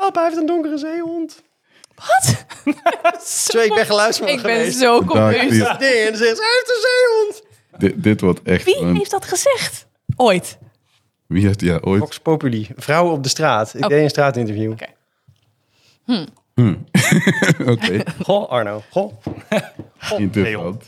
papa heeft een donkere zeehond. Wat? Ik ben geluidsman Ik ben geweest. zo confused. En dan zegt ze, hij heeft een zeehond. Dit wordt echt... Wie heeft dat gezegd? Ooit. Wie heeft... Ja, ooit... Vox Populi, vrouwen op de straat. Ik deed een straatinterview. Oké. Oké, Goh, Arno. Goh. interessant.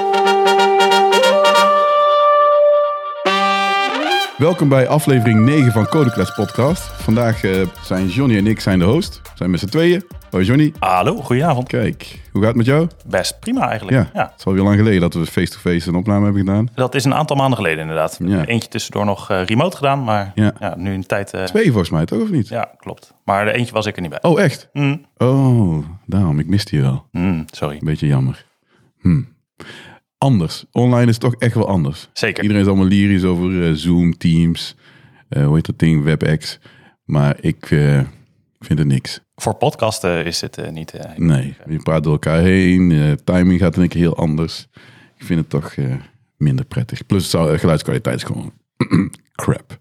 Welkom bij aflevering 9 van Codeklets podcast. Vandaag zijn Johnny en ik de host. We zijn met z'n tweeën. Hoi Johnny. Hallo, goedenavond. Kijk, hoe gaat het met jou? Best prima eigenlijk. Ja, het is alweer lang geleden dat we face-to-face een opname hebben gedaan. Dat is een aantal maanden geleden inderdaad. Ja. Eentje tussendoor nog remote gedaan, maar Ja. nu een tijd... 2 volgens mij, toch of niet? Ja, klopt. Maar de eentje was ik er niet bij. Oh, echt? Mm. Oh, daarom. Ik miste je wel. Sorry. Een beetje jammer. Anders. Online is toch echt wel anders. Zeker. Iedereen is allemaal lyrisch over Zoom, Teams, hoe heet dat ding, WebEx. Maar ik vind het niks. Voor podcasten is het niet... Nee, je praat door elkaar heen. Timing gaat denk ik heel anders. Ik vind het toch minder prettig. Plus geluidskwaliteit is gewoon crap.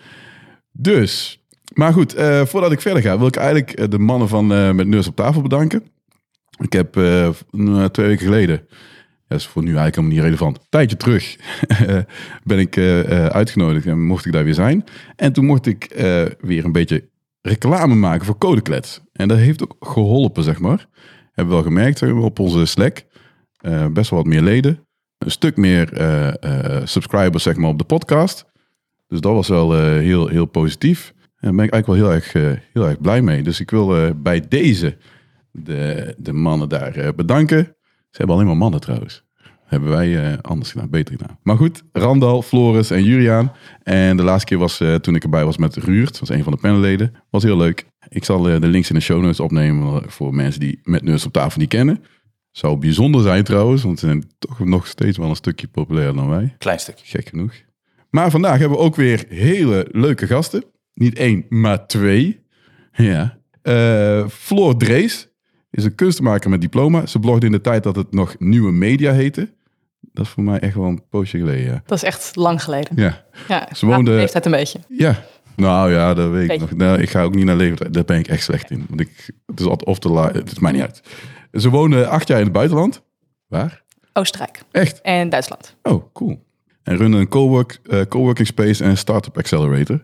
Dus, maar goed, voordat ik verder ga, wil ik eigenlijk de mannen van Met Nerds op tafel bedanken. Ik heb 2 weken geleden, dat is voor nu eigenlijk helemaal niet relevant, een tijdje terug ben ik uitgenodigd en mocht ik daar weer zijn. En toen mocht ik weer een beetje reclame maken voor Codeklets. En dat heeft ook geholpen, zeg maar. Hebben we wel gemerkt, zeg maar, op onze Slack. Best wel wat meer leden. Een stuk meer subscribers, zeg maar, op de podcast. Dus dat was wel heel positief. En daar ben ik eigenlijk wel heel erg blij mee. Dus ik wil bij deze de mannen daar bedanken. Ze hebben alleen maar mannen trouwens. Hebben wij anders gedaan, beter gedaan. Maar goed, Randal, Floris en Juriaan. En de laatste keer was toen ik erbij was met Ruurt. Dat was een van de panelleden. Was heel leuk. Ik zal de links in de show notes opnemen voor mensen die Met Nerds op tafel niet kennen. Zou bijzonder zijn trouwens, want ze zijn toch nog steeds wel een stukje populairder dan wij. Klein stukje. Gek genoeg. Maar vandaag hebben we ook weer hele leuke gasten. Niet 1, maar 2. Ja. Floor Drees is een kunstenmaker met diploma. Ze blogde in de tijd dat het nog Nieuwe Media heette. Dat is voor mij echt wel een poosje geleden, ja. Dat is echt lang geleden. Ja. Ja, Ze woonde... heeft het een beetje. Ja. Nou ja, dat weet ik Beetje. nog. Nou, ik ga ook niet naar leven. Daar ben ik echt slecht in. Want het is altijd of te laat. Het is mij niet uit. Ze woonde 8 jaar in het buitenland. Waar? Oostenrijk Echt? en Duitsland. Oh, cool. En runnen een coworking space en startup accelerator.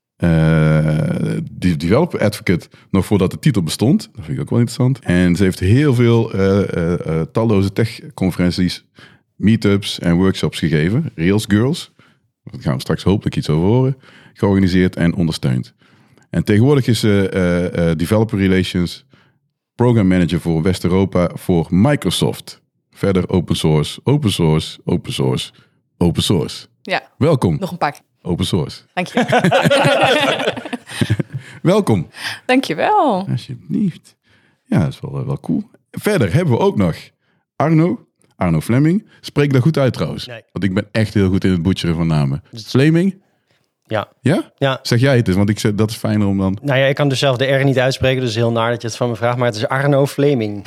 Die developer advocate nog voordat de titel bestond. Dat vind ik ook wel interessant. En ze heeft heel veel talloze tech-conferenties, meetups en workshops gegeven. Rails Girls. Daar gaan we straks hopelijk iets over horen. Georganiseerd en ondersteund. En tegenwoordig is ze developer relations program manager voor West-Europa voor Microsoft. Verder open source, open source, open source, open source. Ja, Welkom, nog een paar keer. open source. Dank je. Welkom. Dank je wel. Alsjeblieft. Ja, dat is wel cool. Verder hebben we ook nog Arno Fleming. Spreek ik dat goed uit trouwens? Nee. Want ik ben echt heel goed in het butcheren van namen. Fleming? Ja. Ja? Ja. Zeg jij het eens, want ik zeg, dat is fijner om dan... Nou ja, ik kan dus zelf de R niet uitspreken, dus heel naar dat je het van me vraagt. Maar het is Arno Fleming.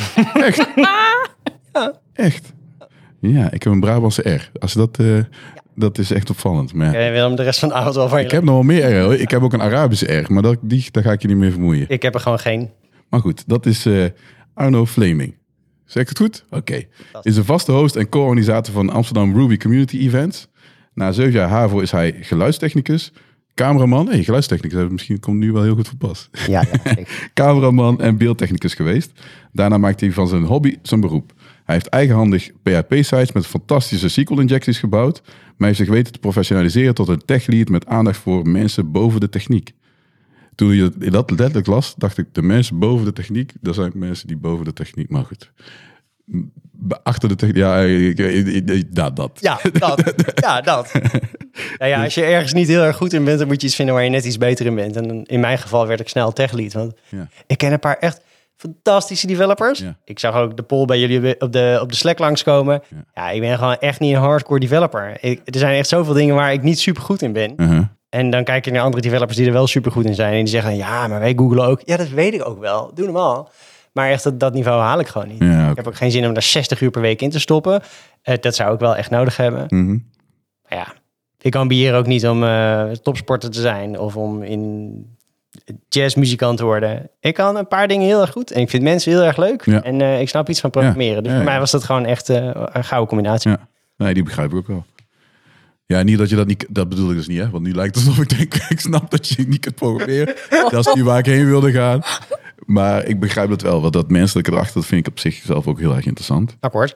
Echt? Ja, ik heb een Brabantse R. Als dat... Dat is echt opvallend. Maar ja. Jij wil hem de rest van de avond wel van je Ik heb nog wel meer R, hoor. Ik heb ook een Arabische R, maar daar ga ik je niet meer vermoeien. Ik heb er gewoon geen. Maar goed, dat is Arno Fleming. Zeg ik het goed? Oké. Is een vaste host en co-organisator van Amsterdam Ruby Community Events. Na 7 jaar HAVO is hij geluidstechnicus, cameraman. Geluidstechnicus, dat misschien komt nu wel heel goed voor pas. Ja. Cameraman en beeldtechnicus geweest. Daarna maakte hij van zijn hobby zijn beroep. Hij heeft eigenhandig PHP-sites met fantastische SQL-injecties gebouwd, maar heeft zich weten te professionaliseren tot een tech-lead met aandacht voor mensen boven de techniek. Toen je dat letterlijk las, dacht ik, de mensen boven de techniek, dat zijn mensen die boven de techniek, maar goed. Achter de techniek, dat. Ja, dat. Nou ja, als je ergens niet heel erg goed in bent, dan moet je iets vinden waar je net iets beter in bent. En in mijn geval werd ik snel tech-lead, want ik ken een paar echt fantastische developers. Ja. Ik zag ook de poll bij jullie op de Slack langskomen. Ja, ik ben gewoon echt niet een hardcore developer. Er zijn echt zoveel dingen waar ik niet super goed in ben. Uh-huh. En dan kijk je naar andere developers die er wel super goed in zijn. En die zeggen, ja, maar wij googlen ook. Ja, dat weet ik ook wel. Doe normaal. Maar echt, dat niveau haal ik gewoon niet. Ja, okay. Ik heb ook geen zin om daar 60 uur per week in te stoppen. Dat zou ik wel echt nodig hebben. Mm-hmm. Maar ja, ik ambieer ook niet om topsporter te zijn. Of om in jazzmuzikant worden. Ik kan een paar dingen heel erg goed. En ik vind mensen heel erg leuk. Ja. En ik snap iets van programmeren. Dus voor mij was dat gewoon echt een gouden combinatie. Ja. Nee, die begrijp ik ook wel. Ja, niet dat je dat niet... Dat bedoel ik dus niet, hè. Want nu lijkt het alsof ik denk... Ik snap dat je niet kunt programmeren. Dat is niet waar ik heen wilde gaan. Maar ik begrijp het wel. Want dat menselijke erachter, dat vind ik op zichzelf ook heel erg interessant. Akkoord.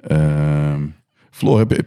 Floor,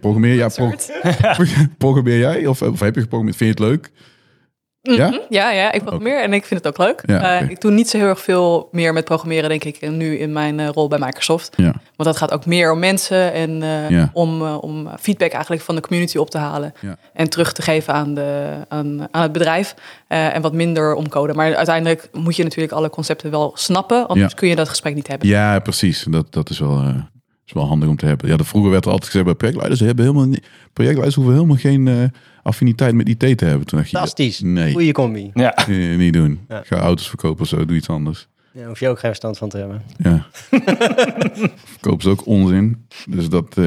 programmeer jij? Of heb je geprogrammeerd? Vind je het leuk? Ja? Ja, ik programmeer en ik vind het ook leuk. Ja, okay. Ik doe niet zo heel erg veel meer met programmeren, denk ik, nu in mijn rol bij Microsoft. Ja. Want dat gaat ook meer om mensen en om feedback eigenlijk van de community op te halen. Ja. En terug te geven aan het bedrijf. En wat minder om code. Maar uiteindelijk moet je natuurlijk alle concepten wel snappen. Anders kun je dat gesprek niet hebben. Ja, precies. Dat is wel... is wel handig om te hebben. Ja, vroeger werd er altijd gezegd bij projectleiders, projectleiders hoeven helemaal geen affiniteit met IT te hebben. Toen dacht je, fantastisch. Nee. Goeie combi. Ja. Niet doen. Ja. Ga auto's verkopen of zo, doe iets anders. Ja, hoef je ook geen verstand van te hebben. Ja. Verkopen is ook onzin. Dus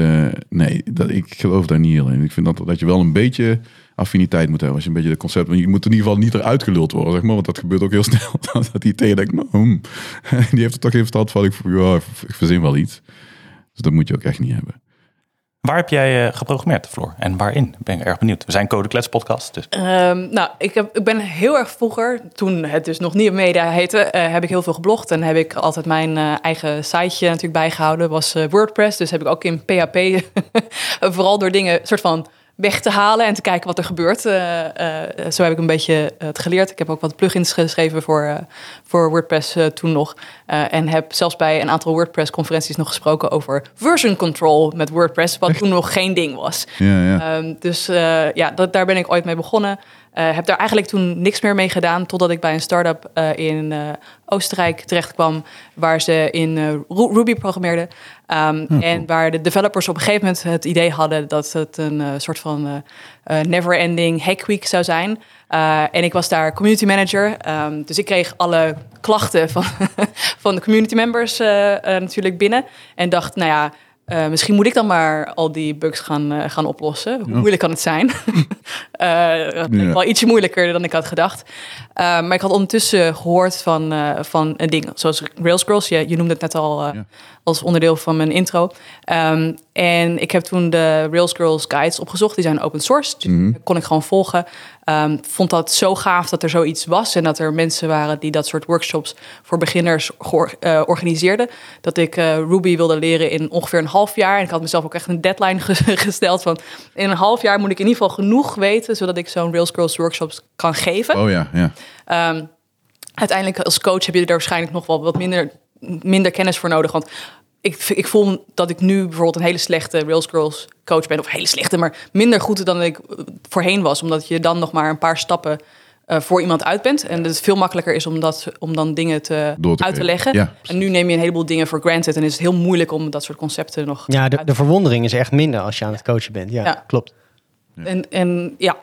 ik geloof daar niet heel in. Ik vind dat je wel een beetje affiniteit moet hebben. Als je een beetje het concept... Want je moet in ieder geval niet eruit geluld worden, zeg maar. Want dat gebeurt ook heel snel. Dat die IT denkt, die heeft er toch geen verstand van. Ik verzin wel iets. Dus dat moet je ook echt niet hebben. Waar heb jij geprogrammeerd, Floor? En waarin? Ben ik erg benieuwd. We zijn Code Klets podcast. Dus. Ik ben heel erg vroeger, toen het dus nog niet Media heette, heb ik heel veel geblogd. En heb ik altijd mijn eigen siteje natuurlijk bijgehouden. Was WordPress, dus heb ik ook in PHP vooral door dingen soort van weg te halen en te kijken wat er gebeurt. Zo heb ik een beetje het geleerd. Ik heb ook wat plugins geschreven voor WordPress toen nog. En heb zelfs bij een aantal WordPress-conferenties nog gesproken over version control met WordPress, wat toen nog geen ding was. Ja. Daar ben ik ooit mee begonnen. Heb daar eigenlijk toen niks meer mee gedaan, totdat ik bij een start-up in Oostenrijk terecht kwam, waar ze in Ruby programmeerden. En waar de developers op een gegeven moment het idee hadden dat het een soort van never-ending hack week zou zijn. En ik was daar community manager. Dus ik kreeg alle klachten van de community members natuurlijk binnen. En dacht, misschien moet ik dan maar al die bugs gaan oplossen. Hoe moeilijk kan het zijn? Dat leek wel ietsje moeilijker dan ik had gedacht. Maar ik had ondertussen gehoord van een ding zoals Rails Girls. Je noemde het net al als onderdeel van mijn intro. En ik heb toen de Rails Girls guides opgezocht. Die zijn open source. Dus kon ik gewoon volgen. Vond dat zo gaaf dat er zoiets was. En dat er mensen waren die dat soort workshops voor beginners organiseerden. Dat ik Ruby wilde leren in ongeveer een half jaar. En ik had mezelf ook echt een deadline gesteld van in een half jaar moet ik in ieder geval genoeg weten, zodat ik zo'n Rails Girls workshops kan geven. Oh ja. Uiteindelijk als coach heb je er waarschijnlijk nog wel wat minder kennis voor nodig. Want ik voel dat ik nu bijvoorbeeld een hele slechte Rails Girls coach ben. Of hele slechte, maar minder goed dan ik voorheen was. Omdat je dan nog maar een paar stappen voor iemand uit bent. En het veel makkelijker is om dan dingen uit te leggen. Ja, en nu neem je een heleboel dingen voor granted. En is het heel moeilijk om dat soort concepten nog... Ja, de verwondering is echt minder als je aan het coachen bent. Ja. Klopt. Ja.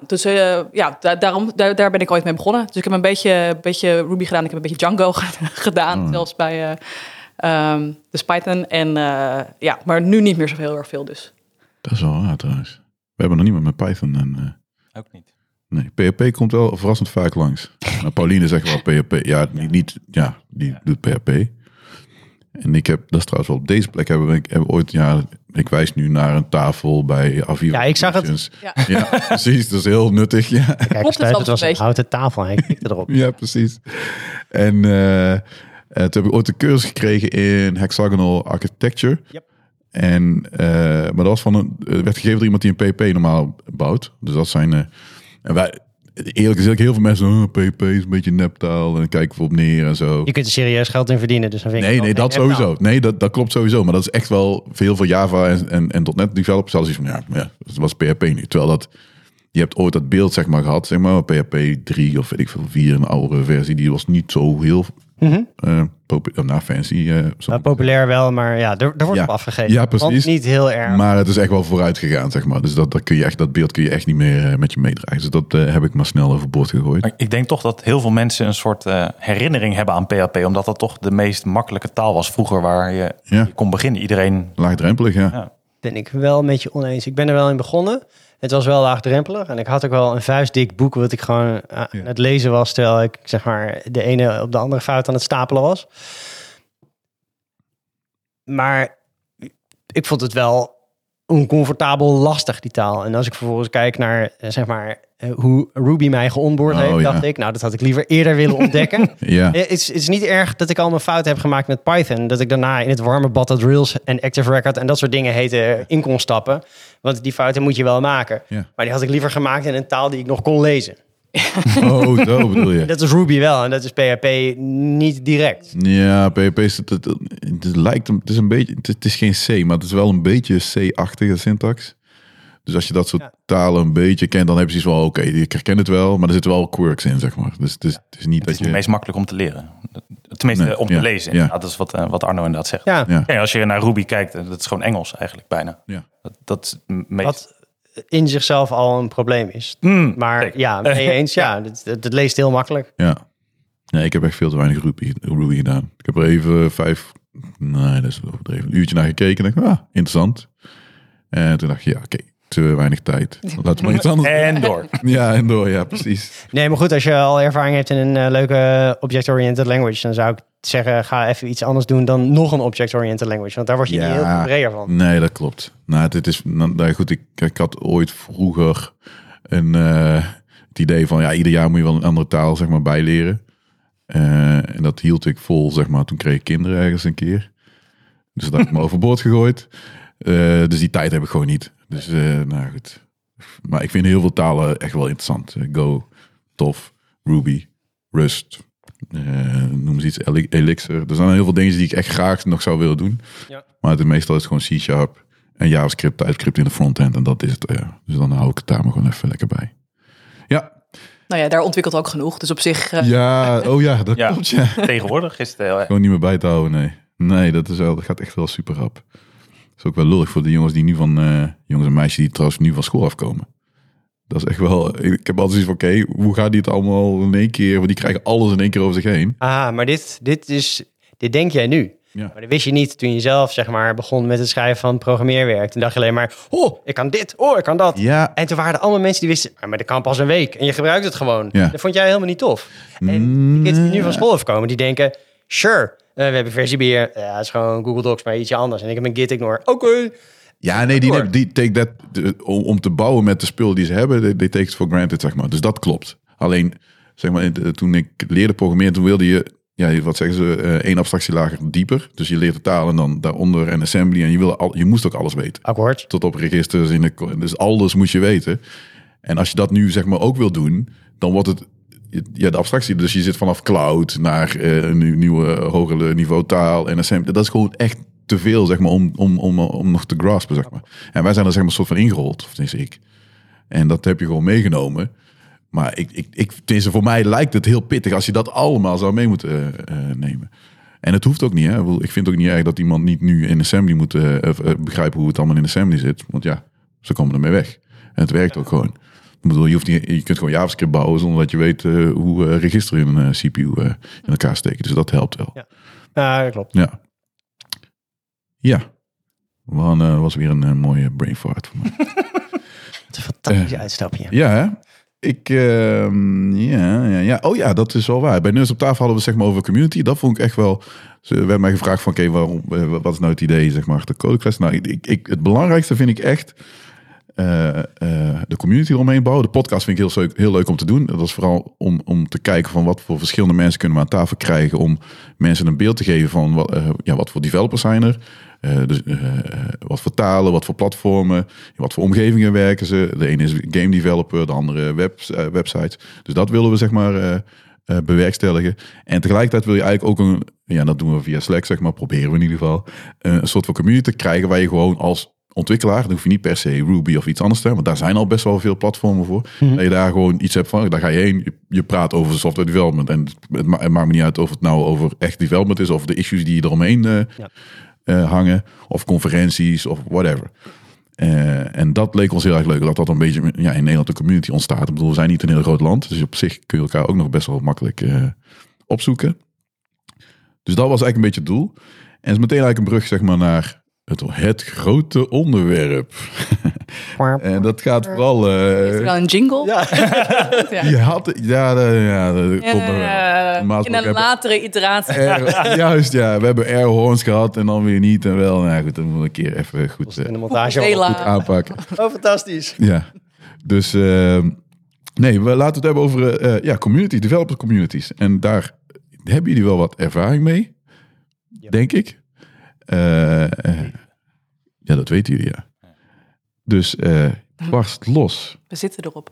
Daar ben ik ooit mee begonnen. Dus ik heb een beetje Ruby gedaan. Ik heb een beetje Django gedaan. Zelfs bij dus Python. Maar nu niet meer zo heel erg veel dus. Dat is wel raar trouwens. We hebben nog niemand met Python. Ook niet. Nee, PHP komt wel verrassend vaak langs. Maar Pauline zegt wel PHP. Ja, die doet PHP. En ik heb, dat is trouwens wel op deze plek, hebben we ooit, ik wijs nu naar een tafel bij Aviro. Ja, ik zag het. Ja, precies. Dat is heel nuttig. Ja. Kijk, het was een houten tafel en ik klikte erop. Ja, precies. En toen heb ik ooit een cursus gekregen in hexagonal architecture. Yep. En, maar dat was werd gegeven door iemand die een PHP normaal bouwt. Dus dat zijn... en wij... Eerlijk gezegd, heel veel mensen PHP is een beetje neptaal en dan kijken we op neer en zo. Je kunt er serieus geld in verdienen, dus dan vind ik nee, dat sowieso. Nee, dat klopt sowieso. Maar dat is echt wel veel van Java en .NET developers. Zelfs iets van, dat was PHP nu. Terwijl je hebt ooit dat beeld zeg maar gehad, zeg maar, PHP 3 of weet ik veel, 4, een oudere versie. Die was niet zo heel fancy. Populair wel, maar er wordt op afgegeven. Ja, precies. Want niet heel erg. Maar het is echt wel vooruit gegaan, zeg maar. Dus dat beeld kun je echt niet meer met je meedragen. Dus dat heb ik maar snel overboord gegooid. Maar ik denk toch dat heel veel mensen een soort herinnering hebben aan PHP. Omdat dat toch de meest makkelijke taal was vroeger waar je kon beginnen. Iedereen... Laagdrempelig, ja. Ben ik wel een beetje oneens. Ik ben er wel in begonnen. Het was wel laagdrempelig. En ik had ook wel een vuistdik boek wat ik gewoon aan het lezen was, terwijl ik zeg maar de ene op de andere fout aan het stapelen was. Maar ik vond het wel oncomfortabel lastig, die taal. En als ik vervolgens kijk naar, zeg maar, hoe Ruby mij geonboard heeft, dacht ik, nou, dat had ik liever eerder willen ontdekken. Het is niet erg dat ik al mijn fouten heb gemaakt met Python. Dat ik daarna in het warme bad dat Rails en Active Record en dat soort dingen heten in kon stappen. Want die fouten moet je wel maken. Ja. Maar die had ik liever gemaakt in een taal die ik nog kon lezen. Oh, zo bedoel je. Dat is Ruby wel en dat is PHP niet direct. Ja, PHP is het lijkt het is een beetje, het is geen C, maar het is wel een beetje C-achtige syntax. Dus als je dat soort talen een beetje kent, dan heb je zoiets van oké, ik herken het wel, maar er zitten wel quirks in, zeg maar. Dus het is niet dat je... het meest makkelijk om te leren. Tenminste, om te lezen. Ja. Dat is wat Arno inderdaad zegt. Ja. Ja, als je naar Ruby kijkt, dat is gewoon Engels eigenlijk bijna. Ja. Dat is meest... Wat in zichzelf al een probleem is. Maar zeker. Ja, mee eens. Ja, het leest heel makkelijk. Ja. Nee, ik heb echt veel te weinig Ruby gedaan. Ik heb er even een uurtje naar gekeken. En dacht, interessant. En toen dacht je, oké, te weinig tijd. Laten we maar iets anders en door. Ja, precies. Nee, maar goed, als je al ervaring hebt in een leuke object-oriented language, dan zou ik zeggen, ga even iets anders doen dan nog een object-oriented language. Want daar word je niet heel veel breder van. Nee, dat klopt. Nou, dit is, goed, ik had ooit vroeger het idee van, ieder jaar moet je wel een andere taal, zeg maar, bijleren. En dat hield ik vol, zeg maar, toen kreeg ik kinderen ergens een keer. Dus dat heb ik me overboord gegooid. Dus die tijd heb ik gewoon niet. Dus, nou goed. Maar ik vind heel veel talen echt wel interessant. Go, tof, Ruby, Rust, noem eens iets, Elixir. Er zijn heel veel dingen die ik echt graag nog zou willen doen. Ja. Maar meestal is het gewoon C# en JavaScript, TypeScript in de frontend. En dat is het. Dus dan hou ik het daar maar gewoon even lekker bij. Ja. Nou ja, daar ontwikkelt ook genoeg. Dus op zich... dat klopt, ja. Tegenwoordig is het... Gewoon niet meer bij te houden, nee. Nee, dat gaat echt wel super rap. Dat is ook wel lullig voor de jongens die nu jongens en meisjes die trouwens nu van school afkomen. Dat is echt wel... Ik heb altijd zoiets van, oké, hoe gaat die het allemaal in één keer? Want die krijgen alles in één keer over zich heen. Maar dit denk jij nu. Ja. Maar dat wist je niet toen je zelf, zeg maar, begon met het schrijven van programmeerwerk. Toen dacht je alleen maar, ik kan dit, ik kan dat. Ja. En toen waren er allemaal mensen die wisten, maar dat kan pas een week. En je gebruikt het gewoon. Ja. Dat vond jij helemaal niet tof. En die kids die nu van school afkomen, die denken, sure, we hebben versiebeheer. Ja, het is gewoon Google Docs, maar ietsje anders. En ik heb een Git ignore. Oké. Ja, nee, die take that om te bouwen met de spullen die ze hebben, they take it for granted, zeg maar. Dus dat klopt. Alleen, zeg maar, toen ik leerde programmeren, toen wilde je, wat zeggen ze, één abstractielager dieper. Dus je leert de taal en dan daaronder en assembly. En je moest ook alles weten. Akkoord. Tot op registers, dus alles moest je weten. En als je dat nu, zeg maar, ook wil doen, dan wordt het, de abstractie. Dus je zit vanaf cloud naar een nieuwe, hogere niveau taal en assembly. Dat is gewoon echt te veel, zeg maar, om nog te graspen, zeg maar. En wij zijn er, zeg maar, een soort van ingerold, of tenminste ik. En dat heb je gewoon meegenomen. Maar tenminste, voor mij lijkt het heel pittig als je dat allemaal zou mee moeten nemen. En het hoeft ook niet, hè. Ik vind ook niet erg dat iemand niet nu in assembly moet begrijpen hoe het allemaal in assembly zit. Want ze komen ermee weg. En het werkt ook gewoon. Ik bedoel, je kunt gewoon JavaScript bouwen zonder dat je weet hoe registeren in een CPU in elkaar steken. Dus dat helpt wel. Ja, dat klopt. Ja. Was weer een mooie brain fart voor mij. Wat een fantastisch uitstapje. Ja, hè? Oh ja, dat is wel waar. Bij Nerds op tafel hadden we, zeg maar, over community. Dat vond ik echt wel... Ze werd mij gevraagd van, waarom, wat is nou het idee, zeg maar, achter Codeclass? Nou, het belangrijkste vind ik echt de community eromheen bouwen. De podcast vind ik heel leuk om te doen. Dat is vooral om te kijken van wat voor verschillende mensen kunnen we aan tafel krijgen, om mensen een beeld te geven van wat voor developers zijn er. Wat voor talen, wat voor platformen, wat voor omgevingen werken ze. De ene is game developer, de andere websites. Dus dat willen we, zeg maar, bewerkstelligen. En tegelijkertijd wil je eigenlijk ook dat doen we via Slack, zeg maar, proberen we in ieder geval, een soort van community te krijgen waar je gewoon als ontwikkelaar, dan hoef je niet per se Ruby of iets anders te hebben, want daar zijn al best wel veel platformen voor. Dat je daar gewoon iets hebt van, daar ga je heen, je praat over software development. En het maakt me niet uit of het nou over echt development is, of de issues die eromheen hangen, of conferenties, of whatever. En dat leek ons heel erg leuk, dat een beetje in Nederland een community ontstaat. Ik bedoel, we zijn niet een heel groot land, dus op zich kun je elkaar ook nog best wel makkelijk opzoeken. Dus dat was eigenlijk een beetje het doel. En het is meteen eigenlijk een brug, zeg maar, naar het grote onderwerp. En dat gaat vooral... Is er dan een jingle? Ja. Je had... komt nog wel. Normaal in een latere iteratie. Juist, ja. We hebben airhorns gehad en dan weer niet. En wel, nou goed, dan moeten we een keer even goed, In de montage Heel goed aanpakken. Oh, fantastisch. Ja, dus... nee, we laten het hebben over community, developer communities. En daar hebben jullie wel wat ervaring mee, denk ik. Ja, dat weten jullie, ja. Dus barst los. We zitten erop.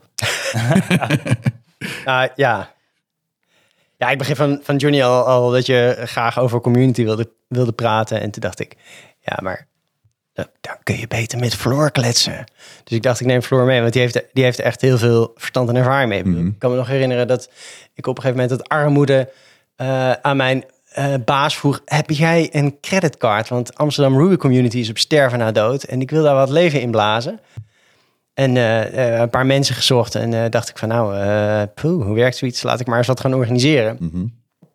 Ja. Ja, ik begin van Johnny al dat je graag over community wilde praten. En toen dacht ik, ja, maar dan kun je beter met Floor kletsen. Dus ik dacht, ik neem Floor mee, want die heeft echt heel veel verstand en ervaring mee. Mm-hmm. Ik kan me nog herinneren dat ik op een gegeven moment het armoede aan mijn baas vroeg, heb jij een creditcard? Want Amsterdam Ruby Community is op sterven na dood en ik wil daar wat leven in blazen. En een paar mensen gezocht en dacht ik van hoe werkt zoiets? Laat ik maar eens wat gaan organiseren. Mm-hmm.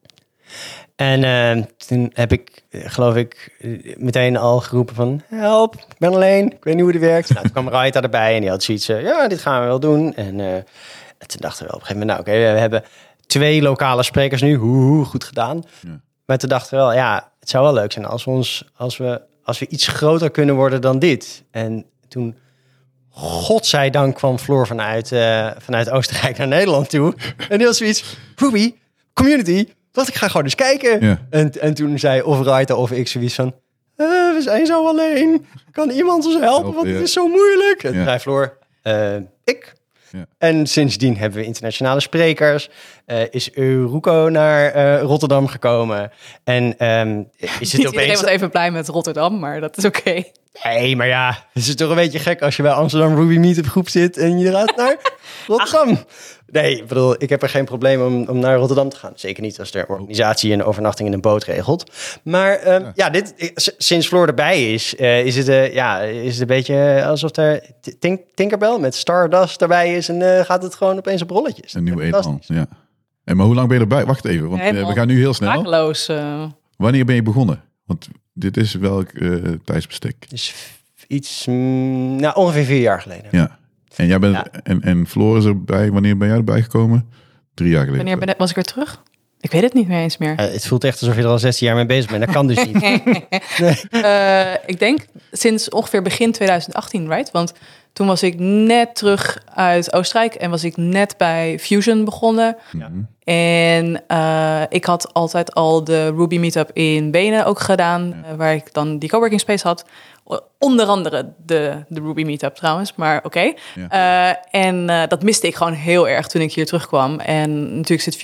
En toen heb ik, geloof ik, meteen al geroepen van, help, ik ben alleen, ik weet niet hoe het werkt. Nou, toen kwam Raita erbij en die had zoiets, dit gaan we wel doen. En toen dachten we op een gegeven moment, we hebben 2 lokale sprekers nu, goed gedaan. Ja. Maar toen dachten we wel, het zou wel leuk zijn als we iets groter kunnen worden dan dit. En toen, godzijdank, kwam Floor vanuit Oostenrijk naar Nederland toe. En die had zoiets, Ruby, community, dacht ik ga gewoon eens kijken. Ja. En toen zei of Raita of ik zoiets van, we zijn zo alleen. Kan iemand ons helpen, want het is zo moeilijk. En zei Floor, ik. Ja. En sindsdien hebben we internationale sprekers. Is Euruco naar Rotterdam gekomen. En is het iedereen was even blij met Rotterdam, maar dat is oké. Nee, maar ja, het is toch een beetje gek als je bij Amsterdam Ruby Meetup groep zit en je gaat naar Rotterdam. Nee, ik bedoel, ik heb er geen probleem om naar Rotterdam te gaan. Zeker niet als de organisatie een overnachting in een boot regelt. Maar sinds Floor erbij is het een beetje alsof er Tinkerbell met Stardust erbij is en gaat het gewoon opeens op rolletjes. Een nieuw elan, ja. En maar hoe lang ben je erbij? Wacht even, want we gaan nu heel snel. Maakloos. Wanneer ben je begonnen? Want dit is welk tijdsbestek? Dus iets, ongeveer 4 jaar geleden. Ja. En jij bent en Floor is erbij. Wanneer ben jij erbij gekomen? 3 jaar geleden. Wanneer was ik weer terug? Ik weet het niet meer eens meer. Het voelt echt alsof je er al 16 jaar mee bezig bent. Dat kan dus niet. Nee. Ik denk sinds ongeveer begin 2018, right? Want toen was ik net terug uit Oostenrijk en was ik net bij Fusion begonnen. Ja. En ik had altijd al de Ruby Meetup in Wenen ook gedaan, waar ik dan die coworking space had. Onder andere de Ruby Meetup trouwens, maar oké. Ja. En dat miste ik gewoon heel erg toen ik hier terugkwam. En natuurlijk zat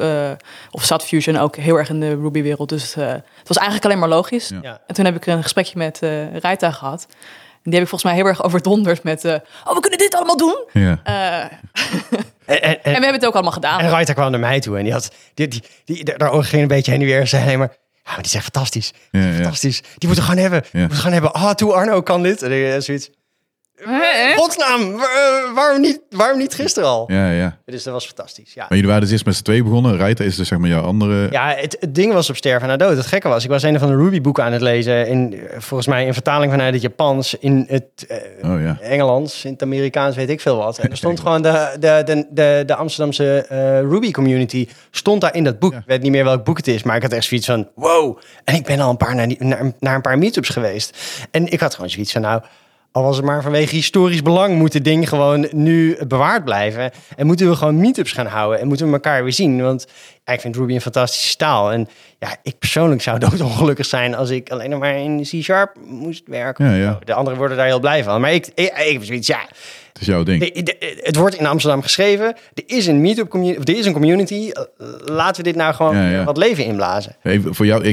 Fusion ook heel erg in de Ruby-wereld. Dus het was eigenlijk alleen maar logisch. Ja. En toen heb ik een gesprekje met Raita gehad. En die heb ik volgens mij heel erg overdonderd met... we kunnen dit allemaal doen. Ja. En we hebben het ook allemaal gedaan. En Raita kwam naar mij toe en die had... Daar ogen ging een beetje heen en weer en zei... maar die zijn fantastisch. Fantastisch. Die moeten we gewoon hebben. Ja. Moeten gewoon hebben. Toe Arno kan dit. En zoiets. Godsnaam, waarom niet gisteren al? Ja. Dus dat was fantastisch. Ja. Maar jullie waren dus eerst met z'n 2 begonnen. Raita is dus zeg maar jouw andere... Ja, het ding was op sterven na dood. Het gekke was, ik was een van de Ruby-boeken aan het lezen. Volgens mij in vertaling vanuit het Japans, in het Engels, in het Amerikaans, weet ik veel wat. En er stond gewoon de Amsterdamse Ruby-community stond daar in dat boek. Ik weet niet meer welk boek het is, maar ik had echt zoiets van, wow. En ik ben al een paar naar een paar meetups geweest. En ik had gewoon zoiets van, al was het maar vanwege historisch belang, moet het ding gewoon nu bewaard blijven. En moeten we gewoon meetups gaan houden. En moeten we elkaar weer zien. Want ik vind Ruby een fantastische taal. En ik persoonlijk zou doodongelukkig zijn als ik alleen nog maar in C# moest werken. Ja. De anderen worden daar heel blij van. Maar ik heb zoiets, het is jouw ding. Het wordt in Amsterdam geschreven. Er is een meetup community, of er is een community. Laten we dit nou gewoon wat leven inblazen. Hey, voor jou,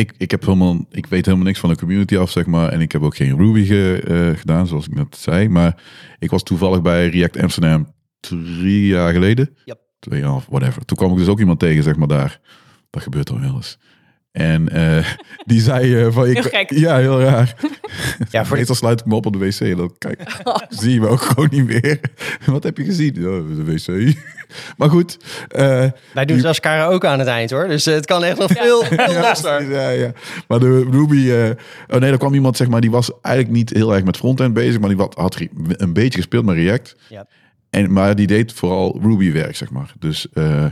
ik weet helemaal niks van de community af, zeg maar. En ik heb ook geen Ruby gedaan, zoals ik net zei. Maar ik was toevallig bij React Amsterdam 3 jaar geleden. Yep. 2,5, whatever. Toen kwam ik dus ook iemand tegen, zeg maar, daar. Dat gebeurt al wel eens. En die zei van... Heel gek. Ja, heel raar. Ja, Meestal sluit ik me op de wc. En dan zie je me ook gewoon niet meer. Wat heb je gezien? Ja, de wc. Maar goed. Wij doen zelfs karaoke aan het eind, hoor. Dus het kan echt nog veel losser. Ja. Maar de Ruby... er kwam iemand, zeg maar, die was eigenlijk niet heel erg met frontend bezig. Maar die had een beetje gespeeld met React. Ja. Maar die deed vooral Ruby-werk, zeg maar. Dus...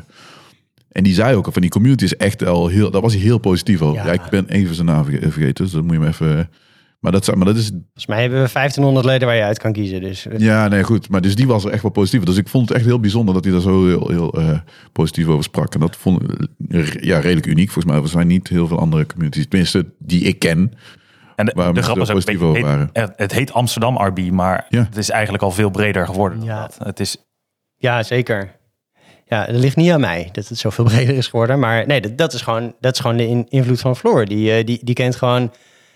En die zei ook van die community is echt al heel... Daar was hij heel positief over. Ja, ik ben even zijn naam vergeten, dus dat moet je me even... Maar dat is... Volgens mij hebben we 1500 leden waar je uit kan kiezen. Dus... Ja, nee, goed. Maar dus die was er echt wel positief. Dus ik vond het echt heel bijzonder dat hij daar zo heel positief over sprak. En dat vond ik redelijk uniek. Volgens mij er zijn niet heel veel andere communities. Tenminste, die ik ken. En de grap is ook, het heet Amsterdam RB, maar het is eigenlijk al veel breder geworden. Ja, het is... ja zeker. Ja, het ligt niet aan mij dat het zoveel breder is geworden. Maar nee, dat is gewoon de invloed van Floor. Die kent gewoon...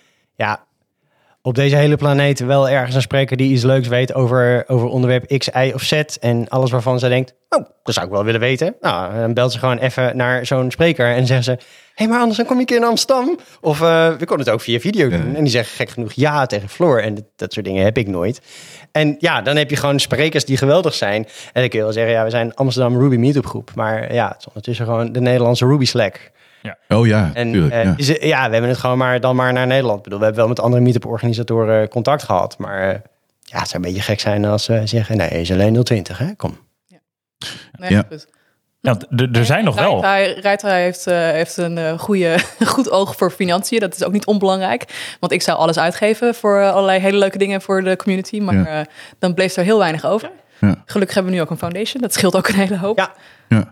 Ja, op deze hele planeet wel ergens een spreker die iets leuks weet over onderwerp X, Y of Z. En alles waarvan zij denkt, dat zou ik wel willen weten. Nou, dan belt ze gewoon even naar zo'n spreker en zeggen ze... Hé, maar anders dan kom je een keer in Amsterdam. Of we konden het ook via video doen. En die zeggen gek genoeg ja tegen Floor. En dat soort dingen heb ik nooit. En ja, dan heb je gewoon sprekers die geweldig zijn. En dan kun je wel zeggen, we zijn Amsterdam Ruby Meetup groep. Maar ja, het is ondertussen gewoon de Nederlandse Ruby Slack. Ja. Oh ja, en, tuurlijk. we hebben het gewoon maar naar Nederland. Ik bedoel, we hebben wel met andere meetup-organisatoren contact gehad. Maar het zou een beetje gek zijn als ze zeggen... Nee, het is alleen 020, hè? Kom. Ja. Nee, goed. Ja, er zijn nog wel. Reita heeft een goed oog voor financiën. Dat is ook niet onbelangrijk. Want ik zou alles uitgeven voor allerlei hele leuke dingen voor de community. Maar dan bleef er heel weinig over. Ja. Gelukkig hebben we nu ook een foundation. Dat scheelt ook een hele hoop. Ja.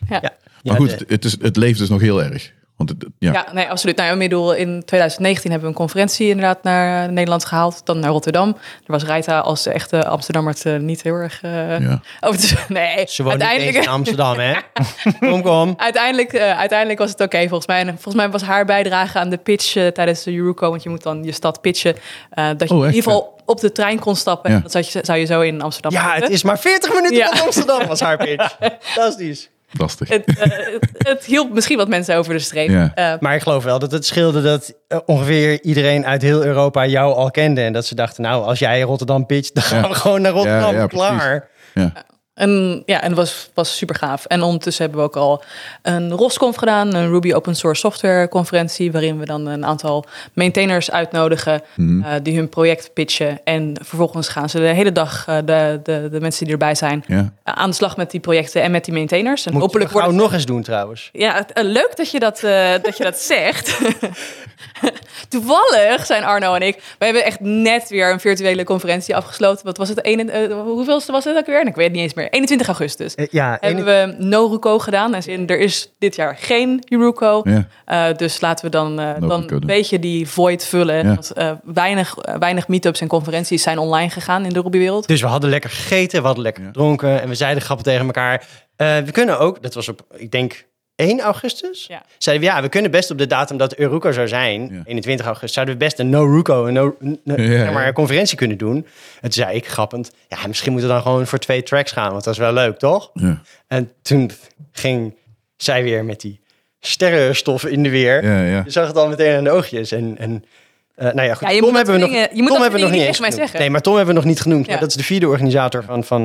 Maar goed, het leeft dus nog heel erg. Want nee, absoluut. Nou, inmiddels in 2019 hebben we een conferentie inderdaad naar Nederland gehaald. Dan naar Rotterdam. Daar was Reita als echte Amsterdammer het niet heel erg over te zeggen. Nee, ze woont uiteindelijk niet in Amsterdam, hè? Kom. Uiteindelijk was het oké, volgens mij. En volgens mij was haar bijdrage aan de pitch tijdens de Eurocon. Want je moet dan je stad pitchen. Dat je in ieder geval op de trein kon stappen. Ja. En dat zou je zo in Amsterdam zitten. Het is maar 40 minuten van Amsterdam, was haar pitch. Fantastisch. Lastig. Het hielp misschien wat mensen over de streep. Ja. Maar ik geloof wel dat het scheelde dat ongeveer iedereen uit heel Europa jou al kende. En dat ze dachten, nou, als jij Rotterdam pitcht, dan gaan we gewoon naar Rotterdam. Ja, klaar. Ja. En dat was super gaaf. En ondertussen hebben we ook al een ROSConf gedaan, een Ruby Open Source Software conferentie, waarin we dan een aantal maintainers uitnodigen die hun project pitchen. En vervolgens gaan ze de hele dag, de mensen die erbij zijn, aan de slag met die projecten en met die maintainers. En hopelijk wordt het nog eens doen trouwens. Ja, leuk dat je dat zegt. Toevallig zijn Arno en ik, we hebben echt net weer een virtuele conferentie afgesloten. Wat was het? Hoeveelste was het ook weer? Ik weet het niet eens meer. 21 augustus hebben we No Ruco gedaan. En er is dit jaar geen Ruco. Ja. Dus laten we dan een beetje die void vullen. Ja. Weinig meetups en conferenties zijn online gegaan in de Ruby-wereld. Dus we hadden lekker gegeten, we hadden lekker gedronken. En we zeiden grappen tegen elkaar. We kunnen ook, dat was op, ik denk... 1 augustus? Ja. Zeiden we, we kunnen best op de datum dat Ruco zou zijn, 21 augustus, zouden we best een No-Ruco, een conferentie kunnen doen. En toen zei ik grappend, misschien moeten we dan gewoon voor 2 tracks gaan, want dat is wel leuk, toch? Ja. En toen ging zij weer met die sterrenstof in de weer. Je zag het al meteen aan de oogjes. En goed. Tom hebben we nog niet eens genoemd. Nee, maar Tom hebben we nog niet genoemd. Ja. Maar dat is de 4e organisator van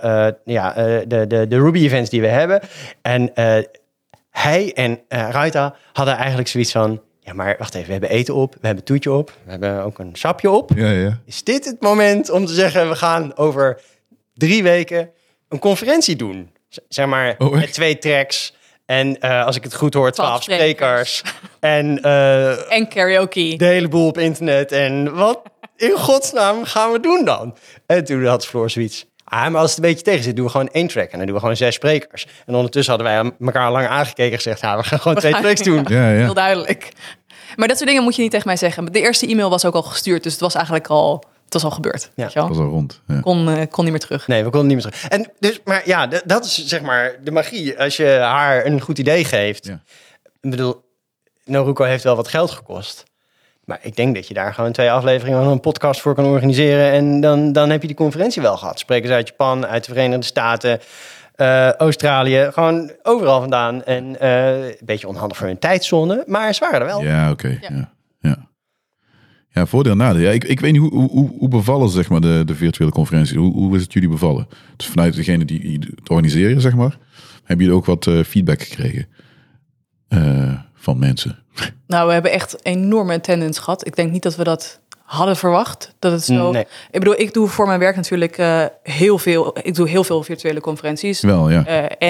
de Ruby-events die we hebben. En hij en Reita hadden eigenlijk zoiets van... Ja, maar wacht even, we hebben eten op, we hebben toetje op... we hebben ook een sapje op. Ja. Is dit het moment om te zeggen... we gaan over 3 weken een conferentie doen? Zeg maar, met 2 tracks... En als ik het goed hoor, 12 sprekers. En karaoke. De hele boel op internet. En wat in godsnaam gaan we doen dan? En toen had Floor zoiets... maar als het een beetje tegen zit, doen we gewoon 1 track. En dan doen we gewoon 6 sprekers. En ondertussen hadden wij elkaar lang aangekeken en gezegd... we gaan gewoon 2 tracks doen. Ja. Heel duidelijk. Maar dat soort dingen moet je niet tegen mij zeggen. De eerste e-mail was ook al gestuurd. Dus het was eigenlijk al... Het was al gebeurd. Ja, het was al rond. Ja. Kon niet meer terug. Nee, we konden niet meer terug. En dus, maar dat is zeg maar de magie. Als je haar een goed idee geeft. Ja. Ik bedoel, No Ruco heeft wel wat geld gekost. Maar ik denk dat je daar gewoon 2 afleveringen van een podcast voor kan organiseren. En dan heb je die conferentie wel gehad. Sprekers uit Japan, uit de Verenigde Staten. Australië, gewoon overal vandaan. En een beetje onhandig voor hun tijdzone, maar ze waren er wel. Ja, oké. Ja, voordeel en nadeel. Ja, ik weet niet hoe bevallen zeg maar de virtuele conferentie. Hoe is het jullie bevallen? Dus vanuit degene die het organiseren, zeg maar, hebben jullie ook wat feedback gekregen van mensen? Nou, we hebben echt enorme attendance gehad. Ik denk niet dat we dat hadden verwacht. Dat het zo. Nee. Ik bedoel, ik doe voor mijn werk natuurlijk heel veel. Ik doe heel veel virtuele conferenties. Wel, ja.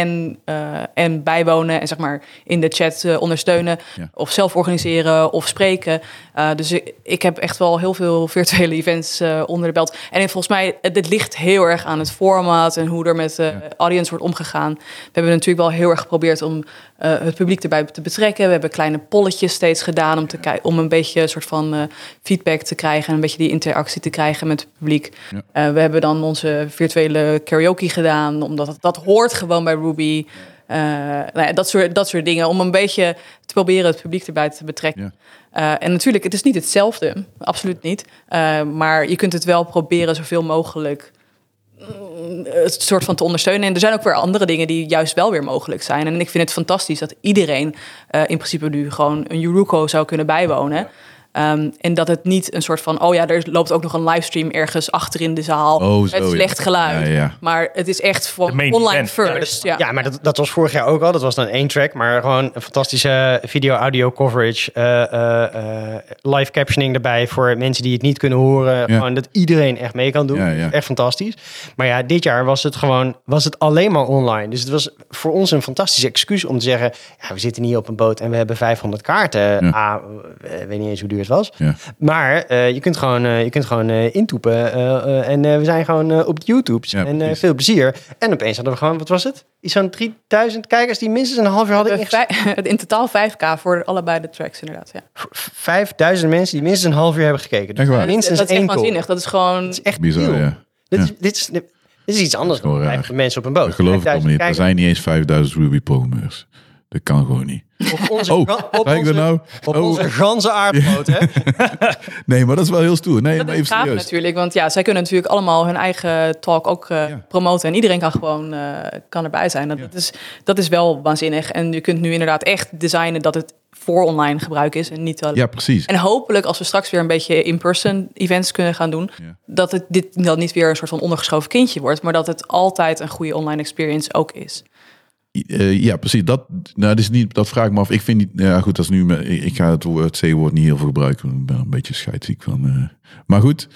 En bijwonen en zeg maar in de chat ondersteunen. Ja. Of zelf organiseren of spreken. Dus ik heb echt wel heel veel virtuele events onder de belt. En volgens mij, dit ligt heel erg aan het format en hoe er met de audience wordt omgegaan. We hebben natuurlijk wel heel erg geprobeerd om het publiek erbij te betrekken. We hebben kleine polletjes steeds gedaan om om een beetje een soort van feedback te krijgen en een beetje die interactie te krijgen met het publiek. Ja. We hebben dan onze virtuele karaoke gedaan, omdat dat hoort gewoon bij Ruby. Dat soort dingen, om een beetje te proberen het publiek erbij te betrekken. Ja. En natuurlijk, het is niet hetzelfde, absoluut niet. Maar je kunt het wel proberen zoveel mogelijk het soort van te ondersteunen. En er zijn ook weer andere dingen die juist wel weer mogelijk zijn. En ik vind het fantastisch dat iedereen in principe nu gewoon een Yuruko zou kunnen bijwonen. En dat het niet een soort van, er loopt ook nog een livestream ergens achter in de zaal met slecht geluid. Ja. Maar het is echt van online event. First. Ja, maar dat was vorig jaar ook al. Dat was dan 1 track, maar gewoon een fantastische video-audio coverage. Live captioning erbij voor mensen die het niet kunnen horen. Ja. Gewoon dat iedereen echt mee kan doen. Ja. Echt fantastisch. Maar ja, dit jaar was het alleen maar online. Dus het was voor ons een fantastisch excuus om te zeggen, we zitten niet op een boot en we hebben 500 kaarten. Ja. Weet niet eens hoe duur was. Ja. Maar je kunt gewoon intoepen. En we zijn gewoon op YouTube. Ja, en veel plezier. En opeens hadden we gewoon, wat was het? Iets van 3000 kijkers die minstens een half uur hadden in totaal 5K voor allebei de tracks, inderdaad. Ja. 5000 mensen die minstens een half uur hebben gekeken. Dus minstens dat is echt waanzinnig. Dat is gewoon... Dat is echt bizar, ja. Dit is iets anders dan 50 mensen op een boot. Dat geloof ik allemaal niet. Er zijn niet eens 5000 Ruby-programmeurs. Dat kan gewoon niet. Op onze ganse aardboot, hè? Nee, maar dat is wel heel stoer. Nee, dat maar is even gaaf serieus. natuurlijk. Want zij kunnen natuurlijk allemaal hun eigen talk ook promoten. En iedereen kan gewoon kan erbij zijn. Dat is wel waanzinnig. En je kunt nu inderdaad echt designen dat het voor online gebruik is. En niet alleen. Ja, precies. En hopelijk als we straks weer een beetje in-person events kunnen gaan doen. Ja. Dat dit dan niet weer een soort van ondergeschoven kindje wordt. Maar dat het altijd een goede online experience ook is. Ja, precies. Dat vraag ik me af. Ik vind niet. Ja, goed, dat is nu. Ik ga het C-woord niet heel veel gebruiken. Ik ben een beetje scheidsziek van. Maar goed,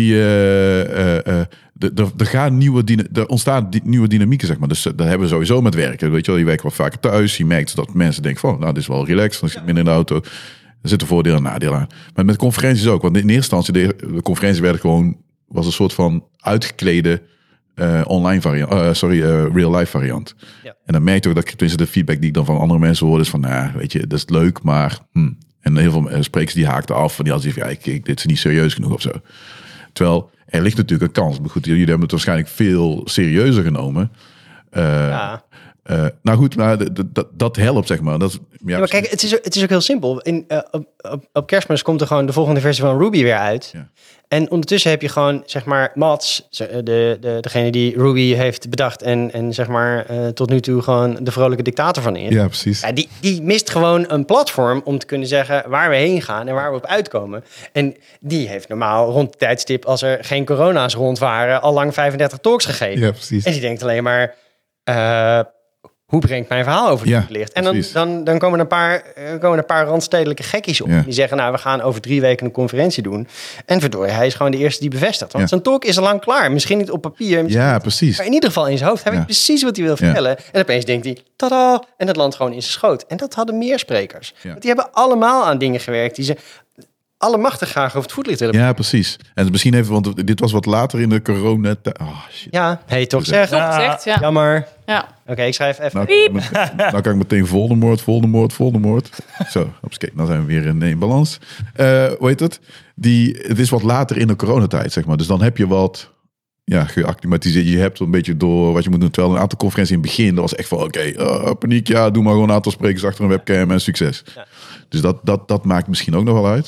er ontstaan nieuwe dynamieken, zeg maar. Dus dat hebben we sowieso met werken. Weet je wel, je werkt wat vaker thuis. Je merkt dat mensen denken van, dit is wel relaxed. Dan zit minder in de auto. Er zitten voordelen en nadelen aan. Maar met conferenties ook. Want in eerste instantie de conferentie was een soort van uitgeklede online variant, real life variant. Ja. En dan merk je ook dat tenminste de feedback die ik dan van andere mensen hoorde is van, weet je, dat is leuk, maar En heel veel sprekers die haakten af van die hadden zoiets van, dit is niet serieus genoeg of zo. Terwijl er ligt natuurlijk een kans. Goed, jullie hebben het waarschijnlijk veel serieuzer genomen. Nou goed, maar dat helpt, zeg maar. Maar kijk, het is ook heel simpel. Op Kerstmis komt er gewoon de volgende versie van Ruby weer uit. Ja. En ondertussen heb je gewoon, zeg maar, Mats, degene die Ruby heeft bedacht en zeg maar tot nu toe gewoon de vrolijke dictator van is. Ja, precies. Ja, die mist gewoon een platform om te kunnen zeggen waar we heen gaan en waar we op uitkomen. En die heeft normaal rond de tijdstip, als er geen corona's rond waren, al lang 35 talks gegeven. Ja, precies. En die denkt alleen maar, hoe brengt mijn verhaal over het licht? En dan komen er een paar randstedelijke gekkies op. Ja. Die zeggen, we gaan over 3 weken een conferentie doen. En verdorie, hij is gewoon de eerste die bevestigt. Want zijn talk is al lang klaar. Misschien niet op papier. Ja, precies. Maar in ieder geval in zijn hoofd. Hij weet precies wat hij wil vertellen. En opeens denkt hij, tada! En dat landt gewoon in zijn schoot. En dat hadden meer sprekers. Ja. Want die hebben allemaal aan dingen gewerkt die ze allemachtig graag over het voetlicht willen. Ja, precies. En misschien even, want dit was wat later in de corona. Shit. Ja, toch zeg. Ja. Jammer. Ja. Oké, ik schrijf even. Nou kan ik meteen Voldemort. Zo, dan zijn we weer in balans. Hoe heet het? Het is wat later in de coronatijd, zeg maar. Dus dan heb je wat geacclimatiseerd. Je hebt een beetje door wat je moet doen. Terwijl een aantal conferenties in het begin, dat was echt van paniek. Ja, doe maar gewoon een aantal sprekers achter een webcam en succes. Ja. Dus dat maakt misschien ook nog wel uit.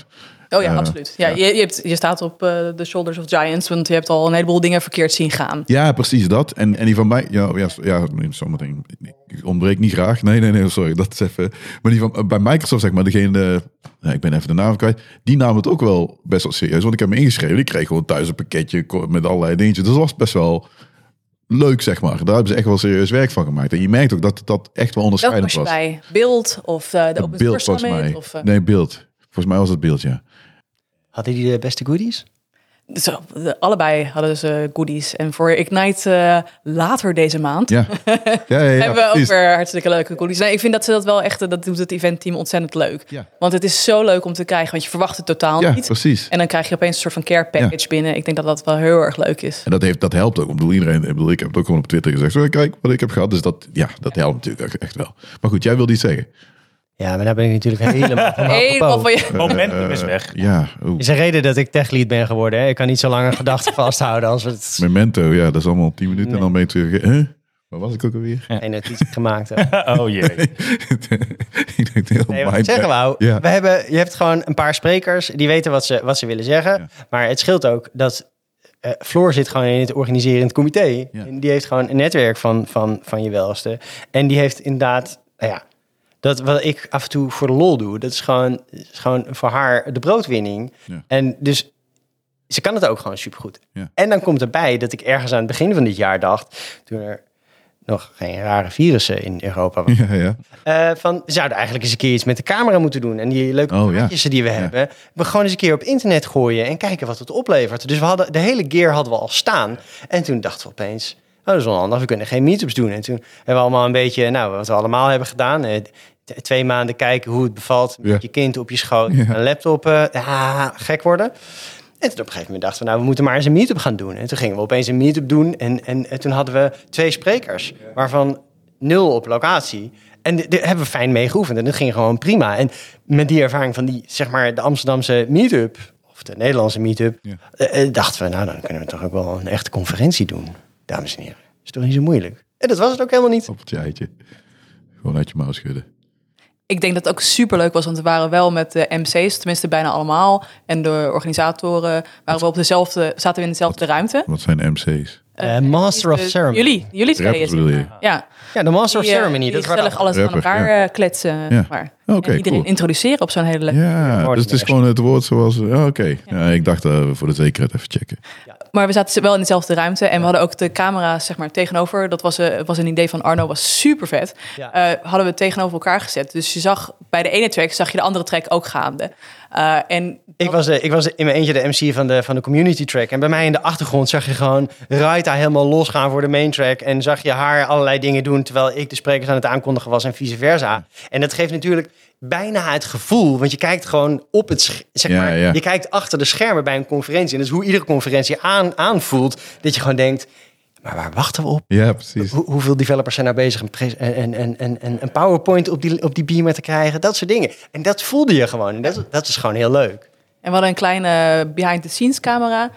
Oh ja, absoluut. Ja, ja. Je staat op the shoulders of giants, want je hebt al een heleboel dingen verkeerd zien gaan. Ja, precies dat. En die van mij, zometeen. Ik ontbreek niet graag. Nee, sorry, dat is even. Maar die van bij Microsoft, zeg maar, degene, ik ben even de naam kwijt, die nam het ook wel best wel serieus. Want ik heb me ingeschreven, ik kreeg gewoon thuis een pakketje met allerlei dingetjes. Dus dat was best wel leuk, zeg maar. Daar hebben ze echt wel serieus werk van gemaakt. En je merkt ook dat dat echt wel onderscheidend was. Bij Build of de Open Build, Source volgens Summit? mij. Of, Nee, Build. Volgens mij was het Build, ja. Hadden die de beste goodies? Zo, allebei hadden ze goodies. En voor Ignite later deze maand Ja. hebben we ook weer hartstikke leuke goodies. Nee, ik vind dat ze dat wel echt, dat doet het eventteam ontzettend leuk. Ja. Want het is zo leuk om te krijgen, want je verwacht het totaal niet. Precies. En dan krijg je opeens een soort van care package binnen. Ik denk dat dat wel heel erg leuk is. En dat helpt ook. Ik heb het ook gewoon op Twitter gezegd. Zo, kijk wat ik heb gehad. Dus dat helpt natuurlijk echt wel. Maar goed, jij wilde iets zeggen. Ja, maar daar ben ik natuurlijk helemaal van je. Momentum is weg. Ja. Er is een reden dat ik techlead ben geworden. Hè? Ik kan niet zo lang een gedachte vasthouden als we het Memento, ja, dat is allemaal 10 minuten. Nee. En dan ben je terug. Huh? Waar was ik ook alweer? geen notitie gemaakt hebben. Oh jee. Ik denk heel Nee, wat ik zeggen wou, Ja. je hebt gewoon een paar sprekers die weten wat ze willen zeggen. Ja. Maar het scheelt ook dat Floor zit gewoon in het organiserend comité. Ja. En die heeft gewoon een netwerk van je welste. En die heeft inderdaad, dat wat ik af en toe voor de lol doe, dat is gewoon voor haar de broodwinning. Ja. En dus ze kan het ook gewoon supergoed. Ja. En dan komt erbij dat ik ergens aan het begin van dit jaar dacht, toen er nog geen rare virussen in Europa waren. Ja. We zouden eigenlijk eens een keer iets met de camera moeten doen. En die leuke plaatjes die we hebben, we gewoon eens een keer op internet gooien en kijken wat het oplevert. Dus we hadden de hele gear hadden we al staan. En toen dachten we opeens, dat is onhandig, we kunnen geen meetups doen. En toen hebben we allemaal een beetje, wat we allemaal hebben gedaan. 2 maanden kijken hoe het bevalt met je kind op je schoot. Een laptop, gek worden. En toen op een gegeven moment dachten we, we moeten maar eens een meetup gaan doen. En toen gingen we opeens een meetup doen. En toen hadden we 2 sprekers, waarvan 0 op locatie. En daar hebben we fijn mee geoefend. En dat ging gewoon prima. En met die ervaring van die, zeg maar, de Amsterdamse meetup, of de Nederlandse meetup, dachten we, dan kunnen we toch ook wel een echte conferentie doen, dames en heren. Is toch niet zo moeilijk? En dat was het ook helemaal niet. Appeltje eitje. Gewoon uit je mouw schudden. Ik denk dat het ook superleuk was, want we waren wel met de MC's, tenminste bijna allemaal. En de organisatoren zaten we in dezelfde ruimte. Wat zijn MC's? Master of Ceremony. Jullie twee is het. Ja, de Master of Ceremony. Die Dat gezellig alles aan elkaar kletsen. Maar. Okay, en iedereen introduceren op zo'n hele... Ja, dus het is gewoon het woord zoals... Oké. Ja, ik dacht voor de zekerheid even checken. Maar we zaten wel in dezelfde ruimte. En we hadden ook de camera's zeg maar tegenover. Dat was een idee van Arno, was super vet. Hadden we tegenover elkaar gezet. Dus je zag bij de ene track, zag je de andere track ook gaande. Ik was in mijn eentje de MC van de community track. En bij mij in de achtergrond zag je gewoon Raita helemaal losgaan voor de main track. En zag je haar allerlei dingen doen, terwijl ik de sprekers aan het aankondigen was en vice versa. En dat geeft natuurlijk bijna het gevoel, want je kijkt gewoon op het je kijkt achter de schermen bij een conferentie. En dat is hoe iedere conferentie aanvoelt, dat je gewoon denkt, maar waar wachten we op? Ja, precies. Hoeveel developers zijn nou bezig een PowerPoint op die beamer te krijgen? Dat soort dingen. En dat voelde je gewoon. En dat is gewoon heel leuk. En we hadden een kleine behind-the-scenes camera.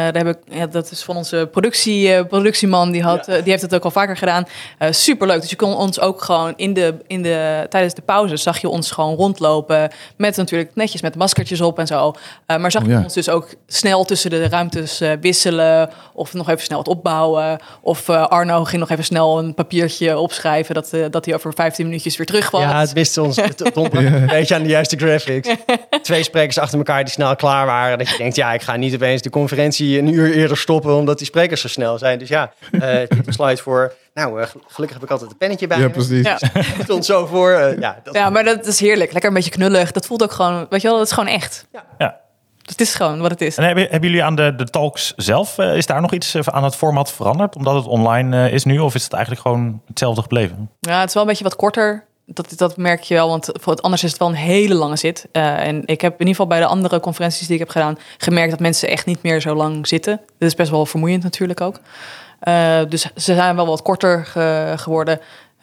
Dat is van onze productieman. Die heeft het ook al vaker gedaan. Superleuk. Dus je kon ons ook gewoon tijdens de pauze zag je ons gewoon rondlopen. Met natuurlijk netjes met maskertjes op en zo. Maar zag je ons dus ook snel tussen de ruimtes wisselen. Of nog even snel het opbouwen. Of Arno ging nog even snel een papiertje opschrijven. Dat hij over 15 minuutjes weer terug was. Ja, het wist ons. Het ontbrak een beetje aan de juiste graphics. 2 sprekers achter elkaar die snel klaar waren. Dat je denkt, ik ga niet opeens de conferentie een uur eerder stoppen, omdat die sprekers zo snel zijn. Dus slide voor. Gelukkig heb ik altijd een pennetje bij me. Ja, precies. Het stond zo voor. Maar dat is heerlijk. Lekker een beetje knullig. Dat voelt ook gewoon, weet je wel, dat is gewoon echt. Ja. Het is gewoon wat het is. En hebben jullie aan de talks zelf, is daar nog iets aan het format veranderd? Omdat het online is nu? Of is het eigenlijk gewoon hetzelfde gebleven? Ja, het is wel een beetje wat korter. Dat merk je wel, want anders is het wel een hele lange zit. En ik heb in ieder geval bij de andere conferenties die ik heb gedaan gemerkt dat mensen echt niet meer zo lang zitten. Dat is best wel vermoeiend natuurlijk ook. Dus ze zijn wel wat korter geworden.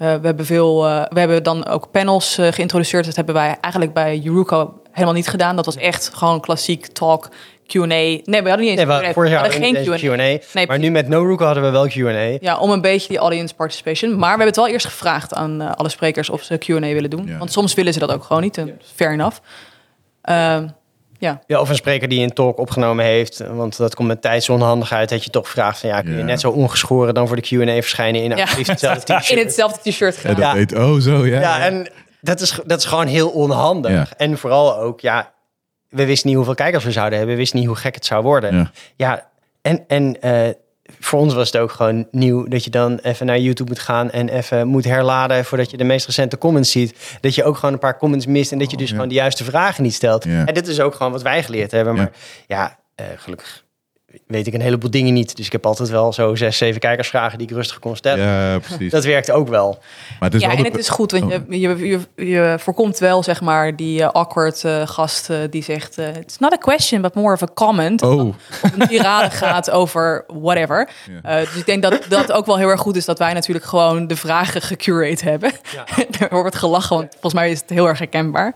We hebben dan ook panels geïntroduceerd. Dat hebben wij eigenlijk bij Yuruko helemaal niet gedaan. Dat was echt gewoon klassiek talk, Q&A. Nee, we hadden niet eens vorig jaar geen Q&A. Nee, maar nu met NoRuko hadden we wel Q&A. Ja, om een beetje die audience participation. Maar we hebben het wel eerst gevraagd aan alle sprekers of ze Q&A willen doen. Ja. Want soms willen ze dat ook gewoon niet. Fair enough. Ja. Ja, of een spreker die een talk opgenomen heeft. Want dat komt met tijdsonhandigheid. Dat je toch vraagt van kun je net zo ongeschoren dan voor de Q&A verschijnen in hetzelfde t-shirt. In hetzelfde t-shirt gaan. En dat weet, zo, ja. Ja, en dat is gewoon heel onhandig. Ja. En vooral ook, we wisten niet hoeveel kijkers we zouden hebben. We wisten niet hoe gek het zou worden. En voor ons was het ook gewoon nieuw dat je dan even naar YouTube moet gaan en even moet herladen voordat je de meest recente comments ziet. Dat je ook gewoon een paar comments mist en dat je dus gewoon de juiste vragen niet stelt. Ja. En dit is ook gewoon wat wij geleerd hebben. Maar gelukkig weet ik een heleboel dingen niet. Dus ik heb altijd wel zo 6, 7 kijkersvragen die ik rustig kon stellen. Ja, precies. Dat werkt ook wel. Maar het is en het is goed, want je voorkomt wel, zeg maar, die awkward gast die zegt... it's not a question, but more of a comment. Of een tirade gaat over whatever. Dus ik denk dat dat ook wel heel erg goed is... dat wij natuurlijk gewoon de vragen gecurate hebben. Ja. Daar wordt gelachen, want volgens mij is het heel erg herkenbaar.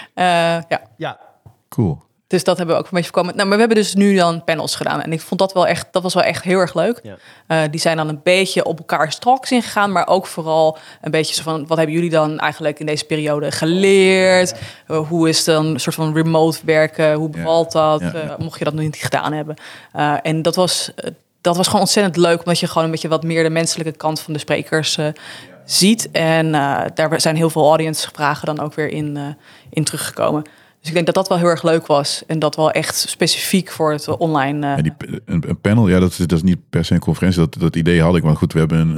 Ja. Cool. Dus dat hebben we ook een beetje voorkomen. Nou, maar we hebben dus nu dan panels gedaan. En ik vond dat was wel echt heel erg leuk. Ja. Die zijn dan een beetje op elkaars talks ingegaan. Maar ook vooral een beetje zo van... wat hebben jullie dan eigenlijk in deze periode geleerd? Hoe is dan een soort van remote werken? Hoe bevalt dat? Mocht je dat nog niet gedaan hebben. En dat was gewoon ontzettend leuk. Omdat je gewoon een beetje wat meer de menselijke kant van de sprekers ziet. En daar zijn heel veel audience vragen dan ook weer in teruggekomen. Dus ik denk dat dat wel heel erg leuk was. En dat wel echt specifiek voor het online... Een panel, dat is niet per se een conferentie. Dat idee had ik. Maar goed, we hebben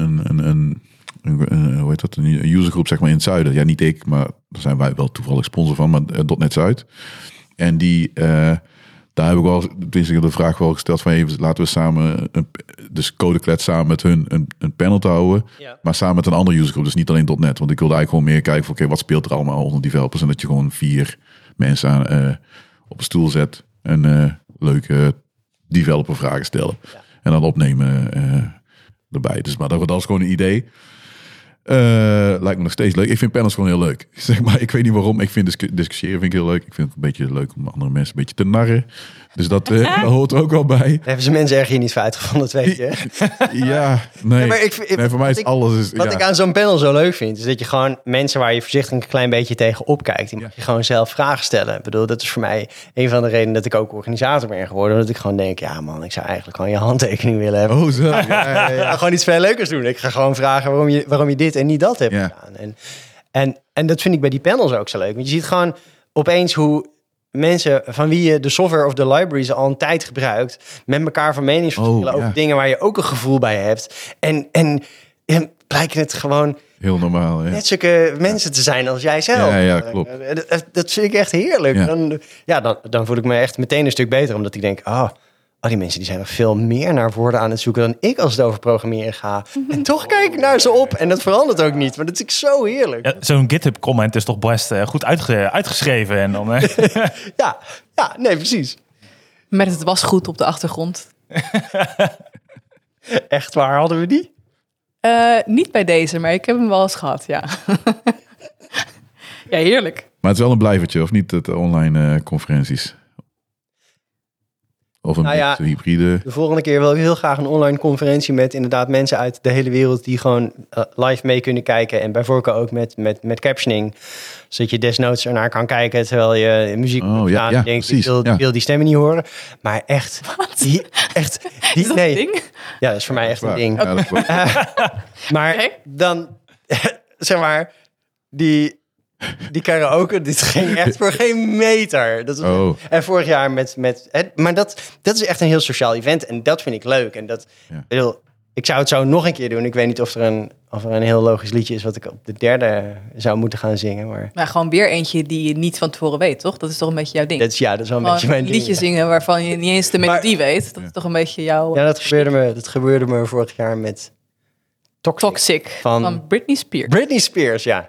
hoe heet dat? Een usergroep zeg maar in het zuiden. Ja, niet ik, maar daar zijn wij wel toevallig sponsor van. Maar .NET Zuid. En daar heb ik wel de vraag wel gesteld van... laten we samen, dus Codeklets samen met hun een panel te houden. Ja. Maar samen met een andere usergroep. Dus niet alleen .NET. Want ik wilde eigenlijk gewoon meer kijken van... oké, wat speelt er allemaal onder developers? En dat je gewoon 4... mensen op een stoel zet en leuke developer vragen stellen. Ja. En dan opnemen erbij. Dus, maar dat was gewoon een idee. Lijkt me nog steeds leuk. Ik vind panels gewoon heel leuk. Zeg maar, ik weet niet waarom. Ik vind discussiëren vind ik heel leuk. Ik vind het een beetje leuk om andere mensen een beetje te narren. Dus dat hoort er ook wel bij. Daar hebben ze mensen erg hier niet voor uitgevonden, dat weet je. Nee. Maar voor mij is alles... Wat ik aan zo'n panel zo leuk vind, is dat je gewoon mensen waar je voorzichtig een klein beetje tegen opkijkt, die mag je gewoon zelf vragen stellen. Ik bedoel, dat is voor mij een van de redenen dat ik ook organisator ben geworden. Dat ik gewoon denk, ja man, ik zou eigenlijk gewoon je handtekening willen hebben. Oh, zo. Gewoon iets veel leukers doen. Ik ga gewoon vragen waarom je dit en niet dat hebt gedaan. En dat vind ik bij die panels ook zo leuk. Want je ziet gewoon opeens hoe mensen van wie je de software of de libraries al een tijd gebruikt, met elkaar van mening verschillen over dingen waar je ook een gevoel bij hebt. En blijken het gewoon heel normaal, net zulke mensen te zijn als jij zelf. Ja, klopt. Dat vind ik echt heerlijk. Ja. Dan voel ik me echt meteen een stuk beter, omdat ik denk, die mensen die zijn nog veel meer naar woorden aan het zoeken dan ik als het over programmeren ga. En toch kijk ik naar ze op en dat verandert ook niet. Maar dat is zo heerlijk. Ja, zo'n GitHub comment is toch best goed uitgeschreven. En dan, nee, precies. Met het wasgoed op de achtergrond. Echt waar, hadden we die? Niet bij deze, maar ik heb hem wel eens gehad, ja. Ja, heerlijk. Maar het is wel een blijvertje, of niet, het online conferenties? Of een hybride. De volgende keer wil ik heel graag een online conferentie met inderdaad mensen uit de hele wereld die gewoon live mee kunnen kijken. En bij voorkeur ook met captioning. Zodat je desnoods ernaar kan kijken terwijl je muziek moet gaan. En denkt, ik wil die stemmen niet horen. Maar echt. Is dat een ding? Ja, dat is voor mij echt een ding. Maar dan, zeg maar, die karaoke, dit ging echt voor geen meter. Dat was en vorig jaar maar dat is echt een heel sociaal event. En dat vind ik leuk. En ik zou het zo nog een keer doen. Ik weet niet of er een heel logisch liedje is wat ik op de derde zou moeten gaan zingen. Maar gewoon weer eentje die je niet van tevoren weet, toch? Dat is toch een beetje jouw ding? Dat is wel een beetje mijn ding. Liedje zingen waarvan je niet eens de melodie weet. Dat is toch een beetje jouw... Ja, dat gebeurde me vorig jaar met Toxic van Britney Spears. Britney Spears, ja.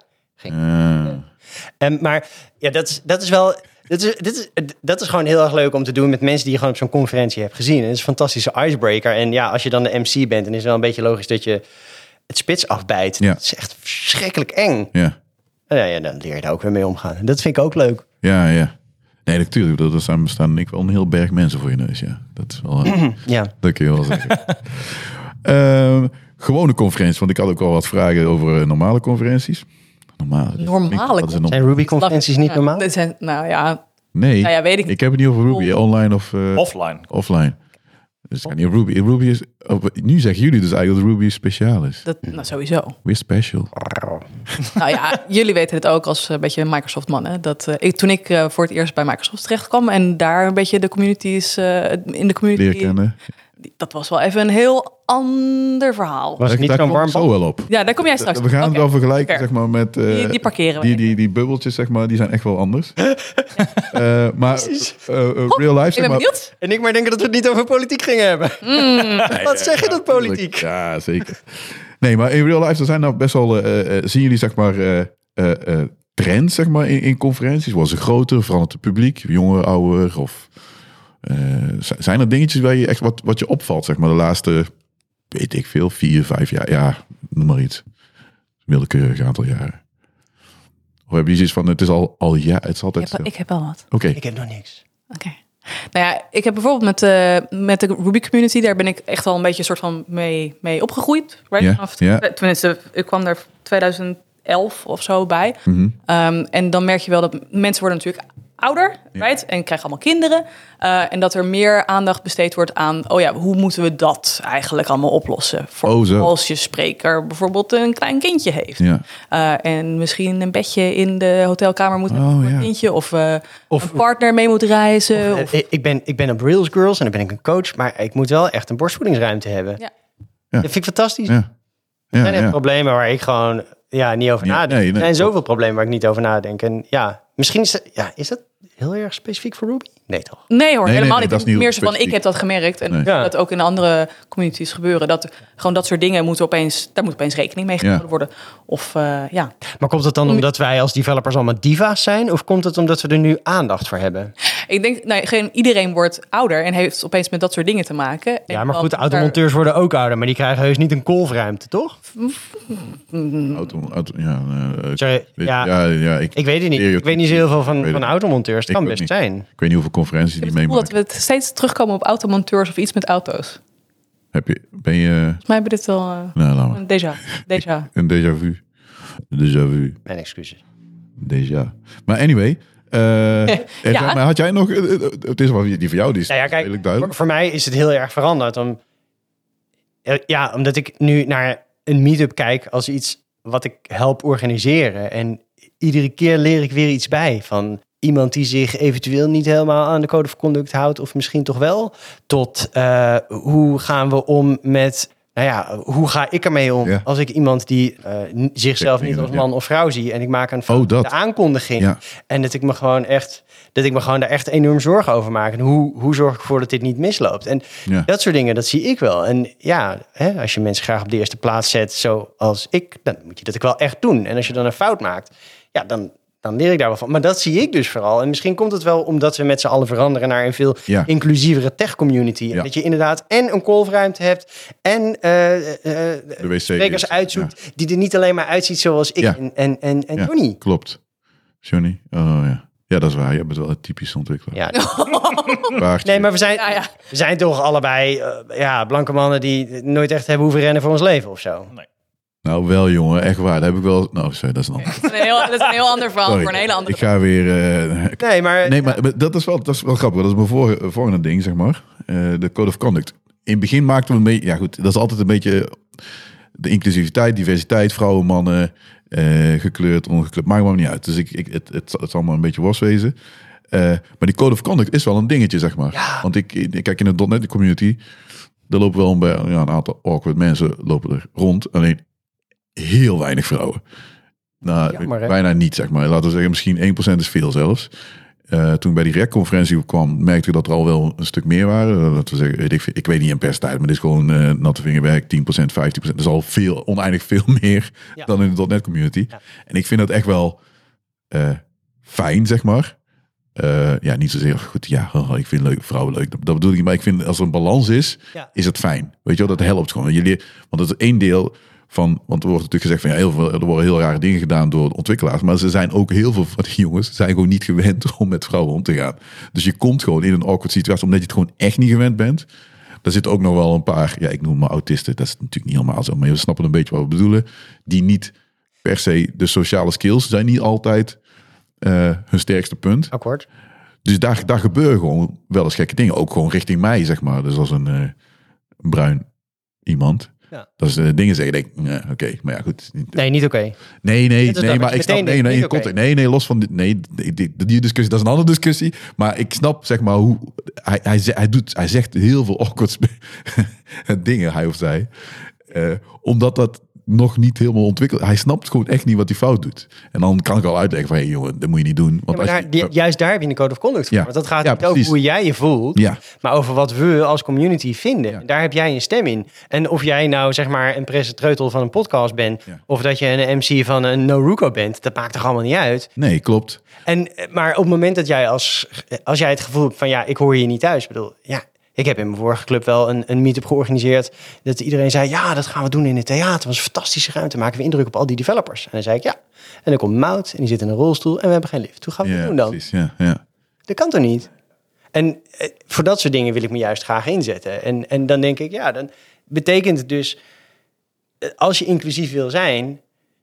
Maar ja, dat is wel... Dat is gewoon heel erg leuk om te doen met mensen die je gewoon op zo'n conferentie hebt gezien. En het is een fantastische icebreaker. En ja, als je dan de MC bent, dan is het wel een beetje logisch dat je het spits afbijt. Ja. Het is echt verschrikkelijk eng. Ja. En dan leer je daar ook weer mee omgaan. En dat vind ik ook leuk. Ja. Nee, natuurlijk. Er staan ik wel een heel berg mensen voor je neus. Ja, dat is wel... Dat kun je wel zeggen. Gewone conferenties, want ik had ook al wat vragen over normale conferenties. Normale Zijn Ruby-conferenties niet normaal? Dit zijn, Nee, Nou ja, weet ik niet. ik heb het niet over Ruby. Online of offline. Dus het gaat niet over Ruby. Ruby is... nu zeggen jullie dus eigenlijk dat Ruby speciaal is. Nou, sowieso. We're special. Nou ja, jullie weten het ook als een beetje Microsoft-man. Hè? Toen ik voor het eerst bij Microsoft terecht kwam en daar een beetje de communities in de community Leren kennen. Dat was wel even een heel ander verhaal. Was het niet zo'n warm zo wel op. Ja, daar kom jij straks. We gaan het wel vergelijken, Fair. zeg maar, met... Die parkeren we. Die bubbeltjes, zeg maar, die zijn echt wel anders. Maar real life, Ik zeg ben maar... benieuwd. En ik maar denken dat we het niet over politiek gingen hebben. Wat zeg je dat politiek? Ja, zeker. Nee, maar in real life, er zijn nou best wel... zien jullie, zeg maar... trends, zeg maar, in conferenties? Worden ze groter? Verandert het publiek? Jonger, ouder? Of... zijn er dingetjes waar je echt wat je opvalt, zeg maar, de laatste, weet ik veel, 4, 5 jaar, ja, noem maar iets. Willekeurig aantal jaren. Of heb je zoiets van, het is al ja, het is altijd... Ik heb wel wat. Oké. Ik heb nog niks. Oké. Nou ja, ik heb bijvoorbeeld met de Ruby community, daar ben ik echt al een beetje soort van mee opgegroeid. Right? Ja. Tenminste, ik kwam daar 2011 of zo bij. En dan merk je wel dat mensen worden natuurlijk ouder, right? En krijgen allemaal kinderen. En dat er meer aandacht besteed wordt aan... hoe moeten we dat eigenlijk allemaal oplossen? Als je spreker bijvoorbeeld een klein kindje heeft. Ja. En misschien een bedje in de hotelkamer moet hebben voor een kindje. Of een partner mee moet reizen. Ik ben op Rails Girls en dan ben ik een coach. Maar ik moet wel echt een borstvoedingsruimte hebben. Ja. Dat vind ik fantastisch. Ja. Er zijn echt problemen waar ik gewoon niet over nadenk. Nee. Er zijn zoveel problemen waar ik niet over nadenk. En ja, misschien is dat heel erg specifiek voor Ruby? Nee, toch? Nee hoor, helemaal dat is niet. niet Meer zo van, ik heb dat gemerkt. En dat ook in andere communities gebeuren. Dat gewoon dat soort dingen daar moet opeens rekening mee gehouden worden. Of Maar komt het dan omdat wij als developers allemaal diva's zijn? Of komt het omdat we er nu aandacht voor hebben? Ik denk, iedereen wordt ouder en heeft opeens met dat soort dingen te maken. Ja, maar goed, de automonteurs worden ook ouder. Maar die krijgen heus niet een kolfruimte, toch? Ik weet het niet. Ik weet niet zo heel veel van automonteurs. Het kan best zijn. Ik weet niet hoeveel conferenties die meemaken. Dat we het steeds terugkomen op automonteurs of iets met auto's. Ben je... Volgens mij hebben we dit wel een déjà. Een déjà vu. Déjà vu. Mijn excuses. Déjà. Maar anyway... Maar had jij nog... Het is wel die voor jou, die is redelijk duidelijk. Voor mij is het heel erg veranderd. Omdat ik nu naar een meetup kijk als iets wat ik help organiseren. En iedere keer leer ik weer iets bij. Van iemand die zich eventueel niet helemaal aan de code of conduct houdt. Of misschien toch wel. Tot hoe gaan we om met... hoe ga ik ermee om als ik iemand die zichzelf niet als man of vrouw zie en ik maak een foute aankondiging. Ja. En dat ik me gewoon daar echt enorm zorgen over maak. En hoe zorg ik ervoor dat dit niet misloopt? En dat soort dingen, dat zie ik wel. En als je mensen graag op de eerste plaats zet, zoals ik, dan moet je dat ook wel echt doen. En als je dan een fout maakt, dan leer ik daar wel van. Maar dat zie ik dus vooral. En misschien komt het wel omdat we met z'n allen veranderen naar een veel inclusievere tech-community. Ja. En dat je inderdaad en een kolfruimte hebt en de sprekers uitzoekt die er niet alleen maar uitziet zoals ik en Johnny. Klopt. Johnny? Oh ja. Ja, dat is waar. Je bent wel een typisch ontwikkelaar. Ja. Nee, maar we zijn toch allebei blanke mannen die nooit echt hebben hoeven rennen voor ons leven of zo. Nee. Nou, wel jongen, echt waar. Dat heb ik wel... Nou, sorry, dat is een ander. Dat is een heel ander verhaal voor een hele andere... Ik ga weer... Nee, maar dat is wel grappig. Dat is mijn volgende ding, zeg maar. De Code of Conduct. In het begin maakten we een beetje... Ja goed, dat is altijd een beetje... De inclusiviteit, diversiteit, vrouwen, mannen... gekleurd, ongekleurd, maakt me niet uit. Dus het zal maar een beetje worst wezen. Maar die Code of Conduct is wel een dingetje, zeg maar. Ja. Want ik kijk in de .NET community... Er lopen wel een aantal awkward mensen lopen er rond. Alleen heel weinig vrouwen. Nou, bijna niet, zeg maar. Laten we zeggen, misschien 1% is veel zelfs. Toen ik bij die REC-conferentie kwam, merkte ik dat er al wel een stuk meer waren. Dat we zeggen, ik weet niet in percentage, maar dit is gewoon natte vingerwerk, 10%, 15%. Dat is al oneindig veel meer dan in de .NET community. Ja. En ik vind dat echt wel fijn, zeg maar. Niet zozeer goed, ik vind vrouwen leuk. Dat bedoel ik niet, maar ik vind als er een balans is, is het fijn. Weet je wel, dat helpt gewoon. Want dat is één deel van, want er wordt natuurlijk gezegd van er worden heel rare dingen gedaan door ontwikkelaars, maar ze zijn ook heel veel van die jongens zijn gewoon niet gewend om met vrouwen om te gaan. Dus je komt gewoon in een awkward situatie omdat je het gewoon echt niet gewend bent. Daar zitten ook nog wel een paar, ik noem maar autisten, dat is natuurlijk niet helemaal zo, maar we snappen een beetje wat we bedoelen, die niet per se de sociale skills zijn niet altijd hun sterkste punt. Akkoord. Dus daar gebeuren gewoon wel eens gekke dingen. Ook gewoon richting mij, zeg maar. Dus als een bruin iemand. Ja. Dat is dingen zeggen, denk ik, oké, maar ja, goed. Nee, niet oké. Nee, maar ik snap, nee, los van die discussie, dat is een andere discussie. Maar ik snap, zeg maar, hoe hij zegt heel veel awkward dingen, hij of zij. Omdat dat nog niet helemaal ontwikkeld. Hij snapt gewoon echt niet wat hij fout doet. En dan kan ik al uitleggen van, jongen, dat moet je niet doen. Want juist daar heb je een code of conduct voor. Want dat gaat niet over hoe jij je voelt, maar over wat we als community vinden. Ja. Daar heb jij een stem in. En of jij nou, zeg maar, een presentator van een podcast bent, of dat je een MC van een No-Ruko bent, dat maakt toch allemaal niet uit? Nee, klopt. Maar op het moment dat jij als jij het gevoel hebt van, ik hoor hier niet thuis, bedoel, ik heb in mijn vorige club wel een meetup georganiseerd. Dat iedereen zei, dat gaan we doen in het theater. Dat was een fantastische ruimte. Maken we indruk op al die developers. En dan zei ik, ja. En dan komt Mout en die zit in een rolstoel en we hebben geen lift. Hoe gaan we het doen dan? Precies, ja. Dat kan toch niet? En voor dat soort dingen wil ik me juist graag inzetten. En dan denk ik, dan betekent het dus, als je inclusief wil zijn,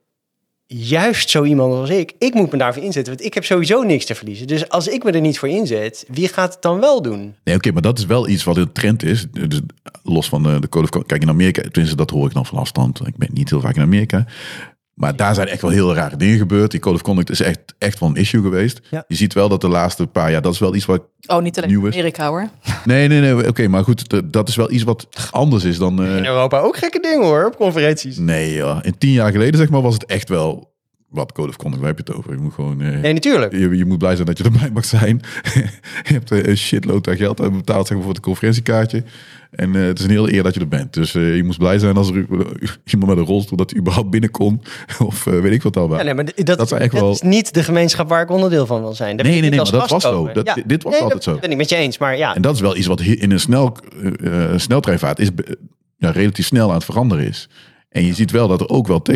juist zo iemand als ik moet me daarvoor inzetten. Want ik heb sowieso niks te verliezen. Dus als ik me er niet voor inzet, wie gaat het dan wel doen? Nee, oké, maar dat is wel iets wat een trend is. Dus los van de code of conduct. Kijk, in Amerika, tenminste dat hoor ik dan van afstand. Ik ben niet heel vaak in Amerika. Maar daar zijn echt wel heel rare dingen gebeurd. Die code of conduct is echt wel een issue geweest. Ja. Je ziet wel dat de laatste paar jaar, dat is wel iets wat niet alleen in Amerika hoor. Nee, oké, maar goed, dat is wel iets wat anders is dan... In Europa ook gekke dingen hoor, op conferenties. Nee, ja. En 10 jaar geleden, zeg maar, was het echt wel... Wat code of conduct, waar heb je het over? Je moet gewoon... nee, natuurlijk. Je moet blij zijn dat je erbij mag zijn. Je hebt een shitload aan geld betaald, zeg maar, voor het conferentiekaartje. En het is een hele eer dat je er bent. Dus je moest blij zijn als er iemand met een rolstoel dat hij überhaupt binnen kon. Of weet ik wat al wel. Ja, nee, maar dat is niet de gemeenschap waar ik onderdeel van wil zijn. Nee, maar dat was zo. Dit was altijd zo. Dat ben ik met je eens, maar ja. En dat is wel iets wat in een sneltreinvaart is relatief snel aan het veranderen is. En je ziet wel dat er ook wel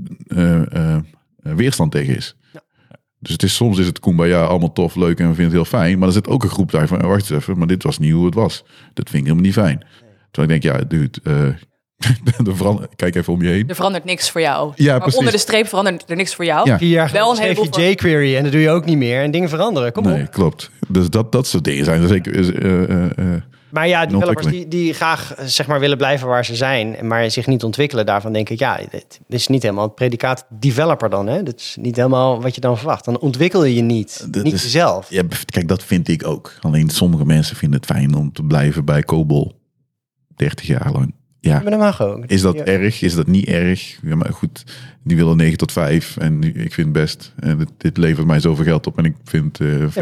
weerstand tegen is. Ja. Dus soms is het Kumbaya allemaal tof, leuk en we vinden het heel fijn. Maar er zit ook een groep daar van, wacht eens even, maar dit was niet hoe het was. Dat vind ik helemaal niet fijn. Nee. Terwijl ik denk, dude, kijk even om je heen. Er verandert niks voor jou. Ja, maar precies. onder de streep verandert er niks voor jou. Ja. 4 jaar geleden schreef je jQuery en dat doe je ook niet meer. En dingen veranderen, kom op. Nee, klopt. Dus dat soort dingen zijn er zeker... Maar ja, developers die graag, zeg maar, willen blijven waar ze zijn, maar zich niet ontwikkelen, daarvan denk ik, dit is niet helemaal het predicaat developer dan. Hè? Dat is niet helemaal wat je dan verwacht. Dan ontwikkel je niet jezelf. Ja, kijk, dat vind ik ook. Alleen sommige mensen vinden het fijn om te blijven bij COBOL 30 jaar lang. Ja, maar dat mag ook. Is dat erg? Is dat niet erg? Ja, maar goed, die willen 9 tot 5 en ik vind het best. En dit levert mij zoveel geld op en ik vind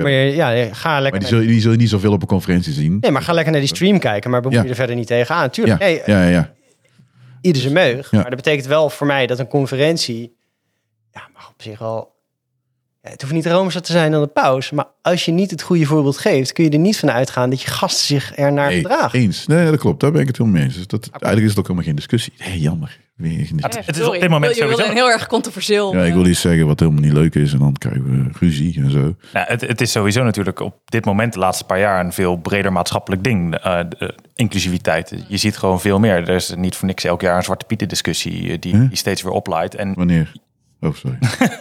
ga lekker. Maar die zul je niet zoveel op een conferentie zien. Nee, maar ga lekker naar die stream kijken, maar bemoei je er verder niet tegenaan. Tuurlijk. Ja. Ieder zijn meug. Ja. Maar dat betekent wel voor mij dat een conferentie mag op zich al... het hoeft niet roomser te zijn dan de paus. Maar als je niet het goede voorbeeld geeft, kun je er niet van uitgaan dat je gasten zich ernaar gedragen. Eens. Nee, dat klopt. Daar ben ik het helemaal mee eens. Dus eigenlijk is het ook helemaal geen discussie. Nee, jammer. Het is op dit moment je wilde een heel erg controversieel. Ja, ik wil iets zeggen wat helemaal niet leuk is en dan krijgen we ruzie en zo. Ja, het is sowieso natuurlijk op dit moment de laatste paar jaar een veel breder maatschappelijk ding. Inclusiviteit. Je ziet gewoon veel meer. Er is niet voor niks elk jaar een Zwarte Pieten discussie die steeds weer oplaait. En wanneer? Oh, sorry.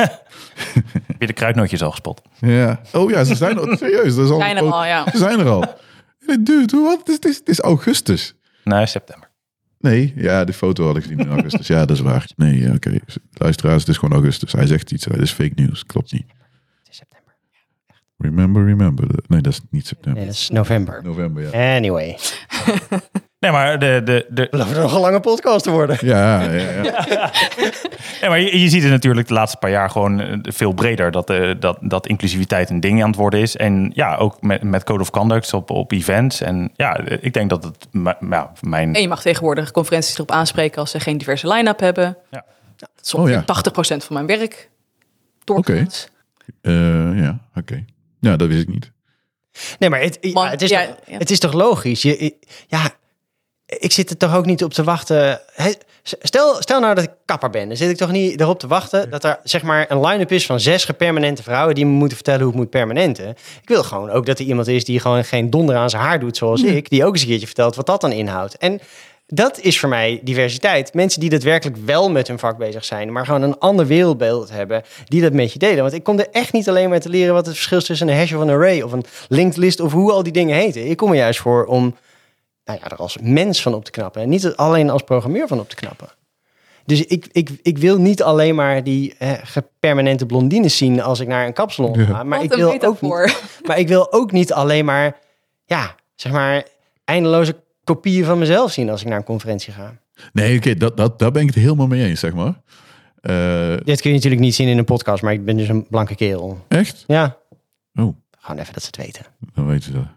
Heb je de kruidnootjes al gespot? Ja. Oh ja, ze zijn er serieus. Ze zijn er al. Dude, wat? Het is augustus. Nee, september. Nee, ja, de foto had ik gezien in augustus. Ja, dat is waar. Nee, oké. Luisteraars, het is gewoon augustus. Hij zegt iets, het is fake news. Klopt niet. Het is september. Remember. Nee, dat is niet september. Nee, dat is november. November, ja. Anyway. Nee, maar Het belooft nog een lange podcast te worden. Ja. Ja, maar je ziet het natuurlijk de laatste paar jaar gewoon veel breder dat inclusiviteit een ding aan het worden is. En ja, ook met Code of Conduct op events. En ja, ik denk dat het mijn... En je mag tegenwoordig conferenties erop aanspreken als ze geen diverse line-up hebben. Ja. Dat is ongeveer 80% van mijn werk. Oké. Ja, dat wist ik niet. Nee, maar het is toch logisch? Ik zit er toch ook niet op te wachten. Stel nou dat ik kapper ben. Dan zit ik toch niet erop te wachten dat er, zeg maar, een line-up is van 6 gepermanente vrouwen die me moeten vertellen hoe het moet permanenten. Ik wil gewoon ook dat er iemand is die gewoon geen donder aan zijn haar doet zoals ik. Die ook eens een keertje vertelt wat dat dan inhoudt. En dat is voor mij diversiteit. Mensen die daadwerkelijk wel met hun vak bezig zijn, maar gewoon een ander wereldbeeld hebben, die dat met je delen. Want ik kom er echt niet alleen maar te leren wat het verschil is tussen een hash of een array of een linked list of hoe al die dingen heten. Ik kom er juist voor om er als mens van op te knappen en niet alleen als programmeur van op te knappen. Dus ik wil niet alleen maar die permanente blondines zien als ik naar een kapsalon ga. Maar ik wil ook niet alleen maar, eindeloze kopieën van mezelf zien als ik naar een conferentie ga. Nee, oké, daar ben ik het helemaal mee eens, zeg maar. Dit kun je natuurlijk niet zien in een podcast, maar ik ben dus een blanke kerel. Echt? Ja. Oh. Gewoon even dat ze het weten. Dan weten ze dat.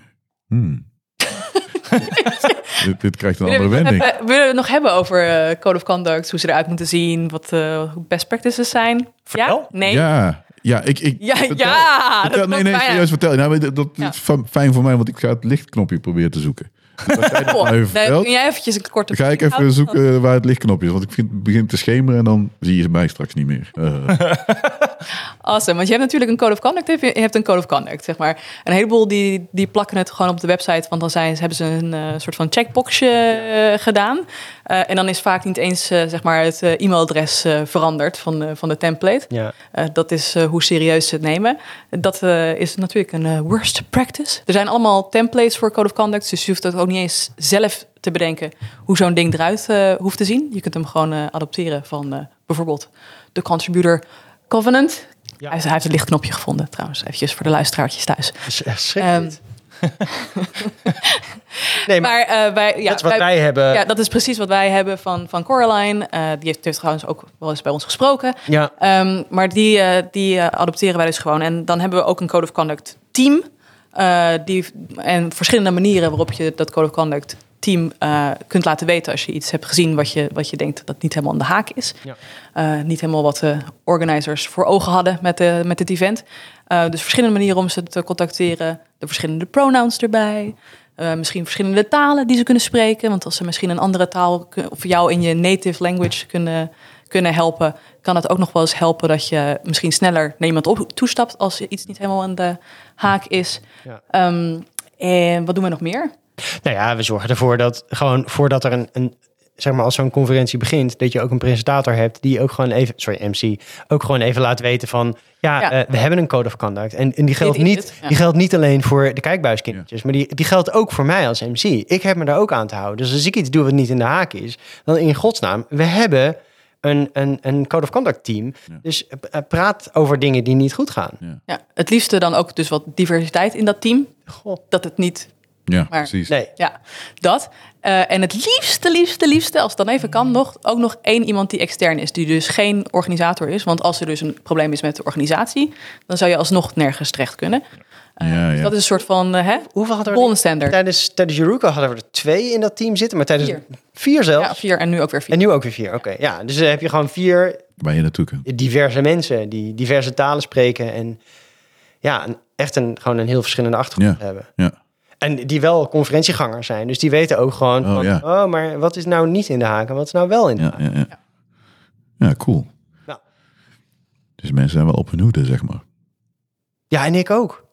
dit krijgt een andere wending. Willen we het nog hebben over Code of Conduct, hoe ze eruit moeten zien, wat best practices zijn? Vertel. Ja? Nee? Ja, ik vertel, nee, serieus vertel. Nou, dat is fijn voor mij, want ik ga het lichtknopje proberen te zoeken. Dus kun jij eventjes een korte... ga ik even zoeken waar het lichtknopje is, want ik vind het begint te schemeren en dan zie je mij straks niet meer. Awesome, want je hebt natuurlijk een Code of Conduct, je hebt een Code of Conduct, zeg maar. Een heleboel die plakken het gewoon op de website, want dan hebben ze een soort van checkboxje gedaan. En dan is vaak niet eens het e-mailadres veranderd van de template. Ja. Dat is hoe serieus ze het nemen. Dat is natuurlijk een worst practice. Er zijn allemaal templates voor Code of Conduct, dus je hoeft het ook niet eens zelf te bedenken hoe zo'n ding eruit hoeft te zien. Je kunt hem gewoon adopteren van bijvoorbeeld de Contributor Covenant. Ja. Hij heeft een lichtknopje gevonden, trouwens. Eventjes voor de luisteraartjes thuis. Nee, maar dat is wat wij hebben. Ja, dat is precies wat wij hebben van Coraline. Die heeft trouwens ook wel eens bij ons gesproken. Ja. Maar die adopteren wij dus gewoon. En dan hebben we ook een Code of Conduct team. En verschillende manieren waarop je dat Code of Conduct team kunt laten weten als je iets hebt gezien wat je denkt dat niet helemaal aan de haak is. Ja. Niet helemaal wat de organizers voor ogen hadden met het event. Dus verschillende manieren om ze te contacteren. De verschillende pronouns erbij. Misschien verschillende talen die ze kunnen spreken. Want als ze misschien een andere taal of jou in je native language kunnen helpen, kan het ook nog wel eens helpen dat je misschien sneller naar iemand toestapt als iets niet helemaal aan de haak is. Ja. En wat doen we nog meer? Nou ja, we zorgen ervoor dat gewoon voordat er een als zo'n conferentie begint, dat je ook een presentator hebt die ook gewoon even, MC, ook gewoon even laat weten van, we hebben een Code of Conduct. En die geldt niet alleen voor de kijkbuiskindertjes, maar die geldt ook voor mij als MC. Ik heb me daar ook aan te houden. Dus als ik iets doe wat niet in de haak is, dan in godsnaam, we hebben een Code of Conduct team. Ja. Dus praat over dingen die niet goed gaan. Ja, het liefste dan ook dus wat diversiteit in dat team. God. Dat het niet... Ja, precies. Nee. Ja, dat. En het liefste, als het dan even kan, ook nog één iemand die extern is, die dus geen organisator is. Want als er dus een probleem is met de organisatie, dan zou je alsnog nergens terecht kunnen. Dus dat is een soort van hoeveel hadden we golden standard. Tijdens Juruco hadden we er 2 in dat team zitten, maar tijdens 4 zelfs. Ja, 4 en nu ook weer 4. En nu ook weer 4, oké. Ja, dus dan heb je gewoon 4 waar je naartoe kunt. Diverse mensen die diverse talen spreken en gewoon een heel verschillende achtergrond hebben. Ja. En die wel conferentiegangers zijn. Dus die weten ook gewoon maar wat is nou niet in de haak en wat is nou wel in de haak? Ja, cool. Nou. Dus mensen zijn wel op hun hoede, zeg maar. Ja, en ik ook.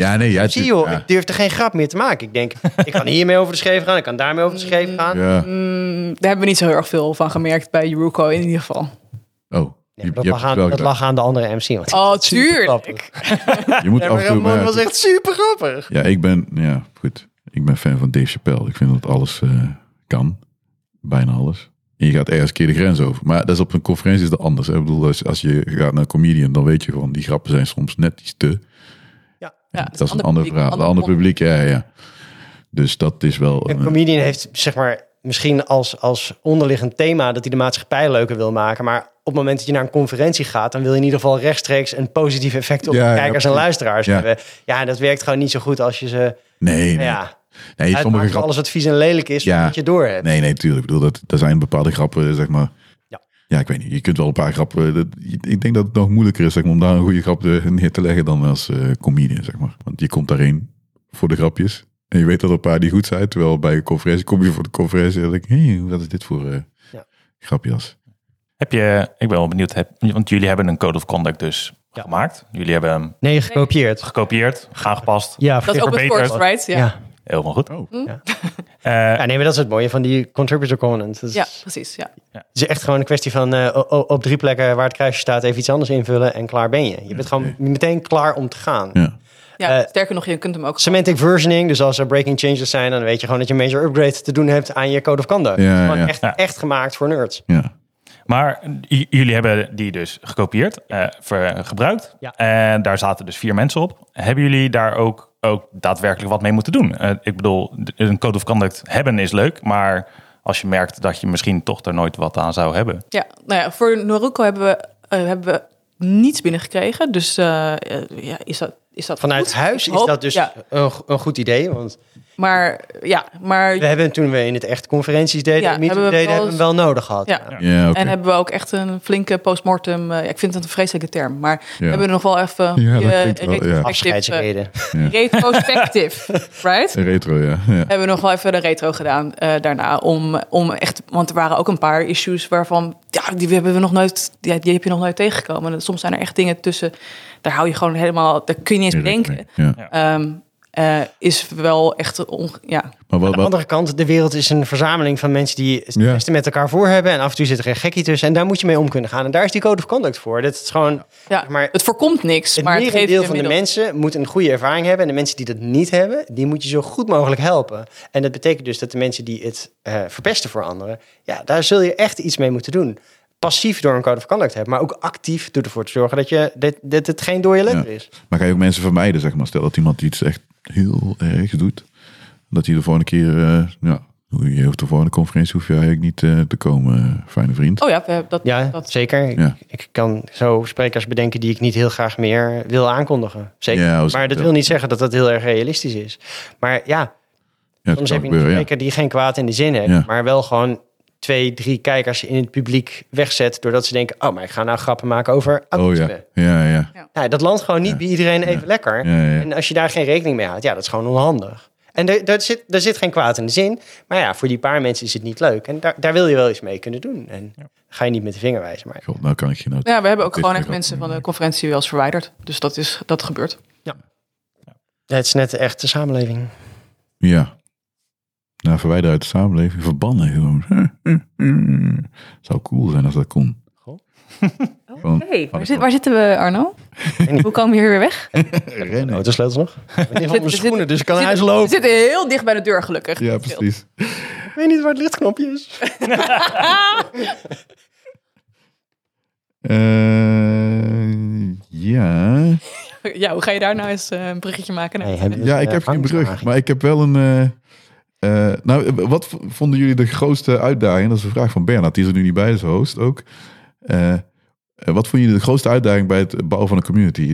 Ik durf er geen grap meer te maken. Ik denk, ik kan hiermee over de scheef gaan, ik kan daarmee over de scheef gaan. Ja. Daar hebben we niet zo heel erg veel van gemerkt bij Juruco in ieder geval. Oh. Nee, dat lag aan de andere MC. Want tuurlijk. Je moet af en toe, dat was echt super grappig. Ja, ik ben fan van Dave Chappelle. Ik vind dat alles kan. Bijna alles. En je gaat ergens een keer de grens over. Maar dat is op een conferentie is dat anders. Hè? Ik bedoel, als je gaat naar een comedian, dan weet je gewoon, die grappen zijn soms net iets te. Ja, dat is een ander verhaal. Een ander publiek, ja. Dus dat is wel... Een comedian heeft, zeg maar, misschien als onderliggend thema dat hij de maatschappij leuker wil maken. Maar op het moment dat je naar een conferentie gaat, dan wil je in ieder geval rechtstreeks een positief effect op kijkers en luisteraars hebben. Ja, dat werkt gewoon niet zo goed als je ze... Nee, sommige grappen... alles wat vies en lelijk is, dat je door hebt. Nee, tuurlijk. Ik bedoel, er zijn bepaalde grappen, zeg maar... Ja, ik weet niet. Je kunt wel een paar grappen... Ik denk dat het nog moeilijker is, zeg maar, om daar een goede grap neer te leggen dan als comedian, zeg maar. Want je komt daarheen voor de grapjes. En je weet dat er een paar die goed zijn. Terwijl bij een conferentie kom je voor de conferentie en denk ik, wat is dit voor grapjas? Ik ben wel benieuwd, want jullie hebben een Code of Conduct dus gemaakt. Jullie hebben hem... Nee, gekopieerd. Aangepast. Ja, dat is open source, right? Ja. Helemaal goed. Oh. Ja. maar dat is het mooie van die contributor covenant. Precies. Ja. Het is echt gewoon een kwestie van op 3 plekken waar het kruisje staat even iets anders invullen en klaar ben je. Je bent gewoon meteen klaar om te gaan. Ja, sterker nog, je kunt hem ook... Semantic versioning, dus als er breaking changes zijn, dan weet je gewoon dat je een major upgrade te doen hebt aan je code of conduct. Echt gemaakt voor nerds. Ja. Maar jullie hebben die dus gekopieerd, gebruikt. Ja. En daar zaten dus 4 mensen op. Hebben jullie daar ook daadwerkelijk wat mee moeten doen? Ik bedoel, een code of conduct hebben is leuk, maar als je merkt dat je misschien toch er nooit wat aan zou hebben. Ja, nou ja, voor Noruko hebben we niets binnengekregen. Dus is dat vanuit goed? huis is dat dus een goed idee, want... Maar we hebben toen we in het echt conferenties deden, hebben we hem wel nodig gehad. Ja. En hebben we ook echt een flinke postmortem. Ik vind het een vreselijke term, maar we hebben nog wel even afscheidsreden. Retrospective, right? Retro, Hebben we nog wel even de retro gedaan daarna om echt, want er waren ook een paar issues waarvan die hebben we nog nooit, die heb je nog nooit tegengekomen. En soms zijn er echt dingen tussen. Daar hou je gewoon helemaal, daar kun je niet eens bedenken. Is wel echt... Maar aan de andere kant, de wereld is een verzameling van mensen die het beste met elkaar voor hebben. En af en toe zit er een gekkie tussen. En daar moet je mee om kunnen gaan. En daar is die code of conduct voor. Dat is gewoon... maar het voorkomt niks. Het maar merendeel van de mensen moet een goede ervaring hebben. En de mensen die dat niet hebben, die moet je zo goed mogelijk helpen. En dat betekent dus dat de mensen die het verpesten voor anderen, daar zul je echt iets mee moeten doen. Passief door een code of conduct hebben, maar ook actief door ervoor te zorgen dat het geen dode letter is. Maar ga je ook mensen vermijden, zeg maar? Stel dat iemand iets echt heel erg doet, dat hij de volgende keer, je hoeft de volgende conferentie hoef je eigenlijk niet te komen, fijne vriend. Oh ja, dat zeker. Ja. Ik kan zo sprekers bedenken die ik niet heel graag meer wil aankondigen. Zeker. Ja, maar dat wil niet zeggen dat dat heel erg realistisch is. Maar soms heb je een spreker die geen kwaad in de zin heeft, maar wel gewoon 2-3 kijkers in het publiek wegzet doordat ze denken, maar ik ga nou grappen maken over autisme. Nou, dat landt gewoon niet bij iedereen even lekker. En als je daar geen rekening mee houdt, dat is gewoon onhandig. En daar zit geen kwaad in de zin. Maar voor die paar mensen is het niet leuk. En daar wil je wel iets mee kunnen doen. En ga je niet met de vinger wijzen. Maar... God, nou kan ik je nou... Ja, we hebben ook gewoon echt mensen van de conferentie wel eens verwijderd. Dus dat gebeurt. Ja. Het is net echt de samenleving. Ja. Nou, verwijderen uit de samenleving, verbannen gewoon. Zou cool zijn als dat kon. Oké, waar zitten we, Arno? Hoe komen we hier weer weg? Rennen. Autosleutels nog? Ik ben van mijn schoenen, dus ik kan naar huis lopen. We zitten heel dicht bij de deur, gelukkig. Ja, precies. Ik weet niet waar het lichtknopje is. Ja, hoe ga je daar nou eens een bruggetje maken? Ik heb geen brug, maar ik heb wel een... wat vonden jullie de grootste uitdaging? Dat is een vraag van Bernard, die is er nu niet bij, is host ook. Wat vonden jullie de grootste uitdaging bij het bouwen van een community?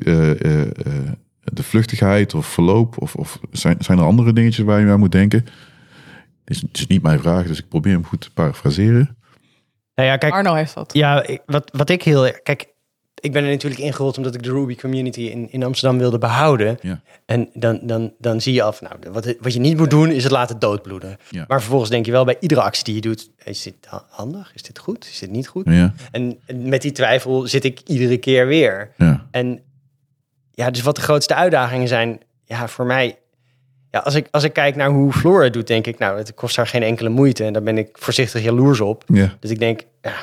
De vluchtigheid of verloop? Of zijn er andere dingetjes waar je aan moet denken? Het is niet mijn vraag, dus ik probeer hem goed te parafraseren. Nou ja, kijk, Arno heeft dat. Ja, wat ik kijk, ik ben er natuurlijk ingerold omdat ik de Ruby community in Amsterdam wilde behouden. Ja. En dan zie je af, wat je niet moet doen is het laten doodbloeden. Ja. Maar vervolgens denk je wel bij iedere actie die je doet, is dit handig? Is dit goed? Is dit niet goed? Ja. En met die twijfel zit ik iedere keer weer. Ja. En dus wat de grootste uitdagingen zijn, voor mij, als ik kijk naar hoe Floor het doet, denk ik, het kost haar geen enkele moeite. En daar ben ik voorzichtig jaloers op. Ja. Dus ik denk,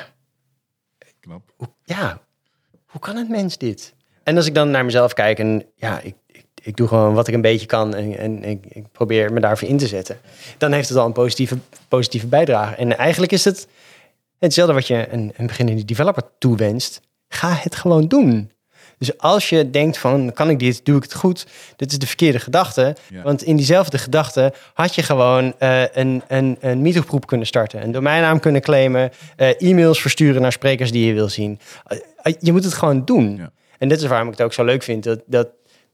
knap. Hoe kan het mens dit? En als ik dan naar mezelf kijk en ik doe gewoon wat ik een beetje kan en ik probeer me daarvoor in te zetten, dan heeft het al een positieve bijdrage. En eigenlijk is het hetzelfde wat je een beginnende developer toewenst. Ga het gewoon doen. Dus als je denkt van, kan ik dit, doe ik het goed? Dit is de verkeerde gedachte. Ja. Want in diezelfde gedachte had je gewoon een meetoproep kunnen starten. Een domeinnaam kunnen claimen. E-mails versturen naar sprekers die je wil zien. Je moet het gewoon doen. Ja. En dit is waarom ik het ook zo leuk vind. Dat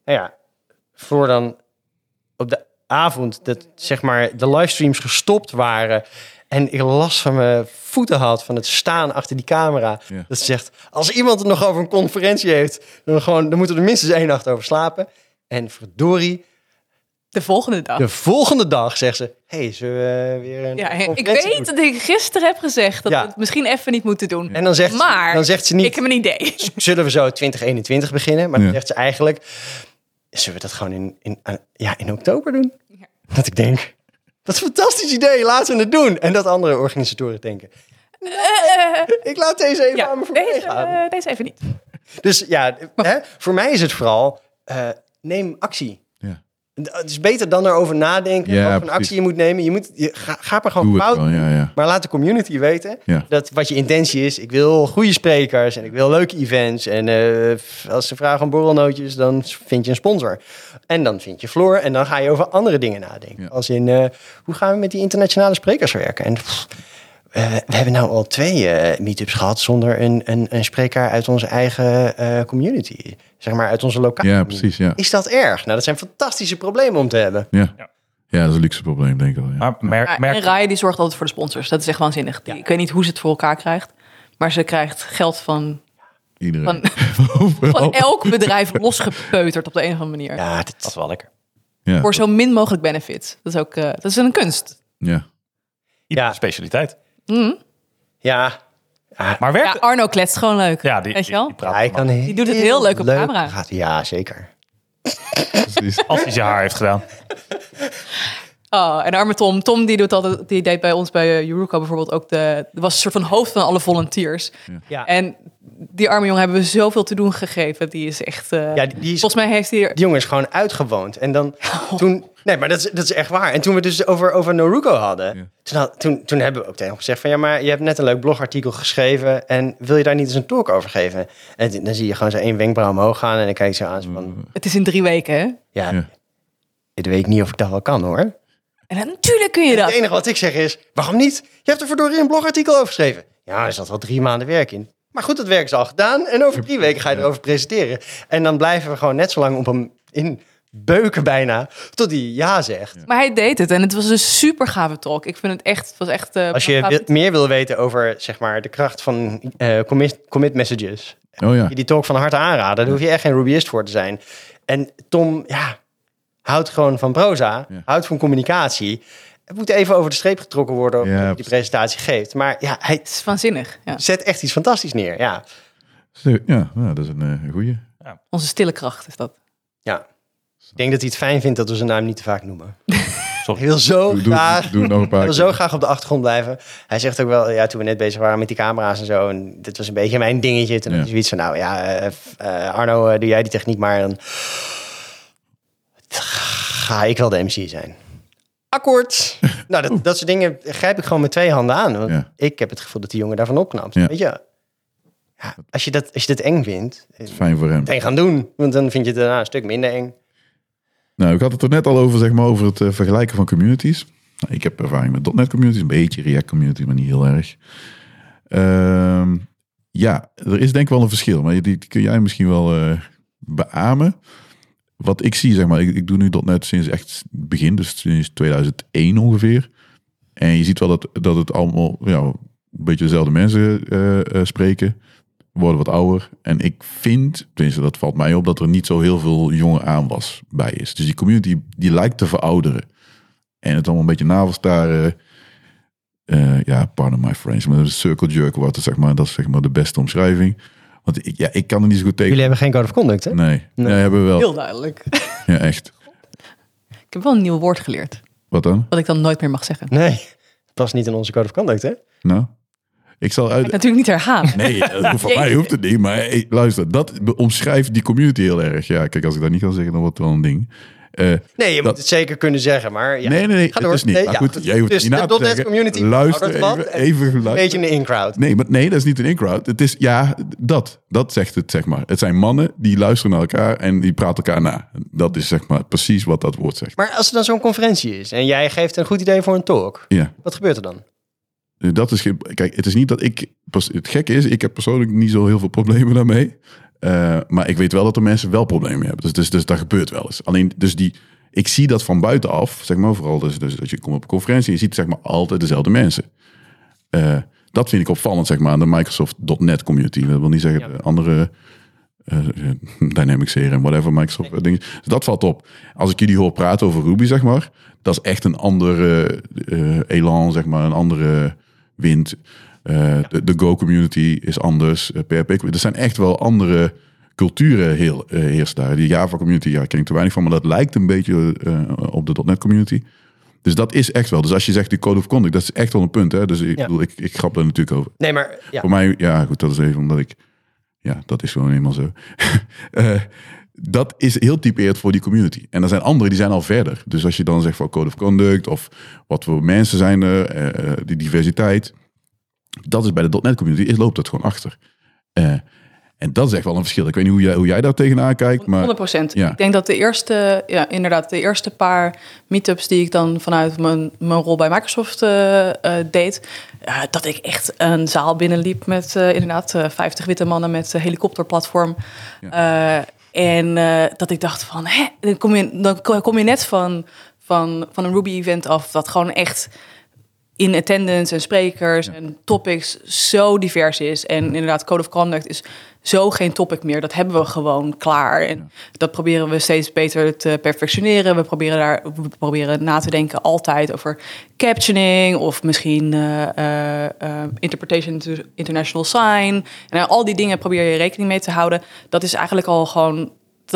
voor dan op de avond dat zeg maar de livestreams gestopt waren en ik last van mijn voeten had van het staan achter die camera. Ja. Dat ze zegt, als iemand het nog over een conferentie heeft, dan moeten we er minstens 1 nacht over slapen. En verdorie, de volgende dag zegt ze, zullen we weer een ik weet dat ik gisteren heb gezegd dat we het misschien even niet moeten doen. En dan zegt ze niet, ik heb een idee. Zullen we zo 2021 beginnen? Maar dan zegt ze eigenlijk, zullen we dat gewoon in oktober doen? Ja. Dat ik denk, Dat is een fantastisch idee, laten we het doen. En dat andere organisatoren denken. Ik laat deze even aan me voorbij gaan. Deze even niet. Dus ja, voor mij is het vooral, neem actie. Ja. Het is beter dan erover nadenken wat voor een actie je moet nemen. Ga maar gewoon fout. Maar laat de community weten dat wat je intentie is. Ik wil goede sprekers en ik wil leuke events. En als ze vragen om borrelnootjes, dan vind je een sponsor. En dan vind je Floor en dan ga je over andere dingen nadenken. Ja. Als in, hoe gaan we met die internationale sprekers werken? En we hebben nou al 2 meetups gehad zonder een spreker uit onze eigen community. Zeg maar uit onze lokale community. Precies, ja. Is dat erg? Nou, dat zijn fantastische problemen om te hebben. Ja, dat is een luxe probleem, denk ik wel. Ja. En Rai die zorgt altijd voor de sponsors. Dat is echt waanzinnig. Ik weet niet hoe ze het voor elkaar krijgt. Maar ze krijgt geld van iedereen. Van elk bedrijf losgepeuterd op de een of andere manier. Ja, dat is wel lekker. Ja. Voor zo min mogelijk benefit. Dat is ook dat is een kunst. Ja. Iedere specialiteit. Ja. Maar werkt... Arno kletst gewoon leuk. Ja, weet je wel? Die doet het heel leuk op camera. Ja, zeker. Als hij zijn haar heeft gedaan. Oh, en arme Tom. Tom die deed bij ons bij Eureka bijvoorbeeld ook was een soort van hoofd van alle volunteers. Ja. En die arme jongen hebben we zoveel te doen gegeven. Die is echt... volgens mij heeft hij... Die jongen is gewoon uitgewoond. En dan toen... Nee, maar dat is echt waar. En toen we het dus over Noruko hadden... Ja. Toen hebben we ook tegen hem gezegd van... Ja, maar je hebt net een leuk blogartikel geschreven... en wil je daar niet eens een talk over geven? En dan zie je gewoon zo 1 wenkbrauw omhoog gaan... en dan kijk je zo aan van... Het is in 3 weken, hè? Ja. Ik weet niet of ik dat wel kan, hoor. En natuurlijk kun je dat. Het enige wat ik zeg is... Waarom niet? Je hebt er verdorie een blogartikel over geschreven. Ja, er zat wel 3 maanden werk in. Maar goed, dat werk is al gedaan. En over 3 weken ga je erover presenteren. En dan blijven we gewoon net zo lang op hem in beuken bijna, tot hij ja zegt. Ja. Maar hij deed het en het was een super gave talk. Ik vind het echt... Het was echt als je meer wil weten over, zeg maar, de kracht van commit messages. Die talk van harte aanraden. Daar hoef je echt geen Rubyist voor te zijn. En Tom, houdt gewoon van proza. Houdt van communicatie. Het moet even over de streep getrokken worden of hij die presentatie geeft. Maar hij het is waanzinnig. Ja. Zet echt iets fantastisch neer. Ja, dat is een goeie. Ja. Onze stille kracht is dat. Ja. Ik denk dat hij het fijn vindt dat we zijn naam niet te vaak noemen. Hij wil zo graag op de achtergrond blijven. Hij zegt ook wel, toen we net bezig waren met die camera's en zo... en dit was een beetje mijn dingetje. Toen had hij zoiets van, Arno, doe jij die techniek maar... dan ga ik wel de MC zijn. Akkoord. Nou, dat soort dingen grijp ik gewoon met 2 handen aan. Want ik heb het gevoel dat die jongen daarvan opknapt. Ja. Weet je, als je dat eng vindt... Het is fijn voor hem. Het gaan doen, want dan vind je het daarna een stuk minder eng. Nou, ik had het er net al over, zeg maar, over het vergelijken van communities. Nou, ik heb ervaring met .NET communities, een beetje React communities, maar niet heel erg. Er is denk ik wel een verschil, maar die kun jij misschien wel beamen. Wat ik zie, zeg maar, ik doe nu .NET sinds echt het begin, dus sinds 2001 ongeveer. En je ziet wel dat het allemaal een beetje dezelfde mensen spreken. Worden wat ouder. En ik vind, tenminste dat valt mij op, dat er niet zo heel veel jonge aanwas bij is. Dus die community die lijkt te verouderen. En het allemaal een beetje navelstaren. Pardon my French, maar de circle jerk wordt zeg maar, dat is zeg maar de beste omschrijving. Want ik kan er niet zo goed tegen. Jullie hebben geen code of conduct, hè? Nee, hebben we wel. Heel duidelijk. Ja, echt. Ik heb wel een nieuw woord geleerd. Wat dan? Wat ik dan nooit meer mag zeggen. Nee, het past niet in onze code of conduct, hè? Nou, ik zal uit... natuurlijk niet herhalen. Nee, voor mij hoeft het niet. Maar luister, dat omschrijft die community heel erg. Ja, kijk, als ik dat niet kan zeggen, dan wordt het wel een ding. Nee, je moet het zeker kunnen zeggen, maar... Ja, nee, het is niet. Maar goed, jij hoeft dus niet na te zeggen. Community, luister, even geluisterd. Een beetje een in-crowd. Nee, dat is niet een in-crowd. Het is, dat zegt het, zeg maar. Het zijn mannen die luisteren naar elkaar en die praten elkaar na. Dat is, zeg maar, precies wat dat woord zegt. Maar als er dan zo'n conferentie is en jij geeft een goed idee voor een talk, wat gebeurt er dan? Dat is kijk, het is niet dat ik... Het gekke is, ik heb persoonlijk niet zo heel veel problemen daarmee. Maar ik weet wel dat er mensen wel problemen hebben. Dus dat gebeurt wel eens. Alleen, ik zie dat van buitenaf, zeg maar, vooral dus dat je komt op een conferentie en je ziet, zeg maar, altijd dezelfde mensen. Dat vind ik opvallend, zeg maar, aan de Microsoft.NET community. Dat wil niet zeggen de andere Dynamics CRM, whatever, Microsoft dingen. Dus dat valt op. Als ik jullie hoor praten over Ruby, zeg maar, dat is echt een andere elan, zeg maar, een andere wind. De Go-community is anders. PHP, er zijn echt wel andere culturen heerst daar. Die Java-community, ken ik te weinig van, maar dat lijkt een beetje op de .NET community. Dus dat is echt wel. Dus als je zegt die code of conduct, dat is echt wel een punt. Hè? Dus ik grap daar natuurlijk over. Nee, maar voor mij, goed, dat is even omdat ik... Ja, dat is gewoon eenmaal zo. Dat is heel typeerd voor die community. En er zijn anderen die zijn al verder. Dus als je dan zegt van code of conduct of wat voor mensen zijn er, die diversiteit. Dat is bij de .NET community, loopt dat gewoon achter. En dat is echt wel een verschil. Ik weet niet hoe jij daar tegenaan kijkt. Maar 100%. Ja. Ik denk dat de eerste paar meetups die ik dan vanuit mijn rol bij Microsoft deed, dat ik echt een zaal binnenliep met inderdaad 50 witte mannen met helikopterplatform. Ja. En dat ik dacht van, dan kom je net van een Ruby-event af, dat gewoon echt in attendance en sprekers en topics zo divers is. En inderdaad, Code of Conduct is zo geen topic meer. Dat hebben we gewoon klaar. En dat proberen we steeds beter te perfectioneren. We proberen na te denken altijd over captioning of misschien interpretation to international sign. En al die dingen probeer je rekening mee te houden. Dat is eigenlijk al gewoon...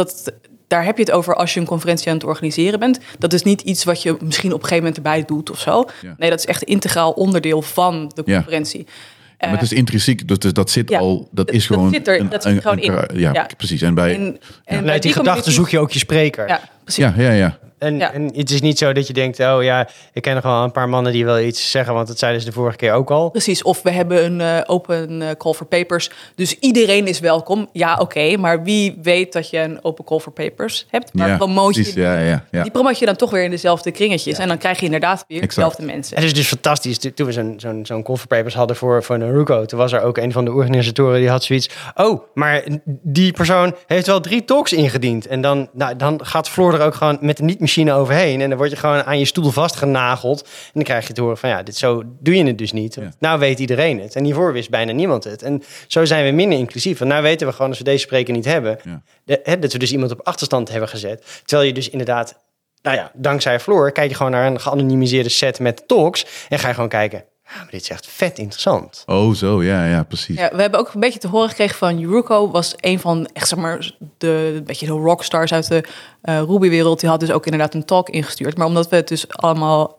Daar heb je het over als je een conferentie aan het organiseren bent. Dat is niet iets wat je misschien op een gegeven moment erbij doet of zo. Ja. Nee, dat is echt een integraal onderdeel van de conferentie. Ja, maar het is intrinsiek, dus dat zit al... Dat is gewoon... Dat zit er gewoon in. Ja, precies. En vanuit die gedachte zoek je ook je spreker. Ja, precies. Ja. En het is niet zo dat je denkt, ik ken nog wel een paar mannen die wel iets zeggen, want dat zeiden ze de vorige keer ook al. Precies, of we hebben een open call for papers, dus iedereen is welkom. Ja, oké, maar wie weet dat je een open call for papers hebt? Maar promoot je, die promoot je dan toch weer in dezelfde kringetjes. Ja. En dan krijg je inderdaad weer dezelfde mensen. Het is dus fantastisch. Toen we zo'n call for papers hadden voor Naruko, toen was er ook een van de organisatoren die had zoiets. Oh, maar die persoon heeft wel 3 talks ingediend. En dan gaat Floor er ook gewoon met de niet-machine overheen. En dan word je gewoon aan je stoel vastgenageld. En dan krijg je te horen van dit zo doe je het dus niet. Ja. Nou weet iedereen het. En hiervoor wist bijna niemand het. En zo zijn we minder inclusief. Want nou weten we gewoon, als we deze spreker niet hebben, dat we dus iemand op achterstand hebben gezet. Terwijl je dus inderdaad, dankzij Floor, kijk je gewoon naar een geanonimiseerde set met talks en ga je gewoon kijken. Ja, maar dit is echt vet interessant. Oh, zo, ja, precies. Ja, we hebben ook een beetje te horen gekregen van Yuruko, was een van echt, zeg maar, de rockstars uit de Ruby-wereld. Die had dus ook inderdaad een talk ingestuurd. Maar omdat we het dus allemaal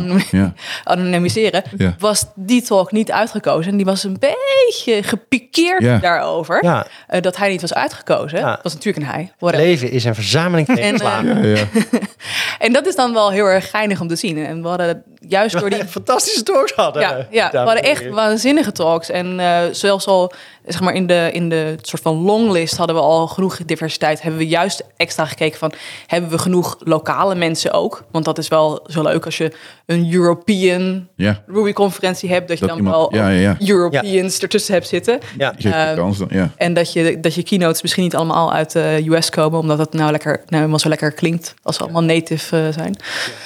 anonymiseren, was die talk niet uitgekozen. En die was een beetje gepikeerd daarover. Ja. Dat hij niet was uitgekozen. Ja. Dat was natuurlijk een hij. Leven is een verzameling tegenslagen. En dat is dan wel heel erg geinig om te zien. En we hadden juist door die fantastische talks hadden. Ja, we hadden echt waanzinnige talks. En zelfs al, zeg maar, in de soort van longlist hadden we al genoeg diversiteit. Hebben we juist extra gekeken van, hebben we genoeg lokale mensen ook? Want dat is wel zo leuk als je een European Ruby-conferentie hebt, dat je dan wel Europeans ertussen hebt zitten. En dat je keynotes misschien niet allemaal uit de US komen, omdat het nou helemaal zo lekker klinkt als ze allemaal native zijn.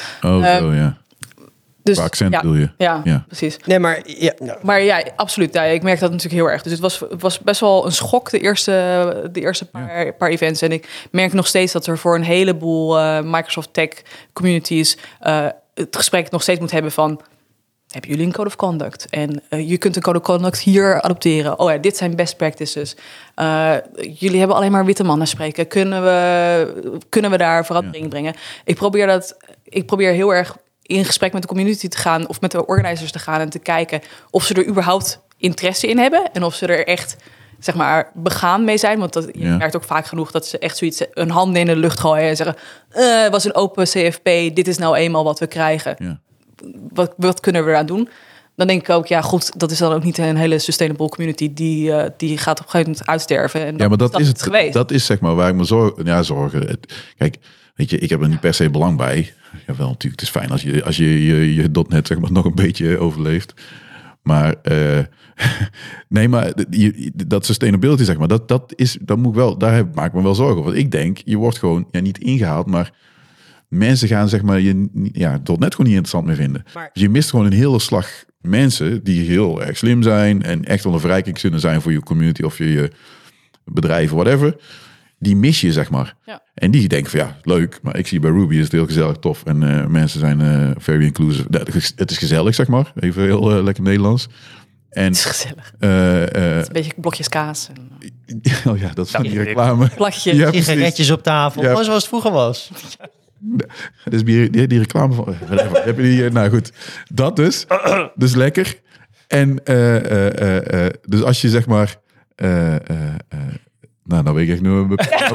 Dus, qua accent bedoel je? Ja, precies. Nee, maar Maar absoluut. Ja, ik merk dat natuurlijk heel erg. Dus het was best wel een schok de eerste paar events. En ik merk nog steeds dat er voor een heleboel Microsoft Tech communities het gesprek nog steeds moet hebben van, hebben jullie een code of conduct? En je kunt een code of conduct hier adopteren. Oh ja, dit zijn best practices. Jullie hebben alleen maar witte mannen spreken. Kunnen we daar verandering brengen? Ik probeer heel erg in gesprek met de community te gaan of met de organizers te gaan en te kijken of ze er überhaupt interesse in hebben en of ze er echt, zeg maar, begaan mee zijn. Want je merkt ook vaak genoeg dat ze echt zoiets, een hand in de lucht gooien en zeggen, het was een open CFP, dit is nou eenmaal wat we krijgen. Ja. Wat kunnen we eraan doen? Dan denk ik ook, goed, dat is dan ook niet een hele sustainable community die gaat op een gegeven moment uitsterven. En maar dat is het geweest. Dat is, zeg maar, waar ik me zorgen. Kijk, weet je, ik heb er niet per se belang bij. Jawel, natuurlijk, het is fijn als je .NET, zeg maar, nog een beetje overleeft. Maar maar dat sustainability, zeg maar, dat moet wel, maak ik me wel zorgen over. Want ik denk, je wordt gewoon niet ingehaald, maar mensen gaan, zeg maar, .NET gewoon niet interessant meer vinden. Maar dus je mist gewoon een hele slag mensen die heel erg slim zijn en echt wel een verrijking kunnen zijn voor je community of je bedrijf, whatever. Die mis je, zeg maar. Ja. En die denken van, leuk, maar ik zie bij Ruby is het heel gezellig, tof. En mensen zijn very inclusive. Het is gezellig, zeg maar. Even heel lekker Nederlands. En, het is gezellig. Het is een beetje blokjes kaas. Dat is van die reclame. Plakjes. Sigaretjes op tafel. Gewoon zoals het vroeger was. Dus die reclame van... Heb je die... Nou goed, dat dus. Dus lekker. En dus als je zeg maar... nou weet ik echt nu...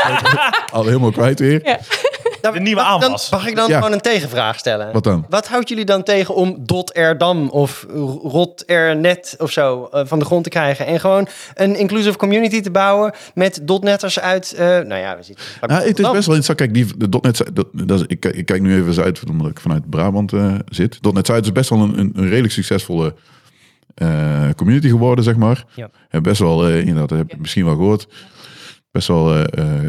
al helemaal kwijt weer. Ja. De nieuwe aanwas. Mag ik dan gewoon een tegenvraag stellen? Wat dan? Wat houdt jullie dan tegen om .rdam of .rotr.net of zo van de grond te krijgen? En gewoon een inclusive community te bouwen met .netters uit... we zitten... het is best wel interessant. Kijk, de .net... Ik kijk nu even Zuid, omdat ik vanuit Brabant zit. .net Zuid is best wel een redelijk succesvolle community geworden, zeg maar. Ja. En best wel, inderdaad, dat heb je misschien wel gehoord. Best wel...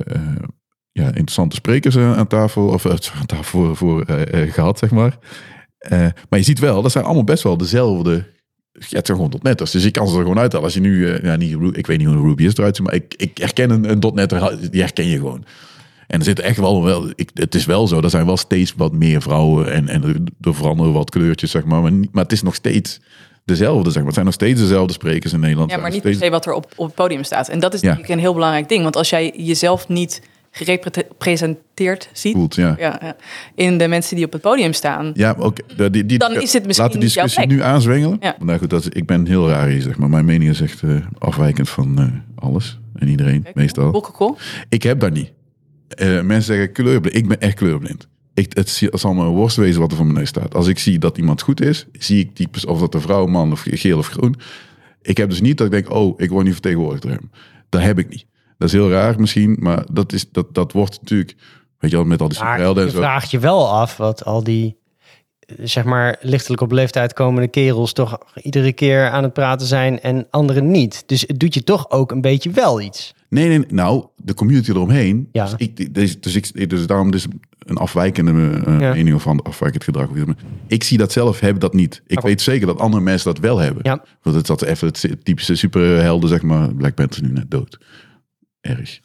interessante sprekers aan tafel of aan tafel voor gehad, zeg maar. Maar je ziet wel, dat zijn allemaal best wel dezelfde. Ja, het zijn gewoon .netters. Dus je kan ze er gewoon uithalen. Als je nu, ik weet niet hoe een Ruby is eruit ziet, maar ik herken een .netter, die herken je gewoon. En er zit echt wel het is wel zo, er zijn wel steeds wat meer vrouwen en er veranderen wat kleurtjes, zeg maar. Maar het is nog steeds dezelfde, zeg maar. Het zijn nog steeds dezelfde sprekers in Nederland. Ja, maar niet per se wat er op het podium staat. En dat is natuurlijk een heel belangrijk ding. Want als jij jezelf niet gerepresenteerd ziet in de mensen die op het podium staan. Ja, ook dan is het misschien laat de discussie nu aanzwengelen. Ja. Nou goed, ik ben heel raar hier, zeg maar. Mijn mening is echt afwijkend van alles en iedereen, meestal. Cool. Ik heb dat niet. Mensen zeggen kleurblind. Ik ben echt kleurblind. Het zal me een worst wezen wat er voor mijn neus staat. Als ik zie dat iemand goed is, zie ik types, of dat een vrouw, man of geel of groen. Ik heb dus niet dat ik denk, ik word niet vertegenwoordigd door hem. Dat heb ik niet. Dat is heel raar misschien, maar dat wordt natuurlijk, weet je wel, met al die superhelden en zo. Je vraagt je wel af wat al die, zeg maar, lichtelijk op leeftijd komende kerels toch iedere keer aan het praten zijn en anderen niet. Dus het doet je toch ook een beetje wel iets. Nee, nou, de community eromheen. Ja. Dus daarom dus een afwijkende mening of afwijkend gedrag. Ik zie dat zelf, heb dat niet. Ik weet zeker dat andere mensen dat wel hebben. Ja. Want het zat even het typische superhelden, zeg maar. Black Panther is nu net dood. Erg.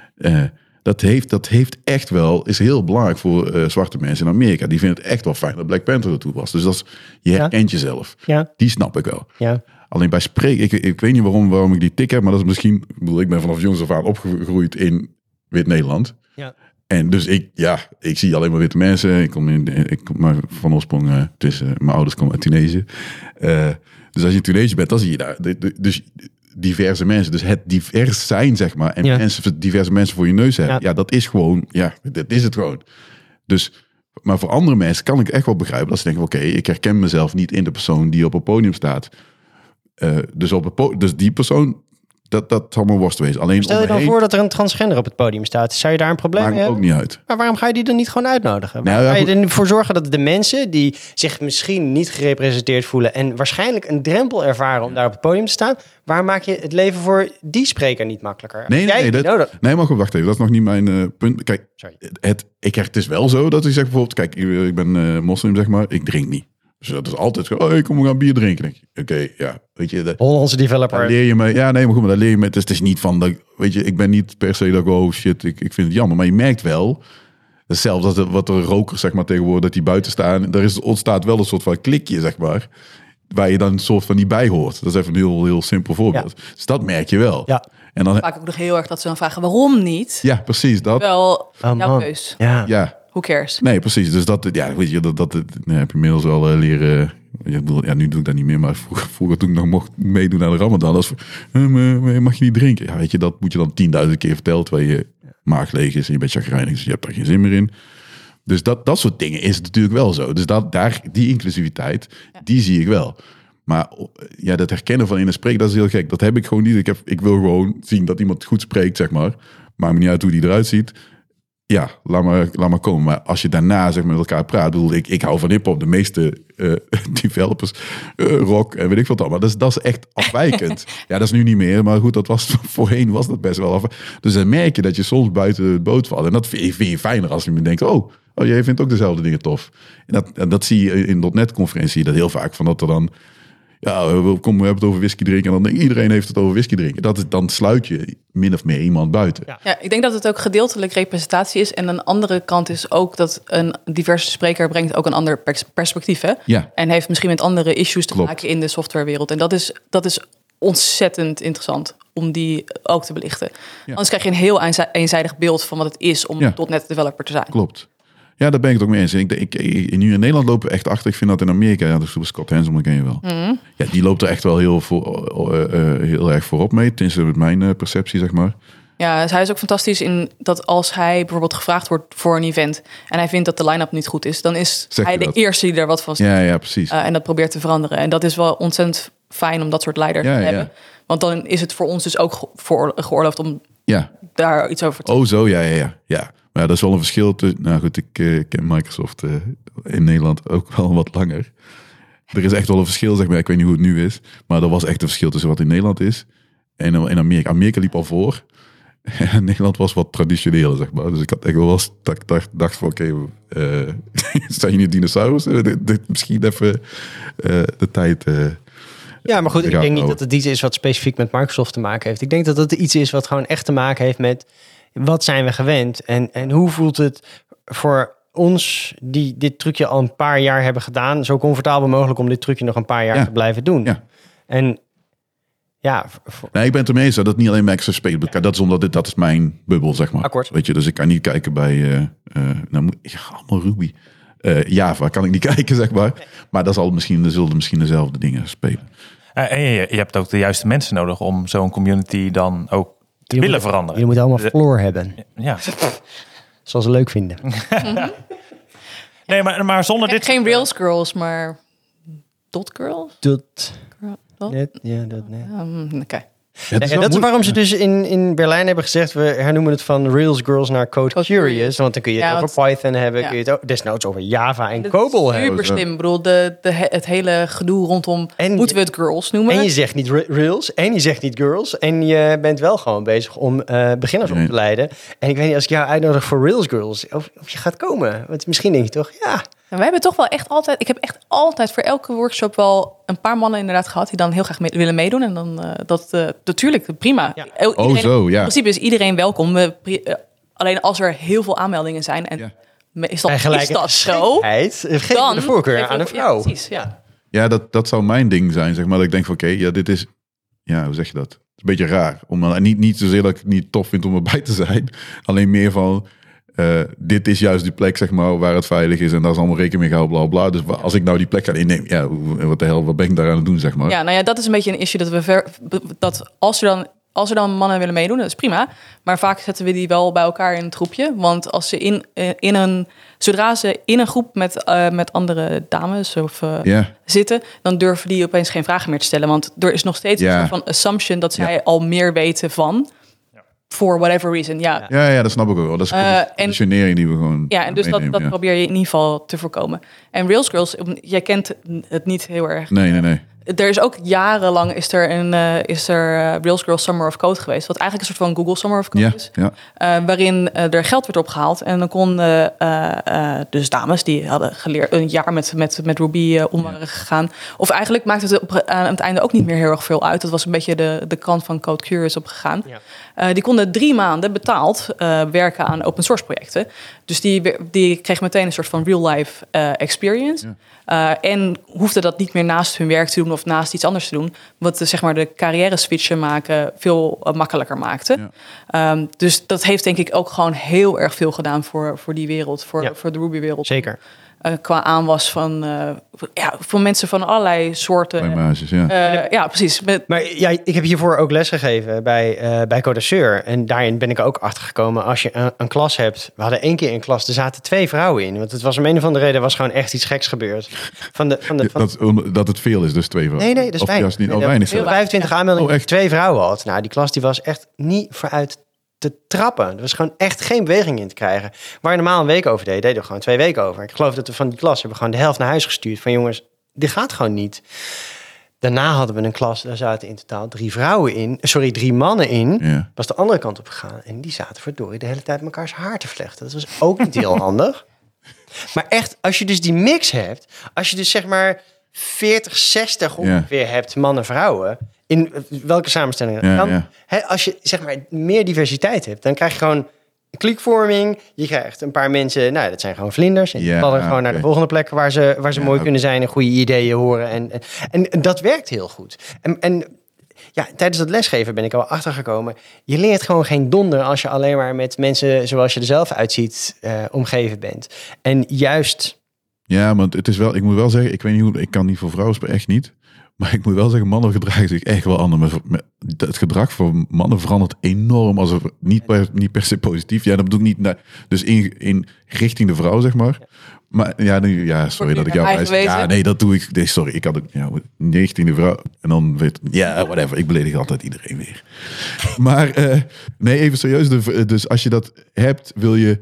Dat heeft echt wel, is heel belangrijk voor zwarte mensen in Amerika. Die vinden het echt wel fijn dat Black Panther ertoe was. Dus je herkent jezelf. Ja. Die snap ik wel. Ja. Alleen bij spreken, ik weet niet waarom ik die tik heb, maar dat is misschien, ik ben vanaf jongs af aan opgegroeid in Wit-Nederland. Ja. En dus ik zie alleen maar witte mensen. Ik kom maar van oorsprong, mijn ouders komen uit Tunesië. Dus als je in Tunesië bent, dan zie je daar. Dus diverse mensen. Dus het divers zijn, zeg maar. En diverse mensen voor je neus hebben. Ja, dat is gewoon, dat is het gewoon. Dus, maar voor andere mensen kan ik echt wel begrijpen dat ze denken, oké, ik herken mezelf niet in de persoon die op het podium staat. Dus die persoon, dat zal me worst wezen. Alleen stel je dan voor dat er een transgender op het podium staat. Zou je daar een probleem mee hebben? Maakt ook niet uit. Maar waarom ga je die dan niet gewoon uitnodigen? Waarom ga je ervoor zorgen dat de mensen die zich misschien niet gerepresenteerd voelen en waarschijnlijk een drempel ervaren om daar op het podium te staan, waar maak je het leven voor die spreker niet makkelijker? Nee, maar goed, wacht even. Dat is nog niet mijn punt. Kijk, het is wel zo dat ik zeg bijvoorbeeld, kijk, ik ben moslim, zeg maar. Ik drink niet. Dus dat is altijd zo, kom, we gaan bier drinken. Oké, weet je. Hollandse developer. Daar leer je mee. Ja, nee, maar goed, maar daar leer je mee. Dus het is niet van, dat, weet je, ik ben niet per se dat shit, ik vind het jammer. Maar je merkt wel, zelfs wat er rokers, zeg maar, tegenwoordig, dat die buiten staan. Ontstaat wel een soort van klikje, zeg maar, waar je dan een soort van niet bij hoort. Dat is even een heel, heel simpel voorbeeld. Ja. Dus dat merk je wel. Ja. En dan vaak ook nog heel erg dat ze dan vragen, waarom niet? Ja, precies. Dat. Wel jouw keus. Ja. Who cares? Nee, precies. Dus dat heb je inmiddels wel leren. Nu doe ik dat niet meer, maar vroeger toen ik nog mocht meedoen aan de Ramadan, als mag je niet drinken. Ja, weet je, dat moet je dan 10.000 keer vertellen, terwijl je maag leeg is en je bent chagrijnig, dus je hebt daar geen zin meer in. Dus dat soort dingen is natuurlijk wel zo. Dus die inclusiviteit, die zie ik wel. Maar dat herkennen van in een spreek, dat is heel gek. Dat heb ik gewoon niet. Ik wil gewoon zien dat iemand goed spreekt, zeg maar. Maakt me niet uit hoe die eruit ziet. Ja, laat maar komen. Maar als je daarna zeg maar, met elkaar praat, bedoel ik hou van hiphop. De meeste developers, rock en weet ik wat allemaal. Dat is echt afwijkend. Ja, dat is nu niet meer. Maar goed, voorheen was dat best wel af. Dus dan merk je dat je soms buiten het boot valt. En dat vind je fijner als je me denkt, jij vindt ook dezelfde dingen tof. En dat zie je in .NET-conferentie dat heel vaak. Van dat er dan, we hebben het over whisky drinken. En dan denkt iedereen heeft het over whisky drinken. Dan sluit je min of meer iemand buiten. Ja, ik denk dat het ook gedeeltelijk representatie is. En een andere kant is ook dat een diverse spreker brengt ook een ander perspectief. Hè? Ja. En heeft misschien met andere issues te maken in de softwarewereld. En dat is ontzettend interessant om die ook te belichten. Ja. Anders krijg je een heel eenzijdig beeld van wat het is om .NET developer te zijn. Klopt. Ja, daar ben ik het ook mee eens. Nu in Nederland lopen we echt achter. Ik vind dat in Amerika, ja, dus Scott Hansen, dat ken je wel. Ja, die loopt er echt wel heel erg voorop mee. Tenminste, met mijn perceptie, zeg maar. Ja, dus hij is ook fantastisch in dat als hij bijvoorbeeld gevraagd wordt voor een event en hij vindt dat de line-up niet goed is, dan is hij de eerste die er wat van zegt. Ja, precies. En dat probeert te veranderen. En dat is wel ontzettend fijn om dat soort leiders te hebben. Want dan is het voor ons dus ook geoorloofd om daar iets over te zeggen. Oh, zo, ja. Maar dat is wel een verschil tussen... Nou goed, ik ken Microsoft in Nederland ook wel wat langer. Er is echt wel een verschil, zeg maar. Ik weet niet hoe het nu is. Maar er was echt een verschil tussen wat in Nederland is en in Amerika. Amerika liep al voor. En Nederland was wat traditioneel, zeg maar. Dus ik had echt wel eens dacht van, oké, zijn je niet dinosaurussen? Misschien even de tijd... Ja, maar goed, ik denk niet dat het iets is wat specifiek met Microsoft te maken heeft. Ik denk dat het iets is wat gewoon echt te maken heeft met wat zijn we gewend en hoe voelt het voor ons die dit trucje al een paar jaar hebben gedaan, zo comfortabel mogelijk om dit trucje nog een paar jaar te blijven doen. Ja. En ja, nee, ik ben het ermee eens dat het niet alleen Microsoft speelt. Dat is omdat dat is mijn bubbel, zeg maar. Akkoord. Weet je, dus ik kan niet kijken bij allemaal Ruby. Java kan ik niet kijken, zeg maar. Nee. Maar dat zullen misschien dezelfde dingen spelen. En je hebt ook de juiste mensen nodig om zo'n community dan ook te willen veranderen. Je moet allemaal floor hebben. Ja. Zoals ze leuk vinden. Nee, maar zonder dit... Geen Rails girls, maar dot girls? Dot. Net. Oké. Ja, dat is waarom ze dus in Berlijn hebben gezegd, we hernoemen het van Rails Girls naar Code Curious. Want dan kun je het over Python hebben, kun je het ook desnoods over Java en COBOL hebben. Super slim. Ik bedoel, het hele gedoe rondom, moeten we het girls noemen? En je zegt niet Rails, en je zegt niet girls. En je bent wel gewoon bezig om beginners op te leiden. En ik weet niet, als ik jou uitnodig voor Rails Girls, of je gaat komen. Want misschien denk je toch, we hebben toch wel echt altijd... Ik heb echt altijd voor elke workshop wel een paar mannen inderdaad gehad die dan heel graag willen meedoen. En dan natuurlijk, prima. Ja. In principe is iedereen welkom. Alleen als er heel veel aanmeldingen zijn en is dat zo? Geef de voorkeur aan een vrouw. Precies, ja. Ja, dat zou mijn ding zijn, zeg maar. Dat ik denk van oké, dit is... Ja, hoe zeg je dat? Het is een beetje raar. Niet zozeer dat ik het niet tof vind om erbij te zijn. Alleen meer van... dit is juist die plek, zeg maar, waar het veilig is en daar is allemaal rekening mee gehouden, bla bla. Dus als ik nou die plek ga innemen, wat ben ik daar aan het doen, zeg maar? Ja, nou ja, dat is een beetje een issue dat als er dan mannen willen meedoen, dat is prima. Maar vaak zetten we die wel bij elkaar in een groepje. Want als ze zodra ze in een groep met andere dames zitten, dan durven die opeens geen vragen meer te stellen. Want er is nog steeds een soort van assumption dat zij al meer weten van. For whatever reason, Ja, dat snap ik ook wel. Dat is een conditionering die we gewoon... Ja, en dus dat probeer je in ieder geval te voorkomen. En Rails Girls, jij kent het niet heel erg. Nee. Er is ook jarenlang is er Rails Girls Summer of Code geweest. Wat eigenlijk een soort van Google Summer of Code is. Ja. Waarin er geld werd opgehaald. En dan konden dus dames die hadden geleerd een jaar met Ruby om waren gegaan. Of eigenlijk maakte het aan het einde ook niet meer heel erg veel uit. Dat was een beetje de kant van Code Curious opgegaan. Ja. Die konden 3 maanden betaald werken aan open source projecten. Dus die kreeg meteen een soort van real life experience. Ja. En hoefde dat niet meer naast hun werk te doen of naast iets anders te doen. Wat zeg maar de carrière switchen maken veel makkelijker maakte. Ja. Dus dat heeft denk ik ook gewoon heel erg veel gedaan voor die wereld. Voor de Ruby wereld. Zeker. Qua aanwas voor mensen van allerlei soorten. Ja, precies. Maar ik heb hiervoor ook lesgegeven bij Codaceur. En daarin ben ik ook achtergekomen. Als je een klas hebt. We hadden 1 keer een klas. Er zaten 2 vrouwen in. Want het was om een of andere reden was gewoon echt iets geks gebeurd. Dat het veel is, dus 2 vrouwen. Nee, dat is weinig. Weinig. 25 aanmeldingen, 2 vrouwen had. Nou, die klas die was echt niet vooruit te trappen. Er was gewoon echt geen beweging in te krijgen. Waar je normaal een week over deden we gewoon 2 weken over. Ik geloof dat we van die klas hebben gewoon de helft naar huis gestuurd. Van jongens, dit gaat gewoon niet. Daarna hadden we een klas, daar zaten in totaal 3 mannen in. Ja. Was de andere kant op gegaan. En die zaten verdorie de hele tijd mekaars haar te vlechten. Dat was ook niet heel handig. Maar echt, als je dus die mix hebt, als je dus zeg maar 40, 60 ongeveer hebt, mannen, vrouwen, in welke samenstellingen? Als je zeg maar meer diversiteit hebt, dan krijg je gewoon kliekvorming. Je krijgt een paar mensen, dat zijn gewoon vlinders. En die vallen gewoon naar de volgende plek waar ze mooi kunnen zijn en goede ideeën horen. En dat werkt heel goed. En Ja, tijdens het lesgeven ben ik al achtergekomen. Je leert gewoon geen donder als je alleen maar met mensen zoals je er zelf uitziet omgeven bent. En juist... Ja, want het is wel, ik moet wel zeggen, ik weet niet hoe, ik kan niet voor vrouwen spreken, echt niet. Maar ik moet wel zeggen, mannen gedragen zich echt wel anders. Het gedrag van mannen verandert enorm. Als het niet per se positief. Ja, dat bedoel ik niet. Dus in richting de vrouw, zeg maar. Maar sorry dat ik jou wijs. Ja, nee, dat doe ik. Nee, sorry, ik had het richting de vrouw. En dan whatever. Ik beledig altijd iedereen weer. Maar nee, even serieus. Dus als je dat hebt, wil je...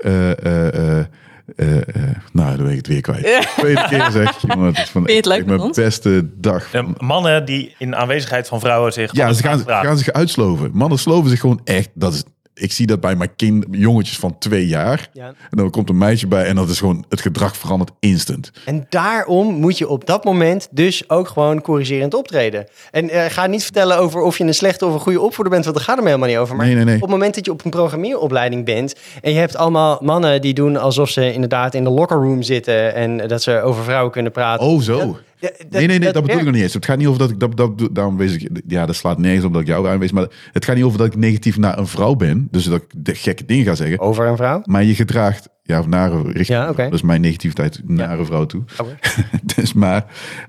dan ben ik het weer kwijt. Tweede keer zeg je, het is mijn beste dag. De mannen die in aanwezigheid van vrouwen zich... Ja, ze gaan zich uitsloven. Mannen sloven zich gewoon echt. Ik zie dat bij mijn jongetjes van 2 jaar. Ja. En dan komt een meisje bij en dat is gewoon... Het gedrag verandert instant. En daarom moet je op dat moment dus ook gewoon corrigerend optreden. En ga niet vertellen over of je een slechte of een goede opvoeder bent, want daar gaat het helemaal niet over. Maar nee. Op het moment dat je op een programmeeropleiding bent en je hebt allemaal mannen die doen alsof ze inderdaad in de locker room zitten en dat ze over vrouwen kunnen praten. Oh, zo. Nee, dat bedoel ik nog niet eens. Het gaat niet over dat ik daarom wees ik, ja, dat slaat nergens op dat ik jou aanwees, maar het gaat niet over dat ik negatief naar een vrouw ben, dus dat ik de gekke dingen ga zeggen. Over een vrouw? Maar je gedraagt, of naar een richting. Ja, okay. Dus mijn negativiteit naar een vrouw toe. Okay. Dus maar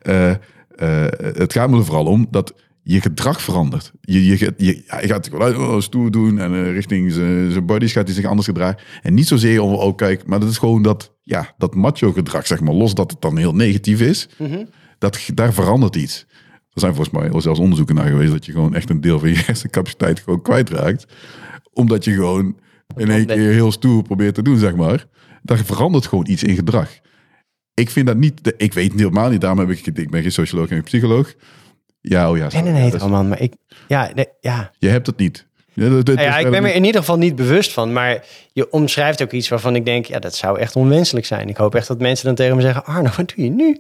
het gaat me er vooral om dat je gedrag verandert. Je gaat stoer doen en richting zijn bodies gaat hij zich anders gedragen. En niet zozeer om, kijk, maar dat is gewoon dat macho gedrag, zeg maar, los dat het dan heel negatief is. Mm-hmm. Daar verandert iets. Er zijn volgens mij zelfs onderzoeken naar geweest dat je gewoon echt een deel van je hersencapaciteit gewoon kwijtraakt. Omdat je gewoon in één keer heel stoer probeert te doen, zeg maar. Daar verandert gewoon iets in gedrag. Ik vind dat niet, ik weet het helemaal niet, daarom ik ben geen socioloog en psycholoog. Ja, nee, man, maar Je hebt het niet. Ik ben me in ieder geval niet bewust van, maar je omschrijft ook iets waarvan ik denk, dat zou echt onwenselijk zijn. Ik hoop echt dat mensen dan tegen me zeggen, Arno, wat doe je nu?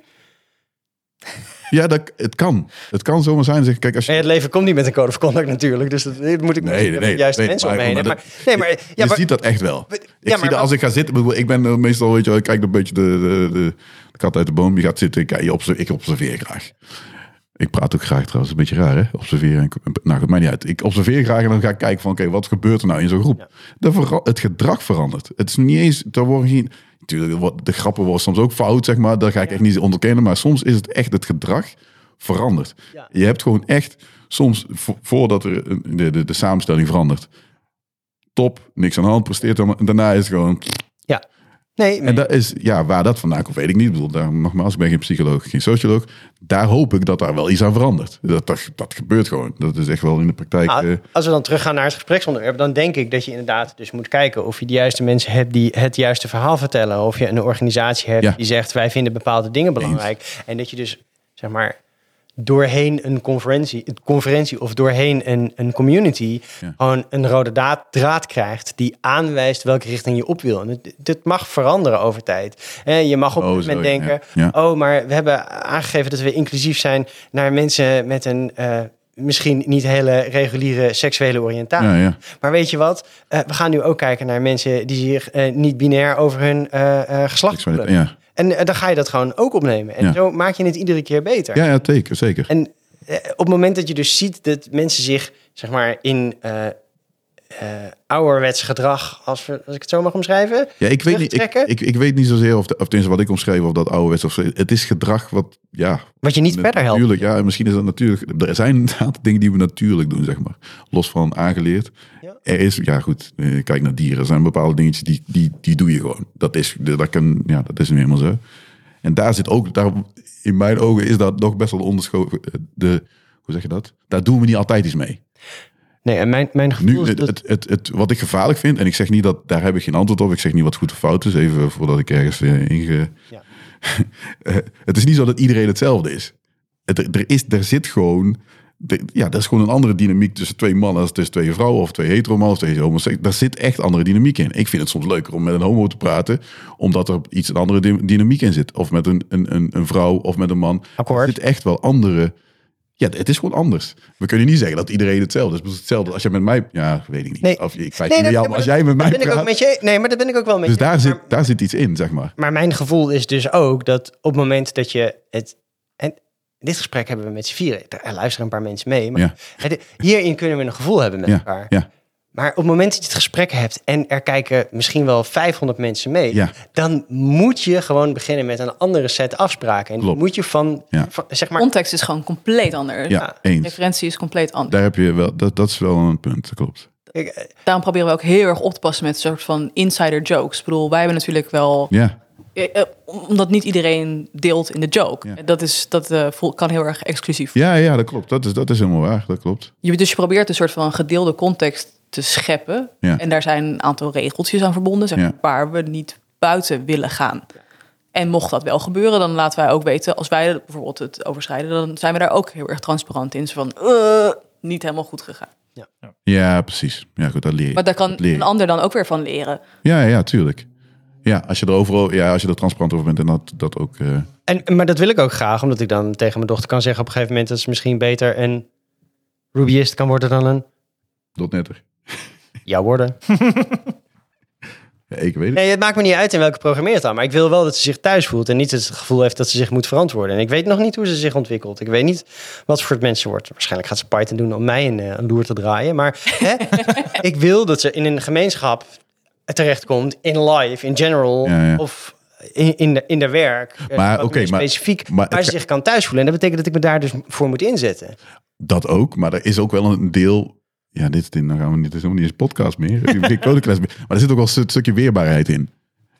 Ja, het kan. Het kan zomaar zijn. Zeg, kijk, als je... Het leven komt niet met een code of conduct natuurlijk, dus dat moet ik de juiste mensen omheen. Je ziet dat echt wel. Als ik ga zitten, ik ben meestal, weet je, ik kijk een beetje de kat uit de boom, je gaat zitten, ik observeer graag. Ik praat ook graag trouwens, een beetje raar hè, observeren. Nou, het maakt niet uit. Ik observeer graag en dan ga ik kijken van, oké, wat gebeurt er nou in zo'n groep? Ja. Het gedrag verandert. Het is niet eens, natuurlijk, de grappen worden soms ook fout, zeg maar. Daar ga ik echt niet onderkennen, maar soms is het echt het gedrag verandert. Ja. Je hebt gewoon echt, soms voordat er de samenstelling verandert, top, niks aan de hand, presteert dan, daarna is het gewoon... Ja. Nee, en dat is, waar dat vandaan komt, weet ik niet. Ik bedoel, nogmaals, ik ben geen psycholoog, geen socioloog. Daar hoop ik dat daar wel iets aan verandert. Dat gebeurt gewoon. Dat is echt wel in de praktijk. Als we dan teruggaan naar het gespreksonderwerp, dan denk ik dat je inderdaad dus moet kijken of je de juiste mensen hebt die het juiste verhaal vertellen. Of je een organisatie hebt die zegt, wij vinden bepaalde dingen belangrijk. En dat je dus, zeg maar, doorheen een conferentie of doorheen een community gewoon een rode draad krijgt die aanwijst welke richting je op wil. En dit mag veranderen over tijd. Je mag op een moment denken, maar we hebben aangegeven dat we inclusief zijn naar mensen met een misschien niet hele reguliere seksuele oriëntatie. Ja. Maar weet je wat? We gaan nu ook kijken naar mensen die zich niet binair over hun geslacht voelen. Ja. En dan ga je dat gewoon ook opnemen. En zo maak je het iedere keer beter. Ja, zeker. En op het moment dat je dus ziet dat mensen zich, zeg maar, in ouderwets gedrag, als ik het zo mag omschrijven, ik weet niet zozeer of tenminste wat ik omschreef of dat ouderwets of het is gedrag wat je niet verder helpt. Natuurlijk, ja, misschien is dat natuurlijk. Er zijn een aantal dingen die we natuurlijk doen, zeg maar, los van aangeleerd. Ja. Er is, kijk naar dieren. Er zijn bepaalde dingetjes die doe je gewoon. Dat is nu helemaal zo. En daar zit ook, in mijn ogen is dat nog best wel onderschoven. Hoe zeg je dat? Daar doen we niet altijd iets mee. Nee, en mijn gevoel nu, is wat ik gevaarlijk vind, en ik zeg niet dat, daar heb ik geen antwoord op. Ik zeg niet wat goed of fout is, even voordat ik ergens het is niet zo dat iedereen hetzelfde is. Er zit gewoon... dat is gewoon een andere dynamiek tussen 2 mannen als tussen 2 vrouwen of 2 hetero-mannen of 2 homoseksuelen. Daar zit echt andere dynamiek in. Ik vind het soms leuker om met een homo te praten, omdat er een andere dynamiek in zit. Of met een vrouw of met een man. Akkoord. Er zit echt wel andere... Ja, het is gewoon anders. We kunnen niet zeggen dat iedereen hetzelfde is. Hetzelfde als je met mij... Ja, weet ik niet. Nee. Of ik feit niet jou, maar als jij met mij praat... Maar dat ben ik ook wel met je. Dus daar zit iets in, zeg maar. Maar mijn gevoel is dus ook dat op het moment dat je het... dit gesprek hebben we met z'n vieren. Er luisteren een paar mensen mee. Maar hierin kunnen we een gevoel hebben met elkaar. Ja. Maar op het moment dat je het gesprek hebt en er kijken misschien wel 500 mensen mee, dan moet je gewoon beginnen met een andere set afspraken. En moet je van zeg maar... Context is gewoon compleet anders. Ja, eens. Referentie is compleet anders. Daar heb je wel, dat is wel een punt, dat klopt. Daarom proberen we ook heel erg op te passen met een soort van insider jokes. Ik bedoel, wij hebben natuurlijk wel... Ja. Omdat niet iedereen deelt in de joke. Ja. Dat kan heel erg exclusief. Ja, dat klopt. Dat is helemaal waar. Dat klopt. Dus je probeert een soort van gedeelde context te scheppen. Ja. En daar zijn een aantal regeltjes aan verbonden. Zeg maar, waar we niet buiten willen gaan. En mocht dat wel gebeuren, dan laten wij ook weten... als wij bijvoorbeeld het overschrijden... dan zijn we daar ook heel erg transparant in. Zo van, niet helemaal goed gegaan. Ja, precies. Ja, goed, dat leer je. Maar daar kan een ander dan ook weer van leren. Ja, tuurlijk. Ja, als je er transparant over bent en dat ook... Maar dat wil ik ook graag, omdat ik dan tegen mijn dochter kan zeggen... op een gegeven moment dat ze misschien beter een Rubyist kan worden dan een... .netter. Jou worden. Ja, ik weet het. Nee, het maakt me niet uit in welke programmeertaal. Maar ik wil wel dat ze zich thuis voelt. En niet het gevoel heeft dat ze zich moet verantwoorden. En ik weet nog niet hoe ze zich ontwikkelt. Ik weet niet wat voor het mensen wordt. Waarschijnlijk gaat ze Python doen om mij een loer te draaien. Maar ik wil dat ze in een gemeenschap terechtkomt. In life, in general. Of in de werk. Maar specifiek. Waar ze zich kan thuis voelen. En dat betekent dat ik me daar dus voor moet inzetten. Dat ook. Maar er is ook wel een deel... Ja, dan gaan we niet eens podcast meer. Maar er zit ook wel een stukje weerbaarheid in.